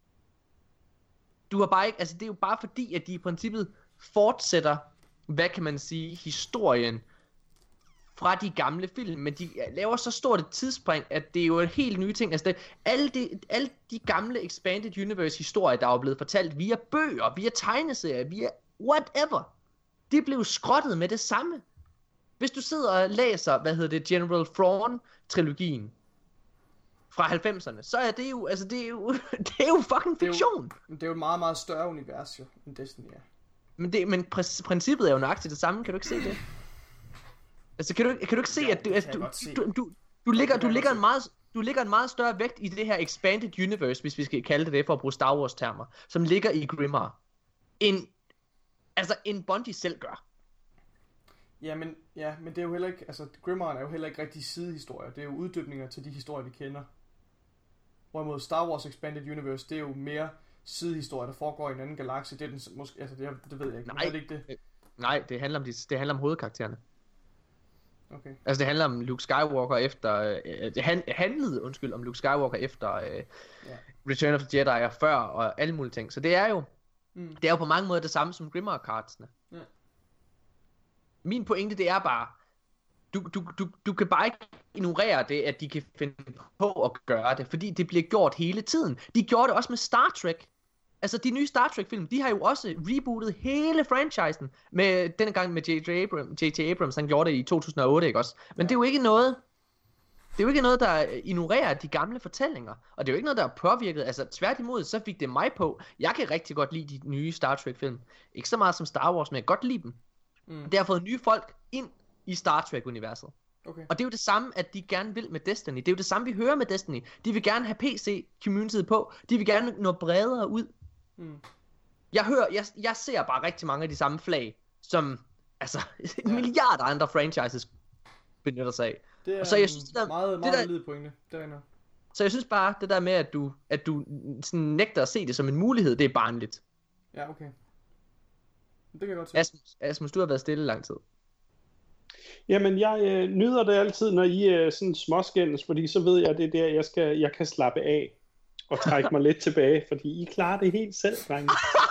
Du har bare ikke, altså det er jo bare fordi, at de i princippet fortsætter, hvad kan man sige, historien fra de gamle film, men de laver så stort et tidsspring, at det er jo en helt nye ting. Altså det, alle, de, alle de gamle Expanded Universe historier, der er blevet fortalt via bøger, via tegneserier, via whatever, de blev skrottet med det samme. Hvis du sidder og læser, hvad hedder det, General Thrawn-trilogien fra halvfemserne, så er det jo, altså det er jo, det er jo fucking fiktion. Det er jo, det er jo et meget, meget større univers jo, end Destiny er. Men, det, men pr- princippet er jo nøjagtigt det samme, kan du ikke se det? Altså kan du, kan du ikke se, jo, at du, altså, du, du, du, du, ligger, du, ligger en meget, du ligger en meget større vægt i det her Expanded Universe, hvis vi skal kalde det det for at bruge Star Wars termer, som ligger i Grimmer, end, altså end Bungie selv gør. Ja, men, ja, men det er jo heller ikke, altså Grimmeren er jo heller ikke rigtig sidehistorier, det er jo uddybninger til de historier, vi kender. Hvorimod Star Wars Expanded Universe, det er jo mere sidehistorier, der foregår i en anden galakse, det er den, måske, altså det, det ved jeg ikke, Nej, er det ikke det? Nej, det handler om, de, det handler om hovedkaraktererne. Okay. Altså det handler om Luke Skywalker efter, øh, det han, handlede, undskyld, om Luke Skywalker efter øh, Ja. Return of the Jedi og før, og alle mulige ting. Så det er jo, Mm. det er jo på mange måder det samme som Grimmer-kartsene. Ja. Min pointe, det er bare, du, du, du, du kan bare ikke ignorere det, at de kan finde på at gøre det, fordi det bliver gjort hele tiden. De gjorde det også med Star Trek. Altså de nye Star Trek film, de har jo også rebootet hele franchisen, med denne gang med J J Abrams, J J Abrams, han gjorde det i to tusind og otte, ikke også? Men ja. det er jo ikke noget, det er jo ikke noget, der ignorerer de gamle fortællinger, og det er jo ikke noget, der er påvirket, altså tværtimod, så fik det mig på. Jeg kan rigtig godt lide de nye Star Trek film. Ikke så meget som Star Wars, men jeg kan godt lide dem. Mm. Det har fået nye folk ind i Star Trek-universet. Okay. Og det er jo det samme, at de gerne vil med Destiny. Det er jo det samme, vi hører med Destiny. De vil gerne have P C-communityet på. De vil gerne nå bredere ud. Mm. Jeg hører, jeg, jeg ser bare rigtig mange af de samme flag, som altså en milliard andre franchises benytter sig af. Det er Og så jeg synes, det der, meget, det meget der, valid pointe. Det er noget. så jeg synes bare, det der med, at du, at du sådan nægter at se det som en mulighed, det er barnligt. Ja, okay. Det kan jeg godt se. Asmus, Asmus, du har været stille lang tid. Jamen, jeg øh, nyder det altid, når I øh, sådan småskændes, fordi så ved jeg, at det er der, jeg, skal, jeg kan slappe af og trække mig lidt tilbage, fordi I klarer det helt selv, drenge.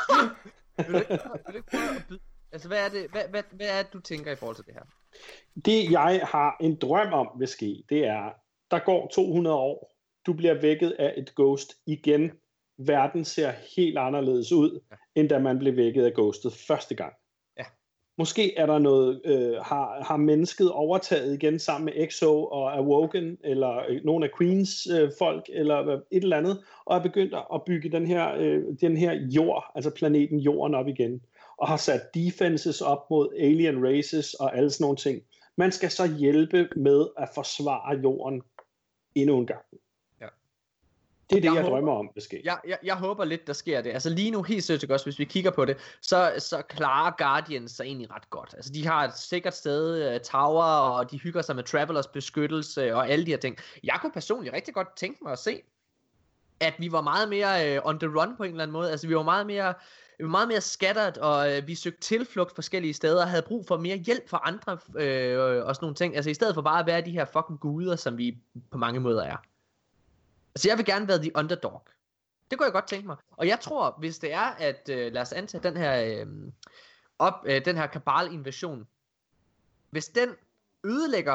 Vil du ikke, vil du ikke prøve at byde? Altså, hvad er det, hvad, hvad, hvad er det, du tænker i forhold til det her? Det, jeg har en drøm om vil ske, det er, der går to hundrede år, du bliver vækket af et ghost igen. Verden ser helt anderledes ud, ja. end da man blev vækket af ghostet første gang. Ja. Måske er der noget, øh, har, har mennesket overtaget igen sammen med Exo og Awoken, eller øh, nogle af Queens øh, folk, eller et eller andet, og er begyndt at bygge den her, øh, den her jord, altså planeten Jorden op igen, og har sat defenses op mod alien races og alle sådan nogle ting. Man skal så hjælpe med at forsvare jorden endnu en gang. Ja. Det er det, jeg, jeg håber, drømmer om, det sker. Jeg, jeg, jeg håber lidt, der sker det. Altså lige nu, helt sikkert også, hvis vi kigger på det, så, så klarer Guardians sig egentlig ret godt. Altså de har et sikkert sted, uh, tower, og de hygger sig med Travelers beskyttelse og alle de her ting. Jeg kunne personligt rigtig godt tænke mig at se, at vi var meget mere uh, on the run på en eller anden måde. Altså vi var meget mere... Vi var meget mere scattered, og øh, vi søgte tilflugt forskellige steder, og havde brug for mere hjælp fra andre, øh, og sådan nogle ting. Altså i stedet for bare at være de her fucking guder, som vi på mange måder er. Altså jeg vil gerne være the underdog. Det kunne jeg godt tænke mig. Og jeg tror, hvis det er, at øh, lad os antage den her, øh, op, øh, den her Cabal-invasion, hvis den ødelægger,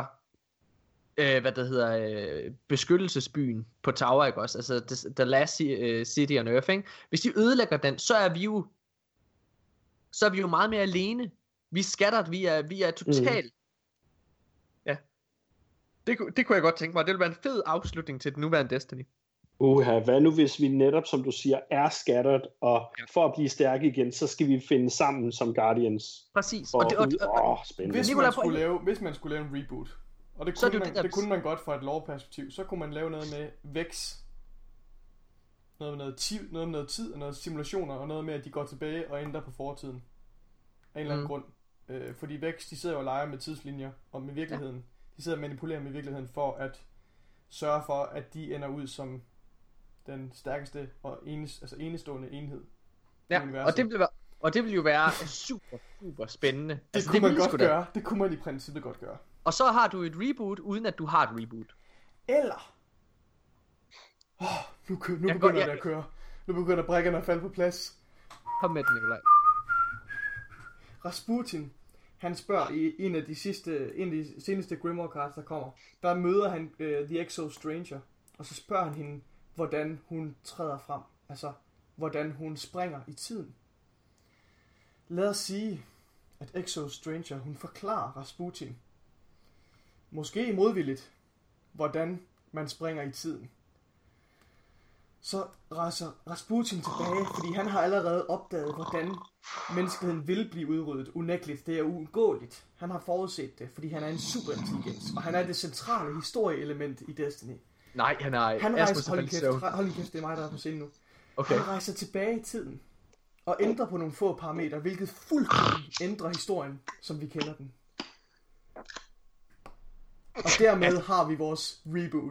øh, hvad det hedder, øh, beskyttelsesbyen på Tower, ikke også? Altså the, the last uh, city on Earth, ikke? Hvis de ødelægger den, så er vi jo så er vi jo meget mere alene. Vi er scattered, vi er, vi er totalt. Mm. Ja. Det, det kunne jeg godt tænke mig. Det ville være en fed afslutning til den nuværende Destiny. Uha, hvad nu hvis vi netop, som du siger, er scattered, og ja. for at blive stærke igen, så skal vi finde sammen som Guardians. Præcis. Og, og, det, og, og, åh, spændende. Hvis man, skulle lave, hvis man skulle lave en reboot, og det kunne, det, man, det, det kunne man godt fra et lore-perspektiv, så kunne man lave noget med Vex, noget med noget tid, noget med noget tid og noget simulationer, og noget med, at de går tilbage og ændrer på fortiden. Af en eller anden mm. grund. Øh, fordi Vex, de sidder jo og leger med tidslinjer, og med virkeligheden. Ja. De sidder og manipulerer med virkeligheden, for at sørge for, at de ender ud som den stærkeste og enes, altså enestående enhed. Ja, og det, vil være, og det vil jo være super, super spændende. Det altså, kunne det man vil godt sgu da. gøre. Det kunne man i princippet godt gøre. Og så har du et reboot, uden at du har et reboot. Eller... Oh, nu, kø- nu Jeg begynder går- det jeg- at køre. Nu begynder brækkerne at falde på plads. Kom med den, Nikolaj. Rasputin, han spørger i en af de sidste, en af de seneste Grimoire cards, der kommer, der møder han uh, The Exo Stranger, og så spørger han hende, hvordan hun træder frem. Altså, hvordan hun springer i tiden. Lad os sige, at Exo Stranger, hun forklarer Rasputin, måske modvilligt, hvordan man springer i tiden. Så rejser Rasputin tilbage, fordi han har allerede opdaget, hvordan menneskeheden vil blive udryddet. Unægteligt, det er uundgåeligt. Han har forudset det, fordi han er en superintelligens, og han er det centrale historieelement i Destiny. Nej, han er... Han Asmus rejser, hold er kæft, søvn. hold lige kæft, det er mig, der er på scenen nu. Okay. Han rejser tilbage i tiden, og ændrer på nogle få parametre, hvilket fuldstændig ændrer historien, som vi kender den. Og dermed har vi vores reboot.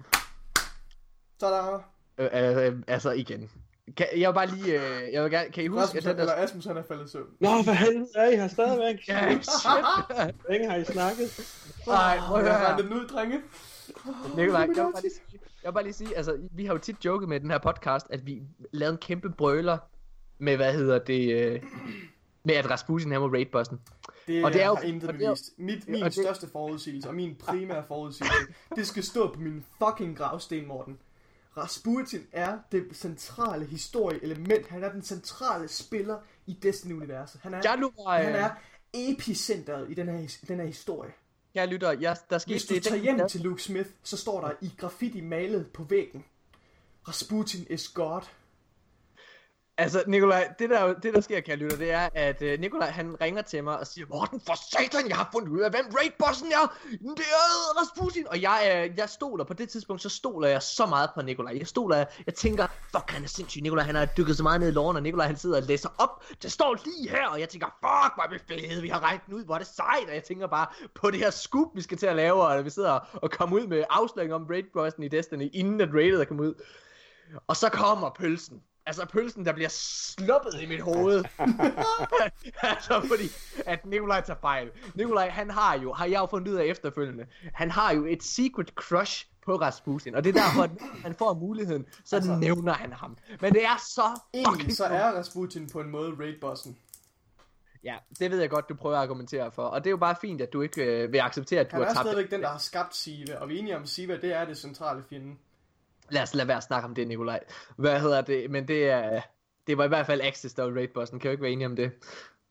Tada! Øh, øh, altså igen. Kan, jeg vil bare lige... Øh, jeg vil gerne, kan I huske, Rasmus, at den eller der... Asmus, han er faldet i søvn. Nå, for helvede, er I her stadigvæk? Ja, shit. Længe har I snakket? Nej, prøv at høre Jeg her. har den ud, drenge. Nikolaj, jeg vil bare lige sige, jeg vil bare lige sige, altså, vi har jo tit joket med den her podcast, at vi lavede en kæmpe brøler med, hvad hedder det, øh, med at Rasputin her var raidbossen. Det, Og det er jo- har intet og det er jo- bevist. Mit, min og det- største forudsigelse, og min primære forudsigelse, det skal stå på min fucking gravsten, Morten. Rasputin er det centrale historieelement. Han er den centrale spiller i Destiny-universet. Han er, Jeg nu var, han øh, er epicenteret i den her, his- den her historie. jeg lytter, jeg, der skete Hvis du det, tager den- hjem til Luke Smith, så står der i graffiti malet på væggen: Rasputin is God. Altså, Nikolaj, det der, det der sker, kan lytte, det er, at uh, Nikolaj, han ringer til mig og siger, Morten, for satan, jeg har fundet ud af, hvem raidbossen er. Det er Rasputin. Og jeg, uh, jeg stoler, på det tidspunkt, så stoler jeg så meget på Nikolaj. Jeg stoler, jeg tænker, fuck, han er sindssyg. Nikolaj, han har dykket så meget ned i loven, og Nikolaj, han sidder og læser op. Det står lige her, og jeg tænker, fuck, hvor er vi fede. Vi har regnet den ud, hvor er det sejt. Og jeg tænker bare på det her scoop, vi skal til at lave, og vi sidder og kommer ud med afsløring om raidbossen i Destiny, inden at raidet er kommet ud. Og så kommer pølsen. Altså pølsen, der bliver sluppet i mit hoved. Altså fordi, at Nikolaj tager fejl. Nikolaj, han har jo, har jeg jo fundet ud af efterfølgende, han har jo et secret crush på Rasputin. Og det er derfor, at han får muligheden, så altså, nævner han ham. Men det er så Egentlig fucking... så er Rasputin på en måde raidbossen. Ja, det ved jeg godt, du prøver at argumentere for. Og det er jo bare fint, at du ikke øh, vil acceptere, at du Han har er tabt. stadigvæk den, der har skabt Siva, og vi er enige om, at Siva, det er det centrale fjende. Lad os lade være at snakke om det, Nikolaj. Hvad hedder det? Men det er... Det var i hvert fald Axis, der var raidbossen. Kan jo ikke være enige om det?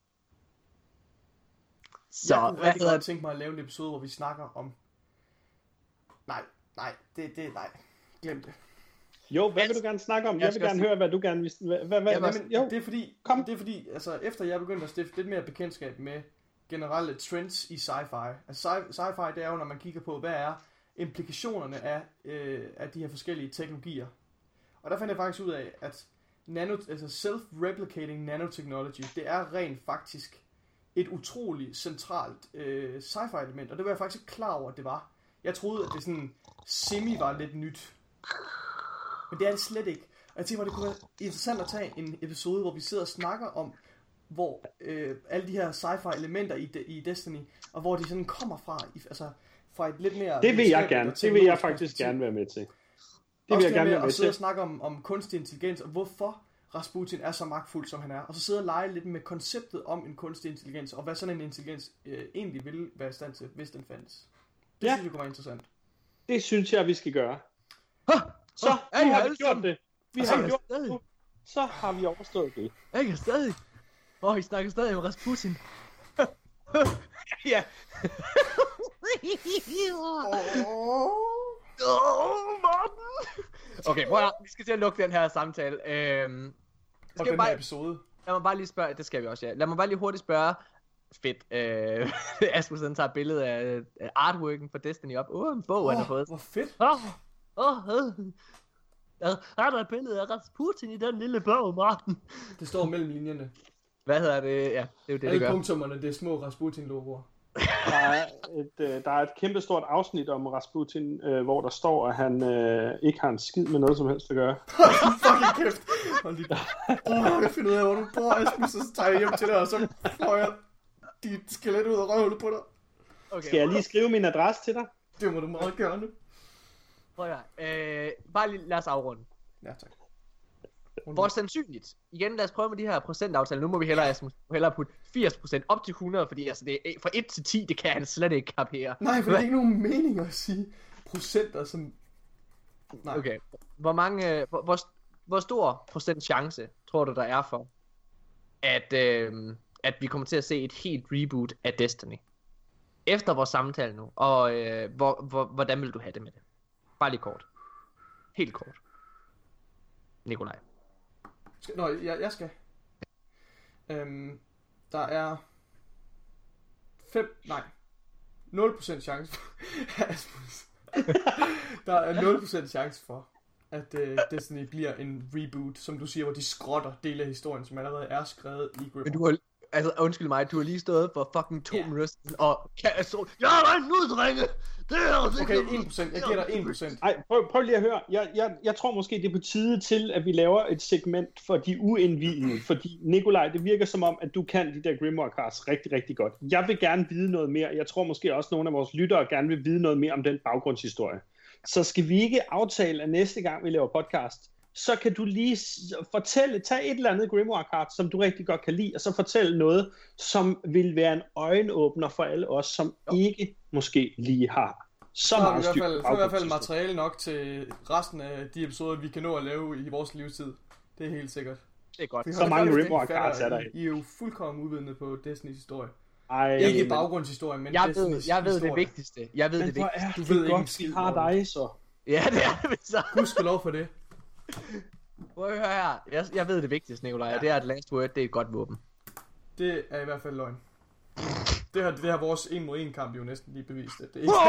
Så, Jeg kunne hvad rigtig hedder godt det? tænke mig at lave en episode, hvor vi snakker om... Nej, nej, det, det, nej. Glem det. Jo, hvad vil du gerne snakke om? Jeg Jeg vil skal gerne sige- høre, hvad du gerne vil... Hvad, hvad, hvad, Jamen, hvad, jo, det er fordi, kom. det er fordi, altså efter jeg begyndte at stifte lidt mere bekendtskab med generelle trends i sci-fi. Altså sci- sci-fi, det er jo, når man kigger på, hvad er implikationerne af, øh, af de her forskellige teknologier. Og der fandt jeg faktisk ud af, at nano, altså self-replicating nanotechnology, det er rent faktisk et utroligt centralt øh, sci-fi element, og det var jeg faktisk ikke klar over, at det var. Jeg troede, at det sådan semi var lidt nyt. Men det er det slet ikke. Og jeg tænker mig, det kunne være interessant at tage en episode, hvor vi sidder og snakker om, hvor øh, alle de her sci-fi elementer i, de, i Destiny, og hvor de sådan kommer fra, i, altså fra et lidt mere... det vil jeg videnskabeligt gerne. og Det vil jeg teknologisk faktisk perspektiv. gerne være med til. Det Også vil jeg det gerne med være med at sidde og til. snakke om, om kunstig intelligens, og hvorfor Rasputin er så magtfuld, som han er. Og så sidde og lege lidt med konceptet om en kunstig intelligens, og hvad sådan en intelligens øh, egentlig ville være i stand til, hvis den fandtes. Det Ja. synes jeg kunne være interessant. Det synes jeg, vi skal gøre. Huh? Så, er nu I har vi alle gjort sammen? det. Vi Er har I gjort stadig? det nu. Så har vi overstået det. Jeg kan stadig. Åh, oh, I snakker stadig om Rasputin. Ja. Åh, Morten. Okay, prøv at, vi skal til at lukke den her samtale. Øhm, Og skal den vi bare, her episode. lad mig bare lige spørge, det skal vi også, ja. Lad mig bare lige hurtigt spørge. Fedt. Øh, Asmus han tager et billede af, af artworken for Destiny op. Åh, oh, en bog, oh, han har fået. Hvor fedt. Åh, åh, øh. Er er der et billede af Rasputin i den lille bog, Martin? Det står mellem linjerne. Hvad hedder det? Ja, det er jo det, det Alle gør. punktummerne, det er små Rasputin-logoer. Der er et, øh, der er et kæmpestort afsnit om Rasputin, øh, hvor der står, at han øh, ikke har en skid med noget som helst at gøre. Fucking kæft. Hold lige. Åh, jeg finder ud af, hvor du bor, Asmus, så tager jeg hjem til dig, og så får jeg dit skelet ud af røvhullet på dig. Okay, Skal jeg lige skrive min adresse til dig? Det må du meget gerne. prøv at høre. Øh, bare lige, lad os afrunde. Ja, tak. Hvor sandsynligt, igen lad os prøve med de her procentaftaler, nu må vi hellere, Asmus, hellere putte firs procent op til hundrede, fordi altså det er fra et til ti, det kan han slet ikke kapere. Nej, for det er ikke nogen mening at sige procenter som... Nej. Okay, hvor mange, hvor, hvor, hvor stor procent chance tror du der er for, at, øh, at vi kommer til at se et helt reboot af Destiny? Efter vores samtale nu, og øh, hvor, hvor, hvordan vil du have det med det? Bare lige kort. Helt kort. Nikolaj. Skal, nå, jeg, jeg skal. Øhm, der er fem, nej, nul procent chance for, der er nul procent chance for, at uh, Destiny bliver en reboot, som du siger, hvor de skrotter dele af historien, som allerede er skrevet i Grimoire. Men du har, altså undskyld mig, du har lige stået for fucking to yeah. minutter siden, og kan altså, jeg er en uddrænge! Det er det okay, en procent, jeg giver dig en procent. Ej, prøv, prøv lige at høre. Jeg, jeg, jeg tror måske, det er på tide til, at vi laver et segment for de uindvidede. Fordi, Nikolaj, det virker som om, at du kan de der Grimoire cards rigtig, rigtig godt. Jeg vil gerne vide noget mere. Jeg tror måske også, at nogle af vores lyttere gerne vil vide noget mere om den baggrundshistorie. Så skal vi ikke aftale, at næste gang vi laver podcast, så kan du lige fortælle, tag et eller andet Grimoire card, som du rigtig godt kan lide, og så fortælle noget, som vil være en øjenåbner for alle os, som jo. ikke måske lige har så, så meget styr styr. Så har vi i hvert fald materiale nok til resten af de episoder, vi kan nå at lave i vores livstid. Det er helt sikkert. Det er godt. Så mange Grimoire cards er der. I er jo fuldkommen uvidende på Destiny's historie. Ej, ikke men... baggrundshistorien, men jeg Destiny's ved, jeg ved historie. det vigtigste. Jeg ved men det vigtigste. Du ved ikke, vi har dig så. Ja, det er det så. Husk lov for det. Prøv at høre her. Jeg, jeg ved det vigtigste, Nikolaj, ja. Det er, at Last Word, det er et godt våben. Det er i hvert fald løgn. Det har, det har vores en mod en kamp jo næsten lige bevist, at det ikke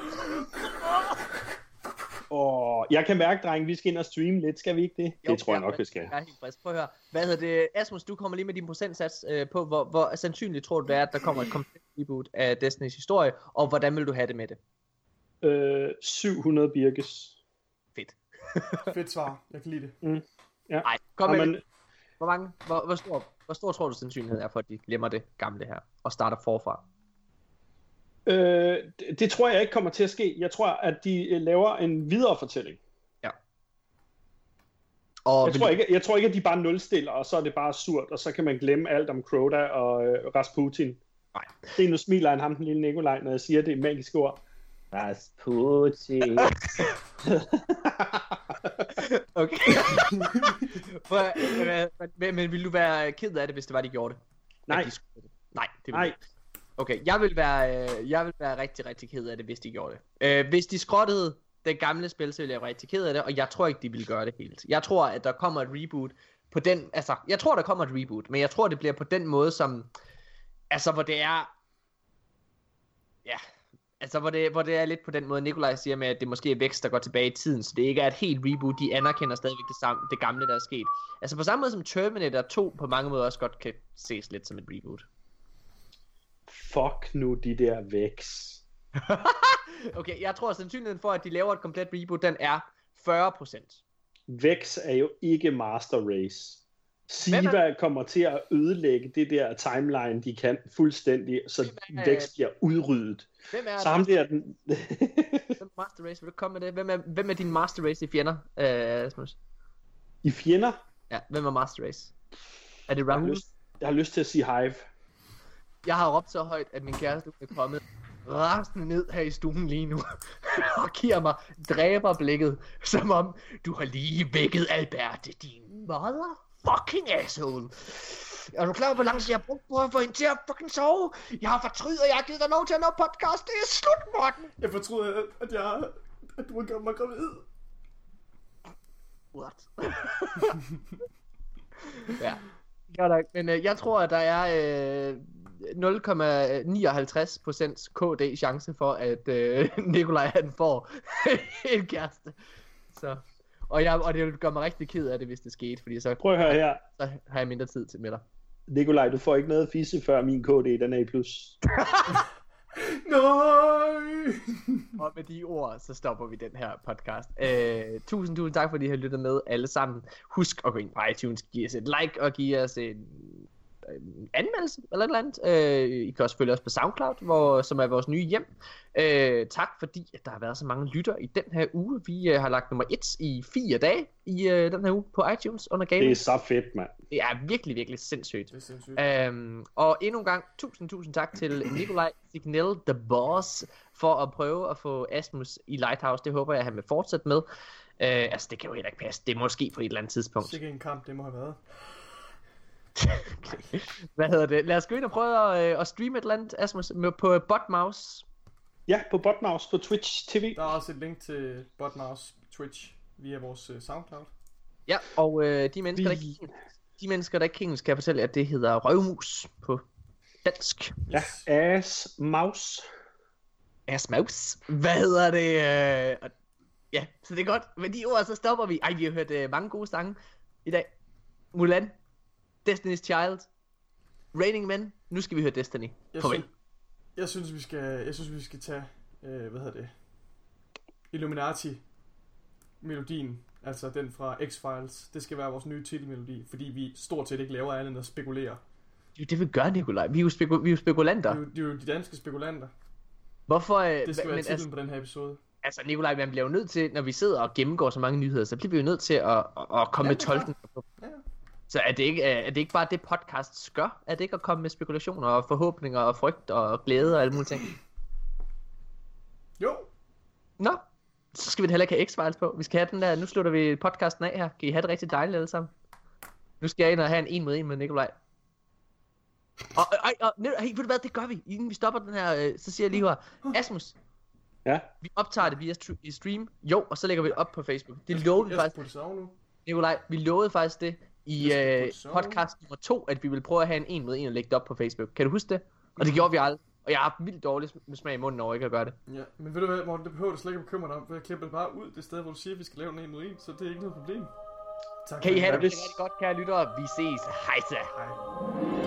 Åh, jeg kan mærke, drenge, vi skal ind og streame lidt, skal vi ikke det? Jo, det tror jeg ja, nok, vi skal. Jeg er helt frisk. Prøv at høre. Hvad hedder det? Asmus, du kommer lige med din procentsats øh, på, hvor, hvor sandsynligt tror du det er, at der kommer et komplet reboot af Destinys historie, og hvordan vil du have det med det? Øh, syv hundrede birkes. Fedt. Fedt svar, jeg kan lide det. Mm. Ja. Nej, kom med Amen. det. Hvor mange, hvor, hvor, stor, hvor stor tror du sandsynlighed er for, at de glemmer det gamle her, og starter forfra? Øh, det, det tror jeg ikke kommer til at ske. Jeg tror, at de øh, laver en viderefortælling. Ja. Og jeg, vil... tror ikke, jeg tror ikke, at de bare nulstiller, og så er det bare surt, og så kan man glemme alt om Crota og øh, Rasputin. Nej. Det nu smiler han ham, den lille Nikolaj, når jeg siger det magiske ord. Rasputin. Okay. men, men vil du være ked af det, hvis det var, de gjorde det? Nej. De skulle... Nej, det vil Nej. ikke. Okay, jeg vil, være, øh, jeg vil være rigtig, rigtig ked af det, hvis de gjorde det. Øh, hvis de skrottede det gamle spil, så ville jeg være rigtig ked af det, og jeg tror ikke, de vil gøre det helt. Jeg tror, at der kommer et reboot på den, altså, jeg tror, der kommer et reboot, men jeg tror, det bliver på den måde, som, altså, hvor det er, ja, altså, hvor det, hvor det er lidt på den måde, Nikolaj siger med, at det måske er vækst, der går tilbage i tiden, så det ikke er et helt reboot, de anerkender stadigvæk det, samme, det gamle, der er sket. Altså, på samme måde som Terminator to på mange måder også godt kan ses lidt som et reboot. Fuck nu de der væks. Okay, jeg tror at sandsynligheden for, at de laver et komplet reboot, den er fyrre procent. Vex er jo ikke Master Race. Siva er... kommer til at ødelægge det der timeline, de kan fuldstændig, så er... Vex bliver udryddet. Hvem er så ham der den... Hvem er Master Race? Vil du komme med det? Hvem er, hvem er din Master Race i fjender, uh, Asmus? I fjender? Ja, hvem er Master Race? Er det Rahul? Jeg har lyst, jeg har lyst til at sige Hive. Jeg har råbt så højt, at min kæreste er kommet rasende ned her i stuen lige nu, og giver mig dræberblikket, som om du har lige vækket Alberte, din motherfucking asshole. Er du klar over, hvor lang tid jeg har brugt på at få hende til at fucking sove? Jeg har fortrydet, og jeg har givet dig lov til at nå podcast. Det er slut, Morten. Jeg fortryder, at jeg at du har gjort mig gravid. What? Ja. Ja, der, men øh, jeg tror, at der er øh, nul komma nioghalvtreds procent K D chance for, at øh, Nikolaj han får en kæreste. Så, og, jeg, og det ville gøre mig rigtig ked af det, hvis det skete, fordi så, Prøv at høre her. så har jeg mindre tid til med dig. Nikolaj, du får ikke noget fisse, før min K D den er i plus. Nej! Og med de ord, så stopper vi den her podcast. Øh, tusind, tusind tak, fordi I har lyttet med alle sammen. Husk at gå ind på iTunes, give os et like og give os en en anmeldelse eller et eller andet. Øh, I kan også følge os på SoundCloud, hvor, som er vores nye hjem. Øh, tak fordi, at der har været så mange lytter i den her uge. Vi øh, har lagt nummer et i fire dage i øh, den her uge på iTunes under gaming. Det er så fedt, mand. Det er virkelig, virkelig sindssygt. Det er sindssygt. Øhm, og endnu en gang, tusind, tusind tak til Nikolaj Signell, the boss, for at prøve at få Asmus i Lighthouse. Det håber jeg, at han vil fortsætte med. Øh, altså, det kan jo heller ikke passe. Det er måske på et eller andet tidspunkt. Sikke en kamp, det må have været. Hvad hedder det? Lad os gå ind og prøve at, øh, at streame et eller andet, Asmus, med, på Botmouse. Ja, på Botmouse på Twitch T V. Der er også et link til Botmouse Twitch via vores uh, SoundCloud. Ja, og øh, de, mennesker, Vi- der ikke, de mennesker, der ikke kan engelsk, kan jeg fortælle, at det hedder røvmus på dansk. Ja, As Mouse. Asmus. Hvad hedder det? Øh, og- ja, så det er godt. Med de ord, så stopper vi. Ej, vi har hørt øh, mange gode sange i dag. Mulan, Destiny's Child, Raining Men. Nu skal vi høre Destiny. Jeg, Farvel. synes, jeg synes, vi skal, jeg synes, vi skal tage, øh, hvad hedder det, Illuminati-melodien, altså den fra X-Files. Det skal være vores nye titelmelodi, fordi vi stort set ikke laver andet end at spekulere. Det er jo det, vi gør, Nikolaj. Vi er jo, speko- vi er jo spekulanter. Det er jo, det er jo de danske spekulanter. Hvorfor? Øh, Det skal hva- være men titlen altså, på den her episode. altså, Nikolaj, man bliver jo nødt til, når vi sidder og gennemgår så mange nyheder, så bliver vi jo nødt til at, at, at komme Ja, med det er klart. tolkning. Ja. Så er det, ikke, er det ikke bare det, podcast gør? Er det ikke at komme med spekulationer og forhåbninger og frygt og glæde og alle mulige ting? Jo, Nå, så skal vi da heller ikke have X-Files på. Vi skal have den der, nu slutter vi podcasten af her. Kan I have det rigtig dejligt alle sammen? Nu skal jeg ind og have en en mod en med Nikolaj. Og, og, og, og hey, ved du hvad, det gør vi. Inden vi stopper den her, øh, så siger jeg lige her. Asmus, Ja. vi optager det via str- i stream. Jo, og så lægger vi det op på Facebook. Det lovede vi jeg faktisk. skal putte sig nu. Nikolaj, vi lovede faktisk det i Jeg skal øh, på sove. podcast nummer to, at vi ville prøve at have en en mod en og lægge det op på Facebook. Kan du huske det? Og det gjorde vi aldrig. Og jeg har haft vildt dårlig sm- smag i munden over ikke at gøre det. Ja, men ved du hvad, Morten, det behøver du slet ikke at bekymre dig om, for jeg klipper det bare ud det sted, hvor du siger, at vi skal lave en en mod en, så det er ikke noget problem. Tak Kan I for have det. det rigtig godt, kære lyttere. Vi ses. Hej så. Hej.